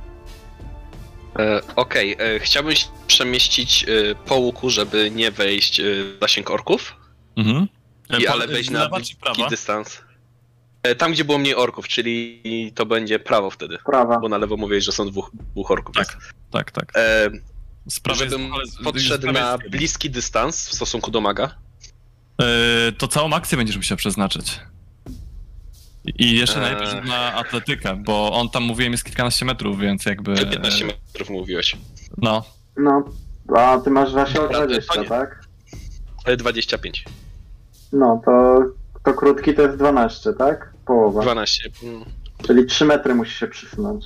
Okej, chciałbym się przemieścić po łuku, żeby nie wejść w zasięg orków, Mhm. ale wejść na lewa czy prawa? bliski dystans. Tam, gdzie było mniej orków, czyli to będzie prawo wtedy. Prawa. Bo na lewo mówiłeś, że są dwóch orków. Tak. Tak. Sprawa jest Żebym w ogóle- podszedł sprawa na jest- bliski dystans w stosunku do maga. To całą akcję będziesz musiał przeznaczyć. I jeszcze najlepiej na atletykę, bo on tam, mówiłem, jest kilkanaście metrów, więc jakby... 15 metrów mówiłeś. No, No, a ty masz właśnie Dobra, to 20, nie. tak? 25. No, to krótki to jest 12, tak? Połowa. 12. Czyli 3 metry musi się przysunąć.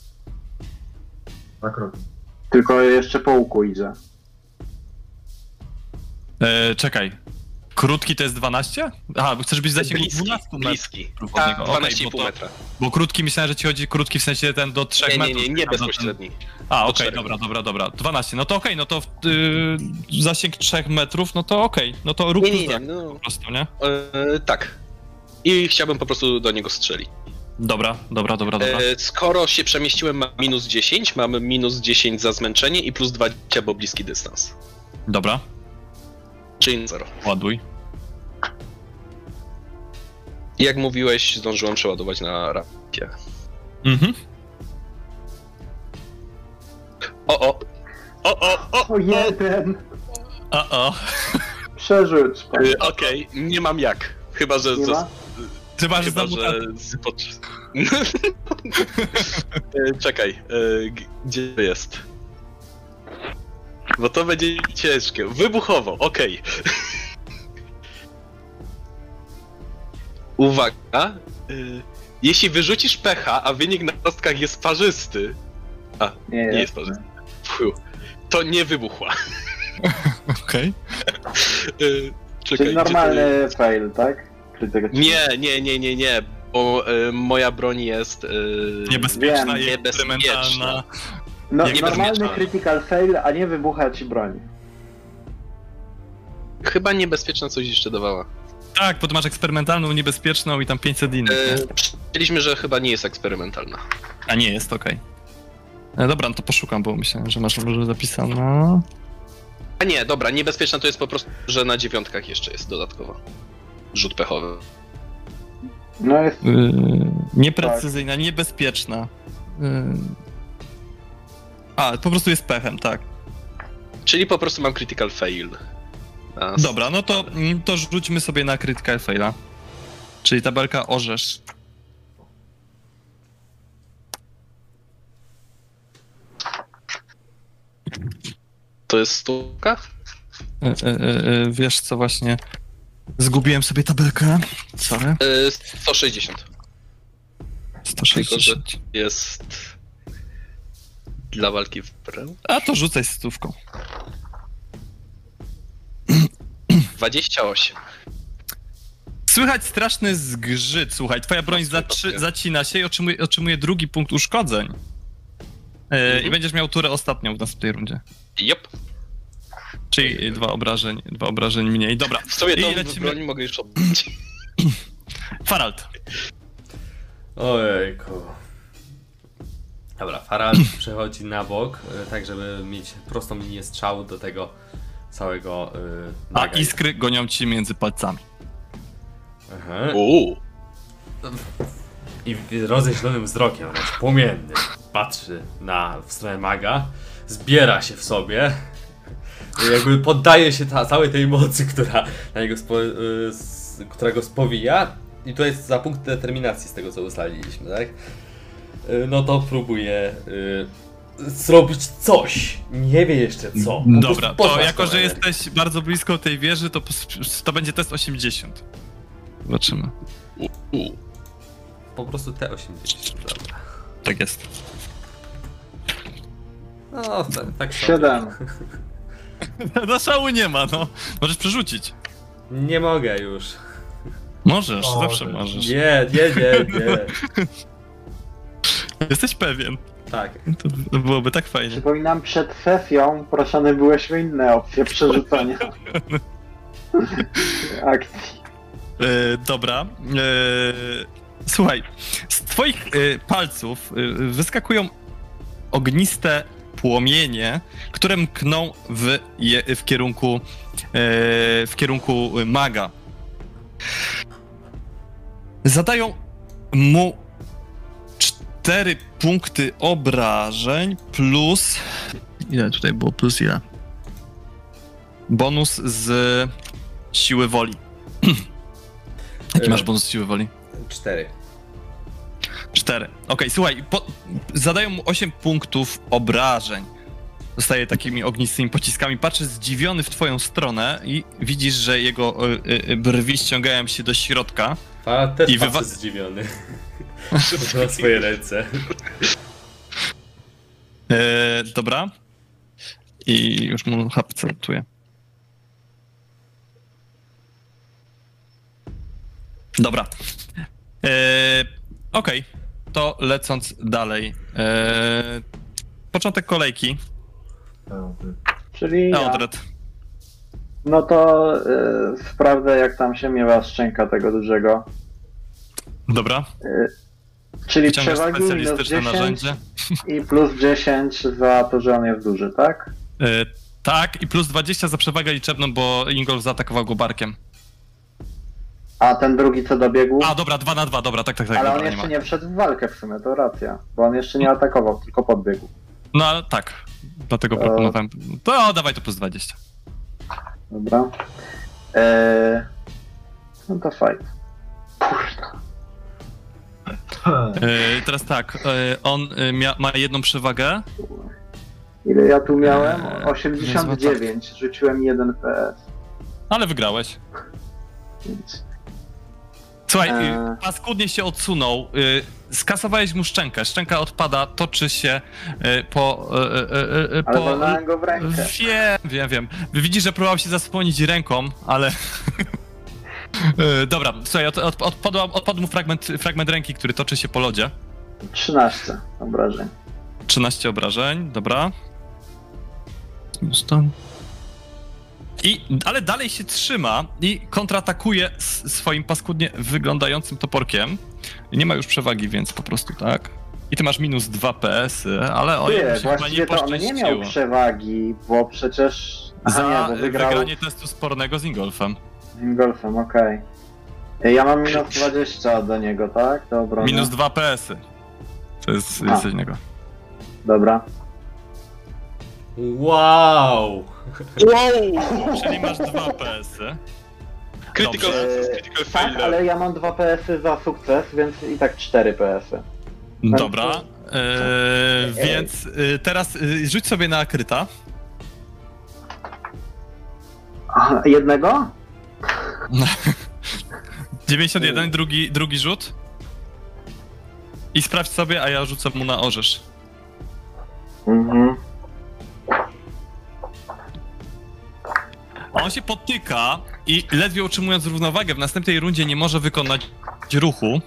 Na krok. Tylko jeszcze po łuku idzie. czekaj. Krótki to jest 12? Aha, bo chcesz być w zasięgu 12 metrów. Bliski. od Tak, niego. Okej, 12,5 bo to- metra. Bo krótki, myślałem, że ci chodzi krótki w sensie ten do 3 Nie, metrów. nie Tam do bezpośredni. A, do okej, 4. dobra. 12, no to okej, no to zasięg 3 metrów, no to okej. No to rób Nie, tak no. po prostu, nie? Tak. I chciałbym po prostu do niego strzelić. Dobra. Skoro się przemieściłem, mam minus 10, mamy minus 10 za zmęczenie i plus 20, bo bliski dystans. Dobra, Czyli 0. ładuj. I jak mówiłeś, zdążyłem przeładować na rapie. Mhm. O! O, jeden! O. Przerzuć. pan. Okej, nie mam jak. Chyba, że... Nie ma? Chyba, że Chyba, znowu że... Czekaj, gdzie jest? Bo to będzie ciężkie. Wybuchowo, okej. Uwaga. Jeśli wyrzucisz pecha, a wynik na kostkach jest parzysty... Nie Nie jest. jest parzysty. Fuh, to nie wybuchła. Okej. Czekaj, Czyli gdzie normalny fail, tak? Krytyczny. Nie, bo moja broń jest... Niebezpieczna Wiem. i eksperymentalna. No, Nie normalny bezpieczna. critical fail, a nie wybucha ci broń. Chyba niebezpieczna coś jeszcze dawała. Tak, bo ty masz eksperymentalną, niebezpieczną i tam 500 innych, nie? Przyjęliśmy, że chyba nie jest eksperymentalna. A nie jest, okej. Dobra, no to poszukam, bo myślałem, że masz może zapisane. A nie, dobra, niebezpieczna to jest po prostu, że na 9 jeszcze jest dodatkowo. Rzut pechowy. No jest... Nieprecyzyjna, niebezpieczna. Po prostu jest pechem, tak. Czyli po prostu mam critical fail. Dobra, no to rzućmy sobie na critical faila. Czyli tabelka orzesz. To jest sztuka? Wiesz co, właśnie zgubiłem sobie tabelkę. Sorry. 160. 160. Jest... Dla walki w prę. A to rzucaj stówką. 28. Słychać straszny zgrzyt, słuchaj, twoja broń zacina się i otrzymuje drugi punkt uszkodzeń. I będziesz miał turę ostatnią w następnej rundzie. Jop. Czyli dwa obrażeń mniej. Dobra. W sobie I tą lecimy. broń mogę już oddać. Farald. Ojejku. Dobra, Farald przechodzi na bok, tak żeby mieć prostą linię strzału do tego całego A naga. iskry gonią ci między palcami. Aha. I roześlonym wzrokiem, wręcz płomiennym, patrzy w stronę maga, zbiera się w sobie, jakby poddaje się całej tej mocy, która na niego która go spowija. I to jest za punkt determinacji z tego, co ustaliliśmy, tak? No to próbuje zrobić coś. Nie wie jeszcze co. Po Dobra, prostu pozna to jako, swoją że energię. jesteś bardzo blisko tej wieży, to będzie test 80. Zobaczymy. Po prostu te 80. Dobra. Tak jest. No, tak. 7. Na szału nie ma, no. Możesz przerzucić. Nie mogę już. Możesz, O, zawsze tak. możesz. Nie. Jesteś pewien. Tak. To byłoby tak fajnie. Przypominam, przed sesją proszony byłeś o inne opcje przerzucania akcji. Dobra. Słuchaj, z twoich palców wyskakują ogniste płomienie, które mkną w kierunku maga. Zadają mu 4 punkty obrażeń plus Ile tutaj było? Plus ile? Bonus z siły woli. Jaki masz bonus z siły woli? 4. 4. Okej, słuchaj, zadają mu 8 punktów obrażeń. Zostaje takimi ognistymi pociskami. Patrzy zdziwiony w twoją stronę i widzisz, że jego brwi ściągają się do środka. A też I patrzy zdziwiony. Na swoje ręce. Dobra. I już mu hapcatuję. Dobra. Okej, to lecąc dalej. Początek kolejki. Czyli ja. Eldred. No to sprawdzę, jak tam się miewa szczęka tego dużego. Dobra. Czyli Wyciągasz przewagi minus specjalistyczne 10 narzędzie. i plus 10 za to, że on jest duży, tak? Tak, i plus 20 za przewagę liczebną, bo Ingolf zaatakował go barkiem. A ten drugi co dobiegł? A, dobra, 2 na 2, dobra, tak, ale dobra, on jeszcze nie wszedł w walkę w sumie, to racja. Bo on jeszcze nie atakował, tylko podbiegł. No, ale tak, dlatego proponowałem. To dawaj to plus 20. Dobra. No to fight. Kurwa. Teraz tak, on ma jedną przewagę. Ile ja tu miałem? Więc 89. Rzuciłem 1 PS. Ale wygrałeś. Więc... Słuchaj, paskudnie się odsunął, skasowałeś mu szczękę, szczęka odpada, toczy się po... Ale walnąłem go w rękę. Wiem. Widzisz, że próbował się zasłonić ręką, ale... Dobra, słuchaj, odpadł mu fragment ręki, który toczy się po lodzie. 13 obrażeń. 13 obrażeń, dobra. Już to... Ale dalej się trzyma i kontratakuje swoim paskudnie wyglądającym toporkiem. Nie ma już przewagi, więc po prostu tak. I ty masz minus 2 PS-y, ale oj, się chyba nie to on nie miał poszczęściło. przewagi, bo przecież... Za bo wygrał wygranie testu spornego z Ingolfem. z Ingolfem, okej. Ja mam minus 20 do niego, tak? Do obrony. Minus 2 PS-y. To jest coś innego. Dobra. Wow! Czyli masz 2 PS-y. Critical Tak, failure. ale ja mam 2 PS-y za sukces, więc i tak 4 PS-y. Dobra, więc teraz rzuć sobie na kryta. A, jednego? 91, drugi rzut. I sprawdź sobie, a ja rzucę mu na orzesz. Mhm. On się potyka i ledwie utrzymując równowagę, w następnej rundzie nie może wykonać ruchu.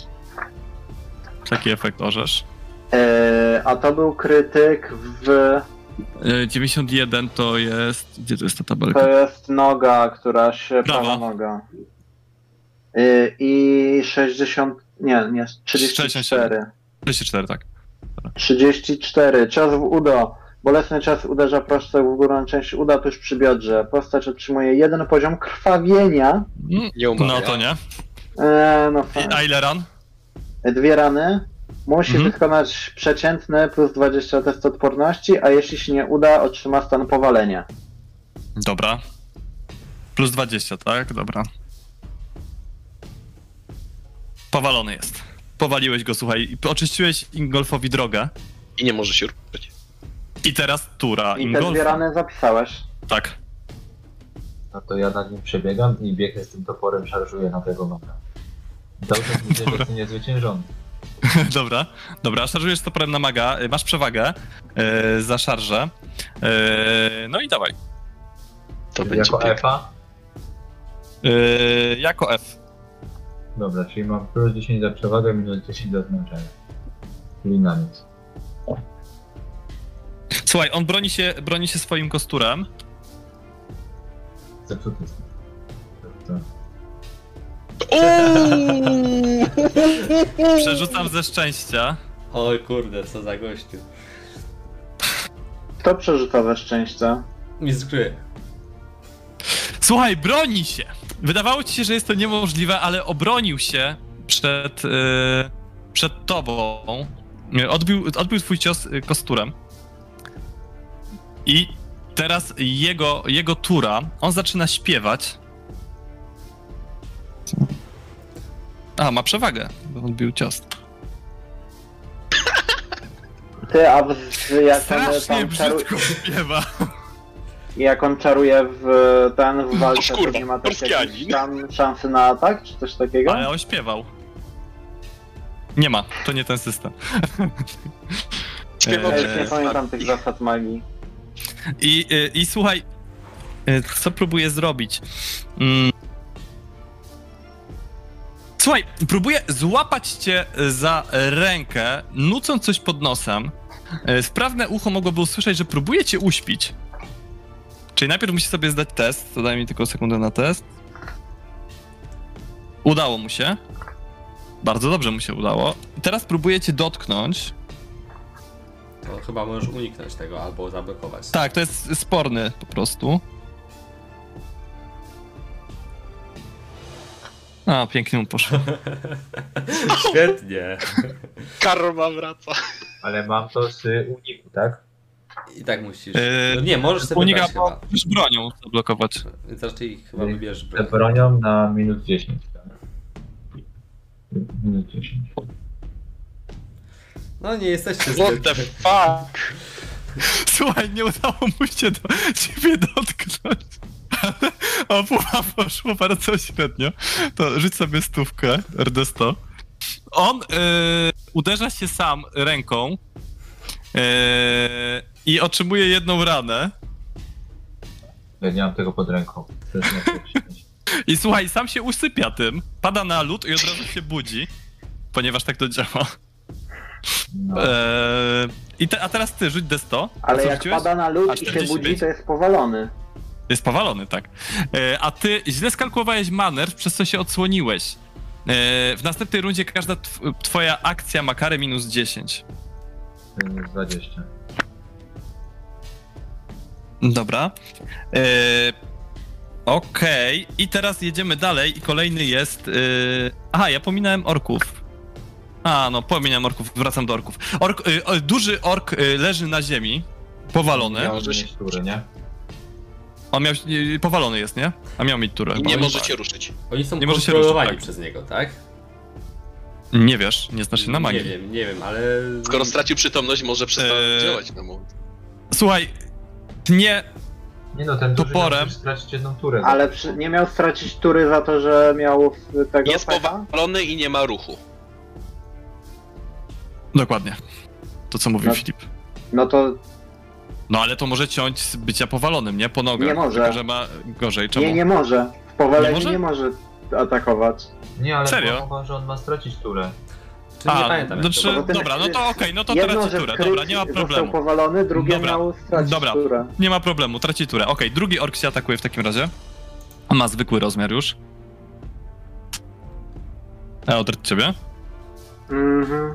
Taki efekt orzesz. A to był krytyk w... 91 to jest... Gdzie to jest ta tabelka? To jest noga, która się... Prawa. Prawa noga. I 60... Nie, 34. 34, tak. 34. Cios w udo. Bolesny cios uderza prosto w górną część uda tuż przy biodrze. Postać otrzymuje 1 poziom krwawienia. Nie umarł. No to nie. No fajnie. A ile ran? 2 rany. Musi wykonać przeciętny plus 20 test odporności, a jeśli się nie uda, otrzyma stan powalenia. Dobra. Plus 20, tak? Dobra. Powalony jest. Powaliłeś go, słuchaj. Oczyściłeś Ingolfowi drogę. I nie może się ruszać. I teraz tura I te Ingolfa. 2 rany zapisałeś. Tak. No to ja nad nim przebiegam i biegnę z tym toporem, szarżuję na tego maga. Cały czas widzę, że jest niezwyciężony. Dobra, szarżujesz toporem na maga, masz przewagę za szarżę. No i dawaj. To Czyli będzie jako piękne. F-a? Jako F. Dobra, czyli mam plus 10 za przewagę, minus 10 za zmęczenie. Czyli na nic. Słuchaj, on broni się swoim kosturem. Zepsuty jest. To... Przerzucam ze szczęścia. Oj kurde, co za gościu. Kto przerzuca ze szczęścia? Mistrz gry. Słuchaj, broni się! Wydawało ci się, że jest to niemożliwe, ale obronił się przed tobą. Odbił twój cios kosturem. I teraz jego tura, on zaczyna śpiewać. A, ma przewagę, bo odbił cios. Ty, a jak on Strasznie tam brzydko śpiewa. jak on czaruje w walce, kurwa, to nie ma też jakiejś Polskianin. tam szansy na atak, czy coś takiego? Ale on śpiewał. Nie ma, to nie ten system. Śpiewał, Ja że już nie pamiętam tych zasad magii. I słuchaj, co próbuję zrobić? Słuchaj, próbuję złapać cię za rękę, nucąc coś pod nosem. Sprawne ucho mogłoby usłyszeć, że próbuję cię uśpić. Czyli najpierw musi sobie zdać test, to daj mi tylko sekundę na test. Udało mu się. Bardzo dobrze mu się udało. I teraz próbuję cię dotknąć. To chyba możesz uniknąć tego albo zablokować. Tak, to jest sporny po prostu. A, pięknie mu poszło. Świetnie. karma wraca. Ale mam to z uniku, tak? I tak musisz. Yy, No nie, możesz sobie Unika, wybrać bo chyba. już bronią zablokować. Więc raczej chyba wybierzesz Z broń. bronią na minus 10. Tak? Minus 10. No nie jesteście What the fuck? Słuchaj, nie udało mu się do ciebie dotknąć. Ale opucha poszło bardzo średnio. To rzuć sobie stówkę, RD100. On uderza się sam ręką i otrzymuje jedną ranę. Ja nie mam tego pod ręką. To jest na pierwszy. I słuchaj, sam się usypia tym, pada na lód i od razu się budzi, ponieważ tak to działa. No. A teraz ty, rzuć D100. Ale Co jak rzuciłeś? pada na A, lód i się 45. budzi, to jest powalony. Jest powalony, tak. A ty źle skalkulowałeś manewr, przez co się odsłoniłeś. W następnej rundzie każda twoja akcja ma karę minus 10. Minus 20. Dobra. Okej. I teraz jedziemy dalej i kolejny jest... Aha, ja pominąłem orków. No, pominąłem orków, wracam do orków. Duży ork leży na ziemi, powalony. Miał- Może się tury, nie? On miał... Powalony jest, nie? A miał mieć turę. I nie możecie ruszyć. Oni są Nie może się kontrolowani ruszyć, tak. przez niego, tak? Nie wiesz, nie znasz się na magii. Nie wiem, ale... Skoro stracił przytomność, może przestać działać na moment. Słuchaj, nie... Nie no, ten duży Toporem. musisz stracić jedną turę. Ale nie miał stracić tury za to, że miał tego Jest pecha? powalony i nie ma ruchu. Dokładnie. To, co mówił No. Filip. No to No ale to może ciąć z bycia powalonym, nie? Po nogach. Nie może. Tylko, że ma gorzej. Czemu? nie może. W powaleniu Nie nie może atakować. Nie, ale Serio? mowa, że on ma stracić turę. Czy nie pamiętam jak znaczy, to było. Bo ten- dobra, no to okej, no to Jedno, traci że turę. kryt Dobra, nie ma został problemu. powalony, drugie Dobra. miał stracić Dobra. turę. Nie ma problemu, traci turę. Okej, drugi ork się atakuje w takim razie. On ma zwykły rozmiar już. Odryć ciebie. Mhm.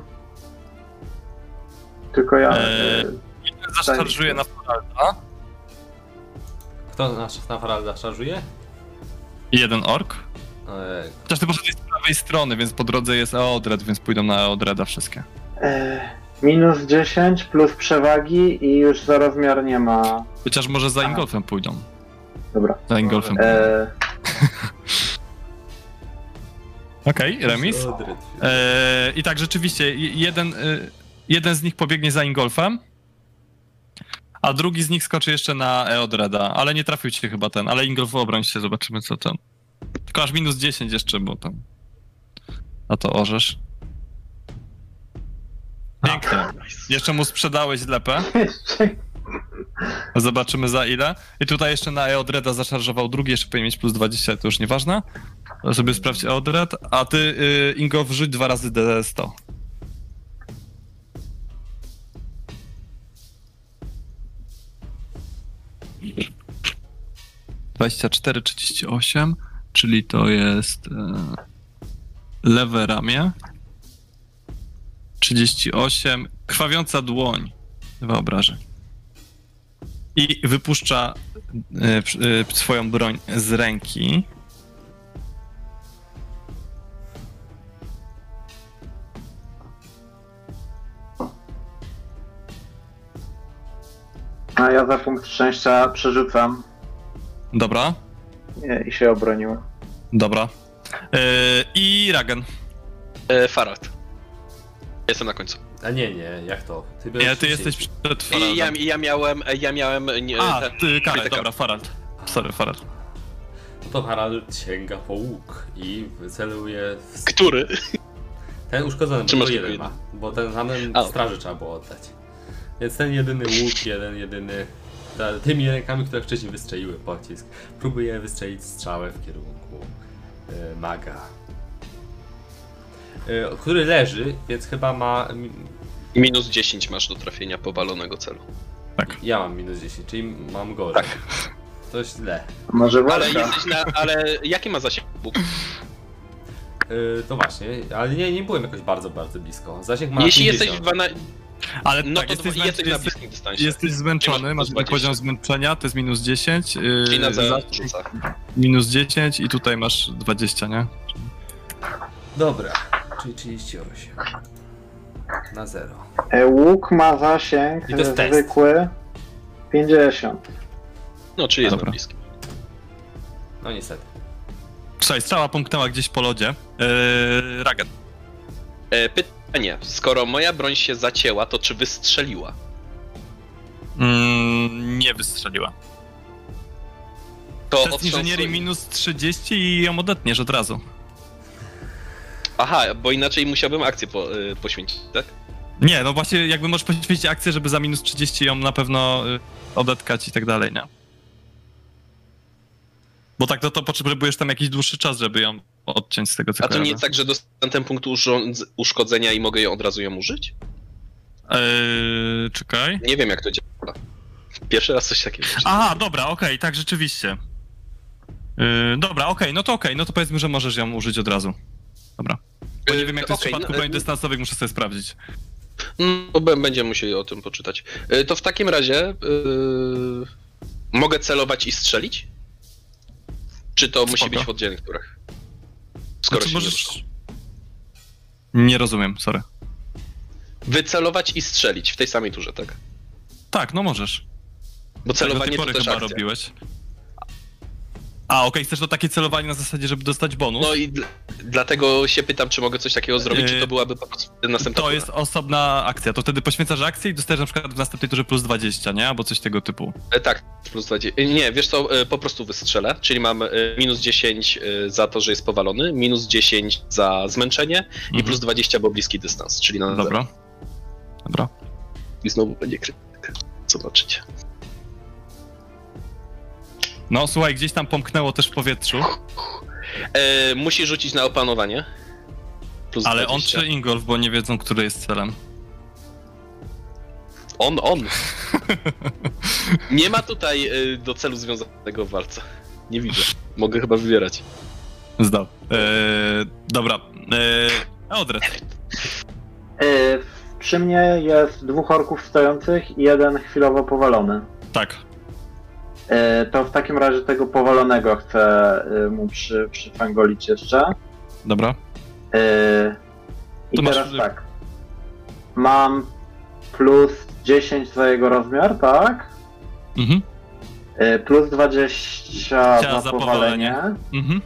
Tylko ja... Zaszarżuje na Faralda. Kto na Faralda szarżuje? I jeden ork. Eee, Chociaż ty poszedłeś z prawej strony, więc po drodze jest Eodred, więc pójdą na Eodreda wszystkie. minus 10 plus przewagi i już za rozmiar nie ma. Chociaż może za Ingolfem pójdą. Dobra. Za Ingolfem. Okej, remis. Odryt. I tak rzeczywiście, jeden z nich pobiegnie za Ingolfem, a drugi z nich skoczy jeszcze na Eodreda, ale nie trafił ci chyba ten, ale Ingolf obroń się, zobaczymy co tam. Tylko aż minus 10 jeszcze, bo tam... A to orzesz. Pięknie. Jeszcze mu sprzedałeś lepę. Zobaczymy za ile. I tutaj jeszcze na Eodreda zaszarżował drugi, jeszcze powinien mieć plus 20, to już nieważne. To sobie sprawdź Eodred, a ty, Ingo, wrzuć 2 razy D100. (24, 38), czyli to jest lewe ramię. 38, krwawiąca dłoń, wyobrażę. I wypuszcza swoją broń z ręki. A ja za punkt szczęścia przerzucam Dobra, i się obroniłem. dobra. I Ragen. Farad. Jestem na końcu. A nie, jak to? Ty byłeś Nie, ty wcześniej. jesteś przed I Faraldem. ja miałem... Ty, Karel, krytyka. dobra, Farald. Sorry, Farald. No to Harald sięga po łuk i wyceluje w... Który? Ten uszkodzony, Czy bo masz to tylko jeden jeden? ma. Bo ten żaden A. straży trzeba było oddać. Więc ten jedyny łuk, jedyny... Tymi rękami, które wcześniej wystrzeliły pocisk, próbuje wystrzelić strzałę w kierunku maga. Który leży, więc chyba ma... Minus 10 masz do trafienia powalonego celu. Ja mam minus 10, czyli mam gorzej. Tak. To źle. Może Ale walka. jesteś na... Ale jaki ma zasięg łuk? To właśnie, ale nie byłem jakoś bardzo blisko. Zasięg ma Jeśli 50. jesteś w 12... Ale No tak, to jesteś na bliskim dystansie. jesteś zmęczony, masz Masz 20. poziom zmęczenia, to jest minus 10. Czyli na zasięg rzuca. minus 10 i tutaj masz 20, nie? Dobra, czyli 38. Na 0. Łuk ma zasięg I to jest test. zwykły 50. No, czyli jest Dobra. na bliskim. No niestety. Słuchaj, strzała pomknęła gdzieś po lodzie. Ragen. Pytanie, skoro moja broń się zacięła, to czy wystrzeliła? Nie wystrzeliła. To Test inżynierii minus 30 i ją odetniesz od razu. Aha, bo inaczej musiałbym akcję poświęcić, tak? Nie, no właśnie jakby możesz poświęcić akcję, żeby za minus 30 ją na pewno odetkać i tak dalej, nie? Bo tak to potrzebujesz tam jakiś dłuższy czas, żeby ją odciąć z tego, co A to nie kojarzę. jest tak, że dostałem ten punkt uszkodzenia i mogę ją od razu ją użyć? Czekaj. Nie wiem, jak to działa. Pierwszy raz coś takiego. Aha, dobra, okej, tak, rzeczywiście. Dobra, okej, no to powiedzmy, że możesz ją użyć od razu. Dobra. Bo nie wiem, jak to jest w przypadku broni dystansowych, muszę sobie sprawdzić. No, będziemy musieli o tym poczytać. To w takim razie mogę celować i strzelić? Czy to musi być w oddzielnych turach? Skoro Znaczy, się nie możesz... ruszą. Nie rozumiem, sorry. Wycelować i strzelić w tej samej turze, tak? Tak, no możesz. Bo Tak, do tej celowanie to pory też chyba akcja. robiłeś. A, okej, chcesz to takie celowanie na zasadzie, żeby dostać bonus? No i dlatego się pytam, czy mogę coś takiego zrobić, czy to byłaby po prostu następna To tura. jest osobna akcja, to wtedy poświęcasz akcję i dostajesz na przykład w następnej turze plus 20, nie? Albo coś tego typu. Tak, plus 20. Nie, wiesz co, po prostu wystrzelę, czyli mam minus 10 za to, że jest powalony, minus 10 za zmęczenie i plus 20, bo bliski dystans, czyli na Dobra. zero. Dobra. I znowu będzie krytyka. Zobaczycie. No słuchaj, gdzieś tam pomknęło też w powietrzu, Musi rzucić na opanowanie. Plus ale 20. on czy Ingolf, bo nie wiedzą, który jest celem. On. Nie ma tutaj do celu związanego walca. Nie widzę. Mogę chyba wybierać. Zdał. Dobra. Eldred. Przy mnie jest 2 orków stojących i 1 chwilowo powalony. Tak. To w takim razie tego powalonego chcę mu przyfangolić jeszcze. Dobra. I To masz- teraz tak. Mam plus 10 za jego rozmiar, tak? Mhm. Plus 20 Za za powalenie. Mhm.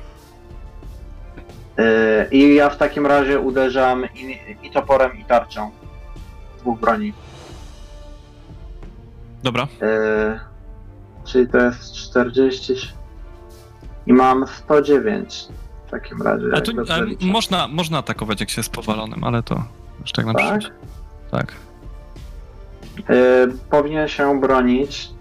I ja w takim razie uderzam i toporem, i tarczą. 2 broni. Dobra. Czyli to jest 40. I mam 109 w takim razie. A jak tu dobrze liczę. można atakować, jak się jest powalonym, ale to już tak na Tak? przyszłość. Tak. Powinien się bronić.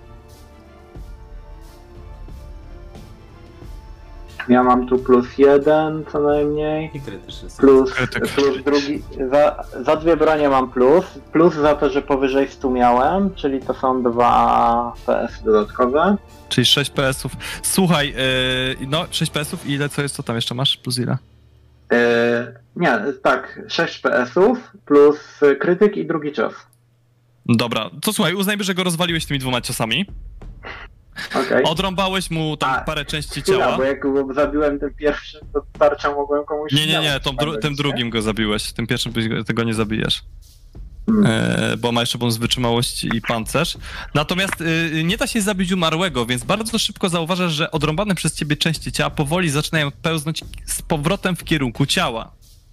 Ja mam tu plus 1 co najmniej. I krytyczny Plus Krytyk. drugi. Za 2 bronie mam plus. Plus za to, że powyżej 100 miałem, czyli to są 2 PS dodatkowe. Czyli 6 PS-ów. Słuchaj, no 6 PS-ów i ile co jest, co tam jeszcze masz? Plus ile? Nie, tak, 6 PS-ów plus krytyk i drugi cios. Dobra, to słuchaj, uznajmy, że go rozwaliłeś tymi 2 ciosami. Okej. Odrąbałeś mu tam A, parę części Chwila, ciała. bo jak go zabiłem tym pierwszym, to tarczą mogłem komuś Nie, innemu tym wstawić, drugim go zabiłeś. Tym pierwszym tego nie zabijesz. bo ma jeszcze bonus wytrzymałości i pancerz. Natomiast nie da się zabić umarłego, więc bardzo szybko zauważasz, że odrąbane przez ciebie części ciała powoli zaczynają pełznąć z powrotem w kierunku ciała.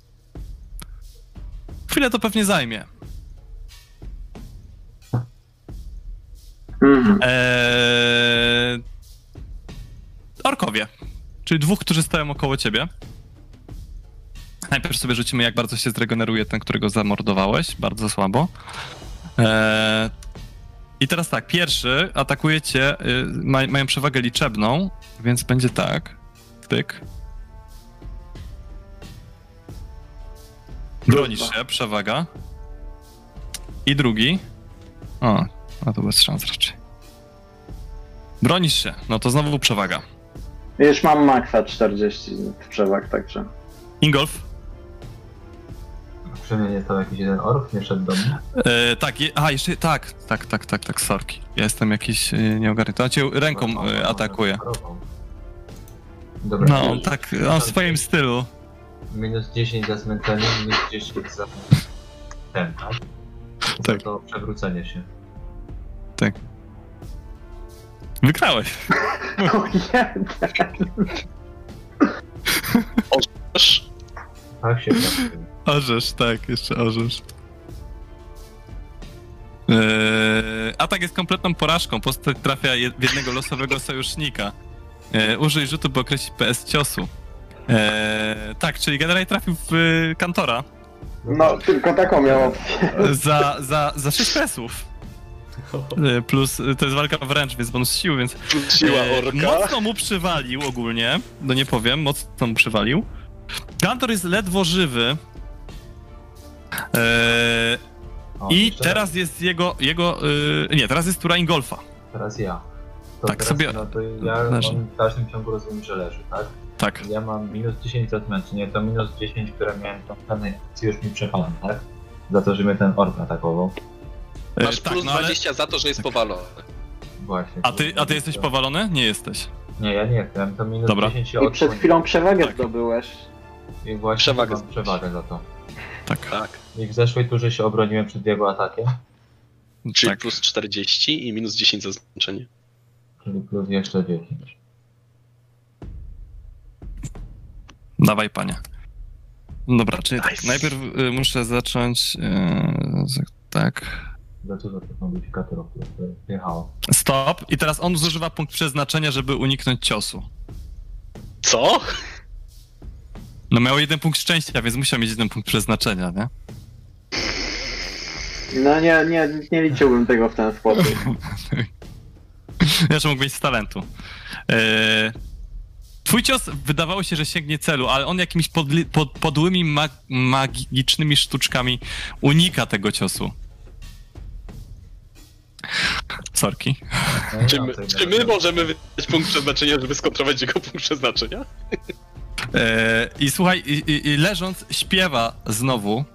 Chwilę to pewnie zajmie. Orkowie, czyli dwóch, którzy stoją około ciebie. Najpierw sobie rzucimy, jak bardzo się zregeneruje ten, którego zamordowałeś. Bardzo słabo. I teraz tak, pierwszy atakuje cię, mają przewagę liczebną, więc będzie tak. Tyk. Bronisz się, przewaga. I drugi. O, to bez szans raczej. Bronisz się, no to znowu przewaga. Już mam maksa 40 przewag, także. Ingolf? Przy mnie nie stał jakiś jeden ork, nie szedł do mnie? Tak, jeszcze, tak, sorki. Ja jestem jakiś nieogarnięty. On cię ręką atakuje. Dobra, No, tak, on w swoim stylu. Minus 10 za zmęczenie, minus 10 za ten, tak? Tak. Za to przewrócenie się. Tak. Wygrałeś. O jeden! Tak się trafił. Orzesz, tak, jeszcze orzesz. Atak jest kompletną porażką. Postać trafia w jednego losowego sojusznika. Użyj rzutu, by określić PS ciosu. Tak, czyli generalnie trafił w Kantora. No, tylko taką miał opcję. Za 6 PS-ów. Plus, to jest walka wręcz, więc bonus siły, więc... Siła orka. Mocno mu przywalił ogólnie, no nie powiem, mocno mu przywalił. Kantor jest ledwo żywy. O, I jeszcze teraz raz. jest nie, teraz jest tura Ingolfa. Teraz ja. To Tak teraz, sobie no to leży. on w dalszym ciągu rozumiem, że leży, tak? Tak. Ja mam minus 10 za zmęczenie, to minus 10, które miałem tą danej akcji już mi przepadam, tak? Za to, że mnie ten ork atakował. Masz Tak, plus no ale... 20 za to, że jest powalony. Właśnie. A ty jesteś powalony? Nie jesteś. Nie, ja nie jestem, to minus Dobra. 10 się I przed odsłoni. chwilą przewagę Tak. zdobyłeś. I właśnie Przewagę mam przewagę za to. Tak. Tak. I w zeszłej turze się obroniłem przed jego atakiem, Czyli Tak. plus 40 i minus 10 za zmęczenie. czyli plus jeszcze 10. Dawaj, panie. Dobra, czyli tak, Nice. najpierw muszę zacząć... tak... Za dużo tych modyfikatorów, które wjechało. Stop. I teraz on zużywa punkt przeznaczenia, żeby uniknąć ciosu. Co? No miał 1 punkt szczęścia, więc musiał mieć 1 punkt przeznaczenia, nie? No nie liczyłbym tego w ten sposób. Jeszcze mógł mieć z talentu. Twój cios wydawało się, że sięgnie celu, ale on jakimiś podłymi magicznymi sztuczkami unika tego ciosu. Sorki. No, Czy my możemy wydać punkt przeznaczenia, żeby skontrować jego punkt przeznaczenia? I słuchaj, i leżąc śpiewa znowu,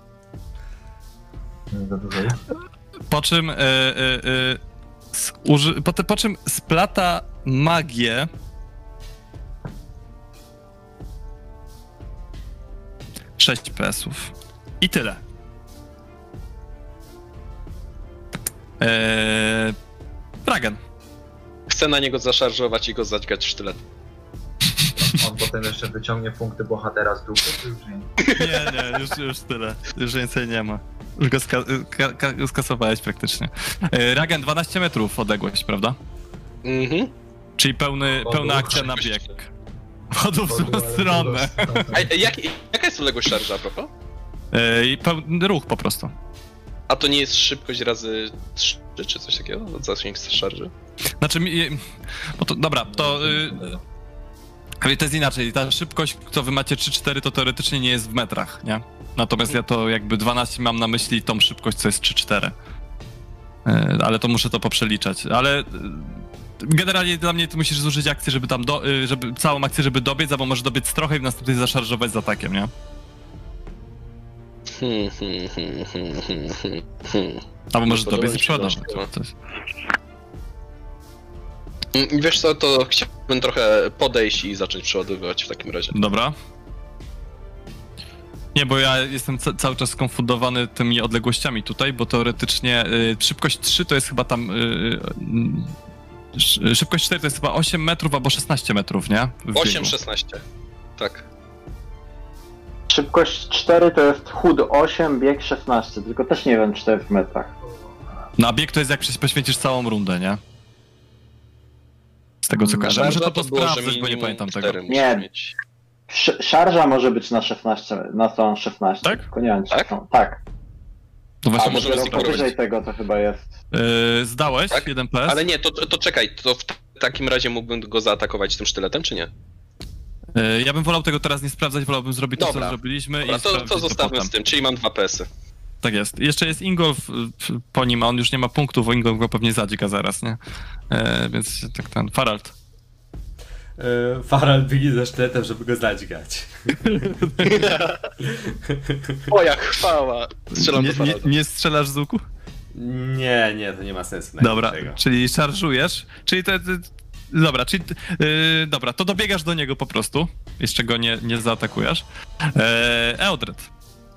Za dużo jest? po czym po czym splata magię. Sześć PS-ów. I tyle. Dragon. Chcę na niego zaszarżować i go zadźgać sztyletem. On potem jeszcze wyciągnie punkty bohatera z dupy, czy już nie? Nie, już tyle. Już więcej nie ma. Już go skasowałeś praktycznie. Ragen 12 metrów odległość, prawda? Mhm. Czyli pełna akcja na bieg. Wodów w złą stronę. A jaka jest odległość szarża, a propos? I pełny ruch po prostu. A to nie jest szybkość razy 3 czy coś takiego? Zasięg szarży? Znaczy, bo to, dobra, to jest inaczej. Ta szybkość, co wy macie 3-4, to teoretycznie nie jest w metrach, nie? Natomiast ja to jakby 12 mam na myśli tą szybkość, co jest 3-4. Ale to muszę to poprzeliczać. Ale generalnie dla mnie to musisz zużyć akcję, żeby tam żeby całą akcję, żeby dobiec, albo możesz dobiec trochę i w następnej zaszarżować z atakiem, nie? Albo możesz dobiec i przeładować. Wiesz co, to chciałbym trochę podejść i zacząć przeładowywać w takim razie. Dobra. Nie, bo ja jestem cały czas skonfundowany tymi odległościami tutaj, bo teoretycznie szybkość 3 to jest chyba tam... szybkość 4 to jest chyba 8 metrów albo 16 metrów, nie? 8-16. Tak. Szybkość 4 to jest chód 8, bieg 16, tylko też nie wiem, czy to jest w metrach. No a bieg to jest jak poświęcisz całą rundę, nie? Z tego co kojarzę. Muszę to sprawdzić, bo nie pamiętam tego. Nie. Szarża może być na 16, na stronę 16. Tak? Tylko nie wiem, czy Tak? są. Tak. No właśnie, możemy muszę zignorować. Powyżej tego to chyba jest. zdałeś Tak? 1 PS? Ale nie, to czekaj, to w takim razie mógłbym go zaatakować tym sztyletem, czy nie? Ja bym wolał tego teraz nie sprawdzać, wolałbym zrobić to, co Dobra. zrobiliśmy Dobra, i to sprawdzić zostawmy potem. z tym, czyli mam 2 PS-y. Tak jest. Jeszcze jest Ingolf po nim, a on już nie ma punktów, bo Ingolf go pewnie zadźga zaraz, nie? Więc tak ten, Farald. Farald biegnie ze sztyletem, żeby go zadźgać. Moja chwała! Strzelam do Nie, Faralda. nie strzelasz z łuku? Nie, to nie ma sensu. Dobra, Tego. czyli szarżujesz, czyli dobra, czyli dobra, to dobiegasz do niego po prostu, jeszcze go nie zaatakujesz. Eldred,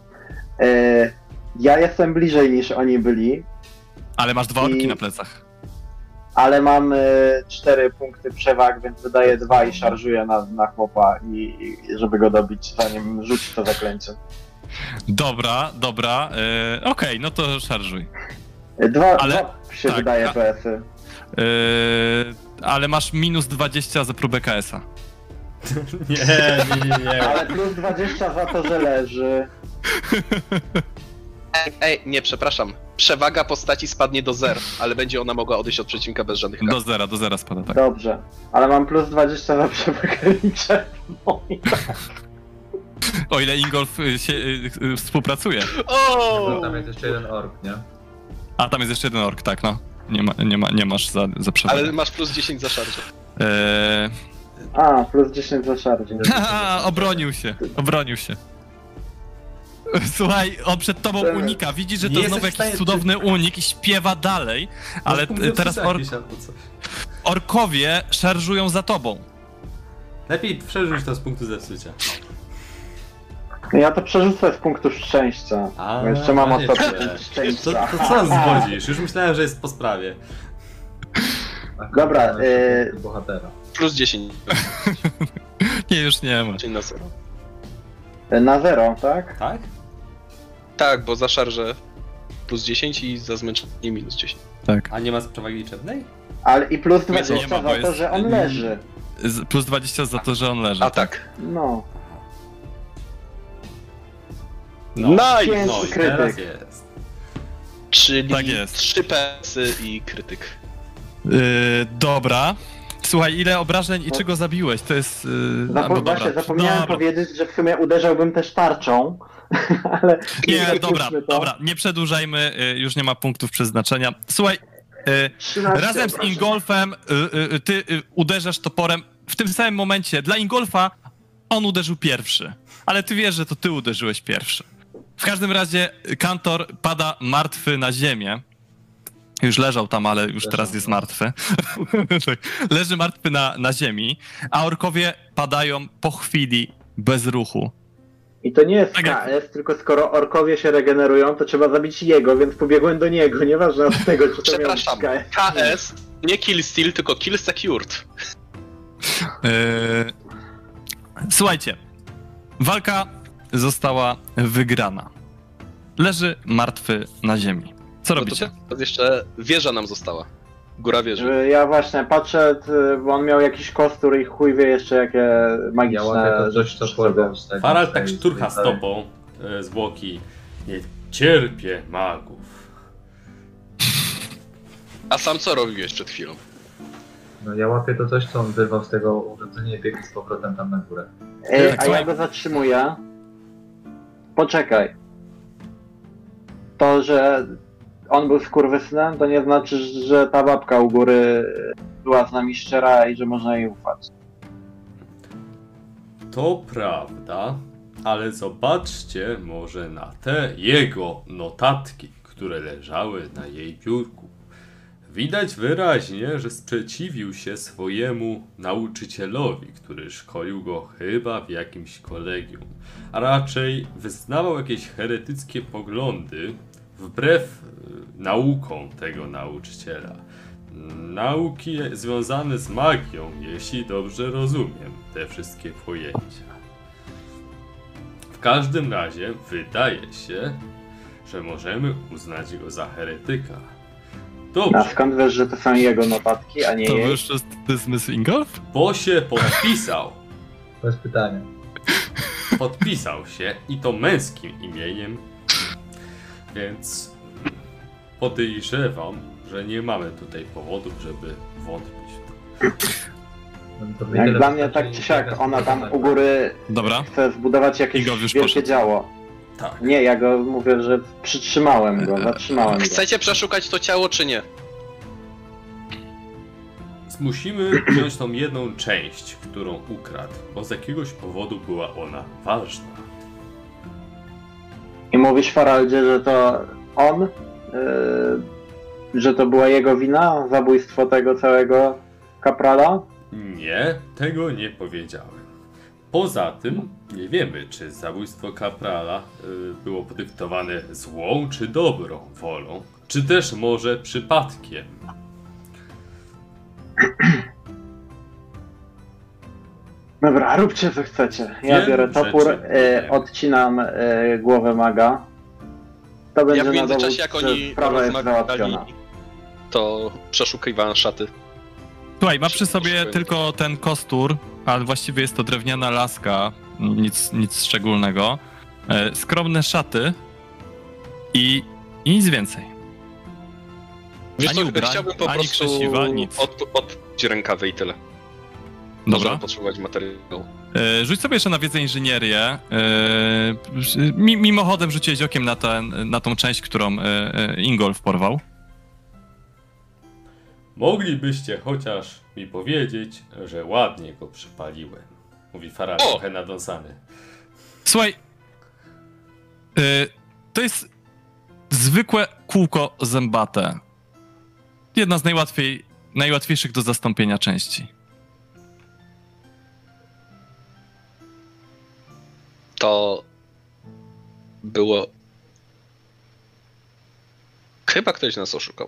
Ja jestem bliżej niż oni byli, ale masz 2 orki I- na plecach. ale mam 4 punkty przewag, więc wydaję 2 i szarżuję na chłopa, i żeby go dobić, zanim rzuci to zaklęcie. Dobra, okej, no to szarżuj. Dwa się tak, wydaje a- PS-y. Ale masz minus 20 za próbę KS-a. Nie. Ale plus 20 za to, że leży. Ej, nie, przepraszam. Przewaga postaci spadnie do 0, ale będzie ona mogła odejść od przeciwnika bez żadnych kart. Do zera spada, tak. Dobrze, ale mam plus 20 za przewagę liczebną. O ile Ingolf się współpracuje. O! Tam jest jeszcze jeden ork, nie? A tam jest jeszcze jeden ork, tak, no. Nie masz za przewagę. Ale masz plus 10 za szarże. A, plus 10 za szardzie. Obronił się. Słuchaj, on przed tobą unika, widzi, że to Nie znowu jesteś w jakiś stanie- cudowny unik i śpiewa dalej, ale teraz orkowie szarżują za tobą. Lepiej przerzuć to z punktu zepsucia. Ja to przerzucę z punktu szczęścia. Bo jeszcze mam właśnie ostatni tyle. punkt szczęścia. To co zwodzisz? Już myślałem, że jest po sprawie. Dobra, Bohatera. Plus 10, Nie, już nie ma. czyli na 0. Na 0, tak? Tak? Tak, bo za szarże plus 10 i za zmęczenie minus 10. Tak. A nie ma przewagi liczebnej? Ale i plus Nie 20 ma, bo za to, jest- że on leży. Plus 20 za to, że on leży. A tak. No. Nice! Pięć No i krytyk. teraz jest. Czyli Tak jest. 3 PS-y i krytyk. Dobra. Słuchaj, ile obrażeń i czego zabiłeś? To jest... Właśnie, zapomniałem Dobra. powiedzieć, że w sumie uderzałbym też tarczą, ale... Nie, dobra, zróbmy to. dobra, nie przedłużajmy, już nie ma punktów przeznaczenia. Słuchaj, 13 razem z obrażeń. Ingolfem ty uderzasz toporem w tym samym momencie. Dla Ingolfa on uderzył pierwszy, ale ty wiesz, że to ty uderzyłeś pierwszy. W każdym razie Kantor pada martwy na ziemię. Już leżał tam, ale już teraz jest martwy. Tak. Leży martwy na ziemi, a orkowie padają po chwili bez ruchu. I to nie jest Tak jak- KS, tylko skoro orkowie się regenerują, to trzeba zabić jego, więc pobiegłem do niego, nieważne od tego, czy to miał być Przepraszam, KS. KS, nie kill steal, tylko kill secured. Słuchajcie, walka została wygrana. Leży martwy na ziemi. Co No to robicie? teraz jeszcze wieża nam została. Góra wieży. Ja właśnie patrzę, bo on miał jakiś kostur i chuj wie jeszcze jakie magiczne Ja łapię to coś, rzeczy co przy sobie. porwał z tego. Farald tak z tej- szturcha z tej- stopą zwłoki. Nie cierpię magów. A sam co robiłeś przed chwilą? No ja łapię to coś, co on wyrwał z tego urządzenia i biegnie z powrotem tam na górę. Tak, A ja go zatrzymuję. Poczekaj. To, że on był skurwysynem, to nie znaczy, że ta babka u góry była z nami szczera i że można jej ufać. To prawda, ale zobaczcie może na te jego notatki, które leżały na jej biurku. Widać wyraźnie, że sprzeciwił się swojemu nauczycielowi, który szkolił go chyba w jakimś kolegium, a raczej wyznawał jakieś heretyckie poglądy wbrew naukom tego nauczyciela. Nauki związane z magią, jeśli dobrze rozumiem te wszystkie pojęcia. W każdym razie wydaje się, że możemy uznać go za heretyka. A Dobrze, skąd wiesz, że to są jego notatki, a nie To jej? jeszcze zmysł Ingolf? bo się podpisał. Bez pytania. Podpisał się i to męskim imieniem, więc podejrzewam, że nie mamy tutaj powodów, żeby wątpić w to. No to Jak tyle dla mnie wystarczy tak czy i siak, teraz ona tam poznać. u góry Dobra. chce zbudować jakieś Igor już wielkie poszedł. działo. Tak. Nie, ja go mówię, że przytrzymałem go, zatrzymałem go. Chcecie przeszukać to ciało, czy nie? Musimy wziąć tą jedną część, którą ukradł, bo z jakiegoś powodu była ona ważna. I mówisz, Faraldzie, że to on, że to była jego wina, zabójstwo tego całego kaprala? Nie, tego nie powiedziałem. Poza tym nie wiemy, czy zabójstwo kaprala było podyktowane złą czy dobrą wolą, czy też może przypadkiem. Dobra, róbcie co chcecie. Ja Wiem, biorę że topór, cię wiem. odcinam głowę maga. To będzie Ja w na międzyczasie, dowód, jak że oni sprawa jest rozmawiali, załatwiona. to przeszukiwałem szaty. Słuchaj, ma przy sobie Szybko. tylko ten kostur, ale właściwie jest to drewniana laska, nic szczególnego. Skromne szaty i nic więcej. Wiesz Ani co, ubrań, chciałbym po ani prostu krzesiwa, nic. odpiąć rękawy i tyle. Możemy Dobra. potrzebować materiału. Rzuć sobie jeszcze na wiedzę inżynierię. Mimochodem rzuciłeś okiem na tą część, którą Ingolf porwał. Moglibyście chociaż mi powiedzieć, że ładnie go przypaliłem. Mówi Farad, O! trochę nadąsany. Słuchaj, to jest zwykłe kółko zębate. Jedna z najłatwiejszych do zastąpienia części. To było... Chyba ktoś nas oszukał.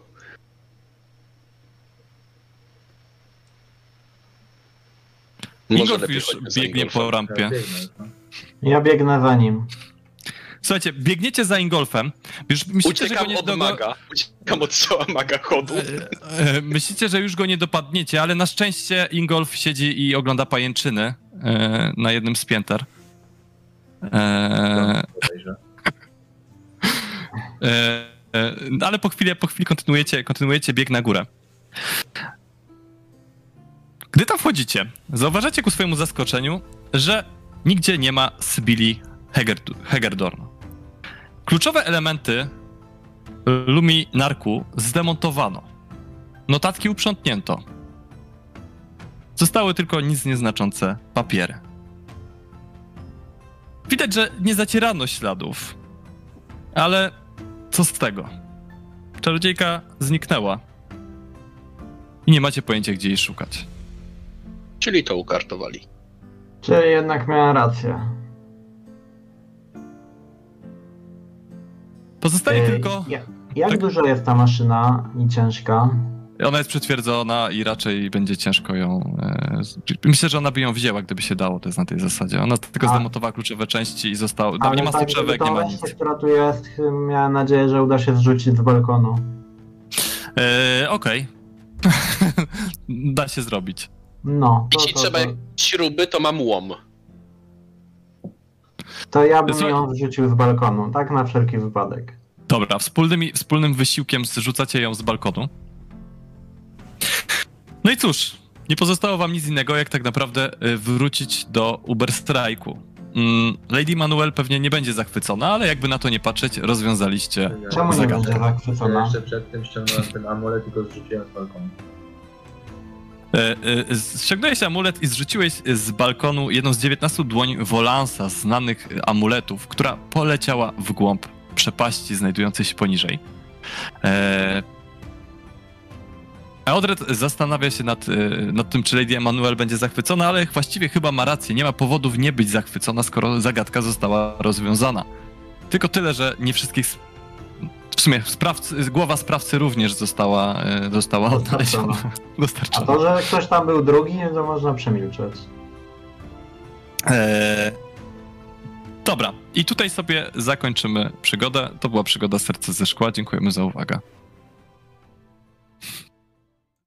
Może Ingolf lepiej już chodźmy za biegnie Ingolfem. po rampie. Ja biegnę, no. Ja biegnę za nim. Słuchajcie, biegniecie za Ingolfem. Już myślicie, że go Uciekam nie od maga. Uciekam od ciała maga chodu. myślicie, że już go nie dopadniecie, ale na szczęście Ingolf siedzi i ogląda pajęczyny na jednym z pięter. Podejrzę. Ale po chwili kontynuujecie bieg na górę. Gdy tam wchodzicie, zauważacie ku swojemu zaskoczeniu, że nigdzie nie ma Sybili Hegerdorn. Kluczowe elementy luminarku zdemontowano. Notatki uprzątnięto. Zostały tylko nic nieznaczące papiery. Widać, że nie zacierano śladów. Ale co z tego? Czarodziejka zniknęła. I nie macie pojęcia, gdzie jej szukać. Czyli to ukartowali. Czyli jednak miałem rację. Pozostaje tylko... Jak Tak. dużo jest ta maszyna i ciężka? Ona jest przytwierdzona i raczej będzie ciężko ją... Myślę, że ona by ją wzięła, gdyby się dało, to jest na tej zasadzie. Ona tylko zdemontowała kluczowe części i zostało... Tam nie ma soczewek, nie ma nic. która tu jest, miałem nadzieję, że uda się zrzucić z balkonu. Okej. Da się zrobić. No. Jeśli trzeba śruby, to mam łom. To ja bym Słuchaj- ją zrzucił z balkonu, tak na wszelki wypadek. Dobra, wspólnym wysiłkiem zrzucacie ją z balkonu. No i cóż, nie pozostało wam nic innego, jak tak naprawdę wrócić do Uberstrajku. Lady Manuel pewnie nie będzie zachwycona, ale jakby na to nie patrzeć, rozwiązaliście Czemu nie zagadkę. będzie Ja zachwycona? jeszcze przed tym ściągnąłem ten amulet i go zrzuciłem z balkonu. Ściągnąłeś amulet i zrzuciłeś z balkonu jedną z 19 dłoń Wolansa, znanych amuletów, która poleciała w głąb przepaści znajdującej się poniżej. Eodred zastanawia się nad tym, czy Lady Emanuel będzie zachwycona, ale właściwie chyba ma rację. Nie ma powodów nie być zachwycona, skoro zagadka została rozwiązana. Tylko tyle, że nie wszystkich... W sumie głowa sprawcy również została odnaleziona. A Dostarczona. to, że ktoś tam był drugi, to można przemilczeć. Dobra, i tutaj sobie zakończymy przygodę. To była przygoda Serce ze Szkła. Dziękujemy za uwagę.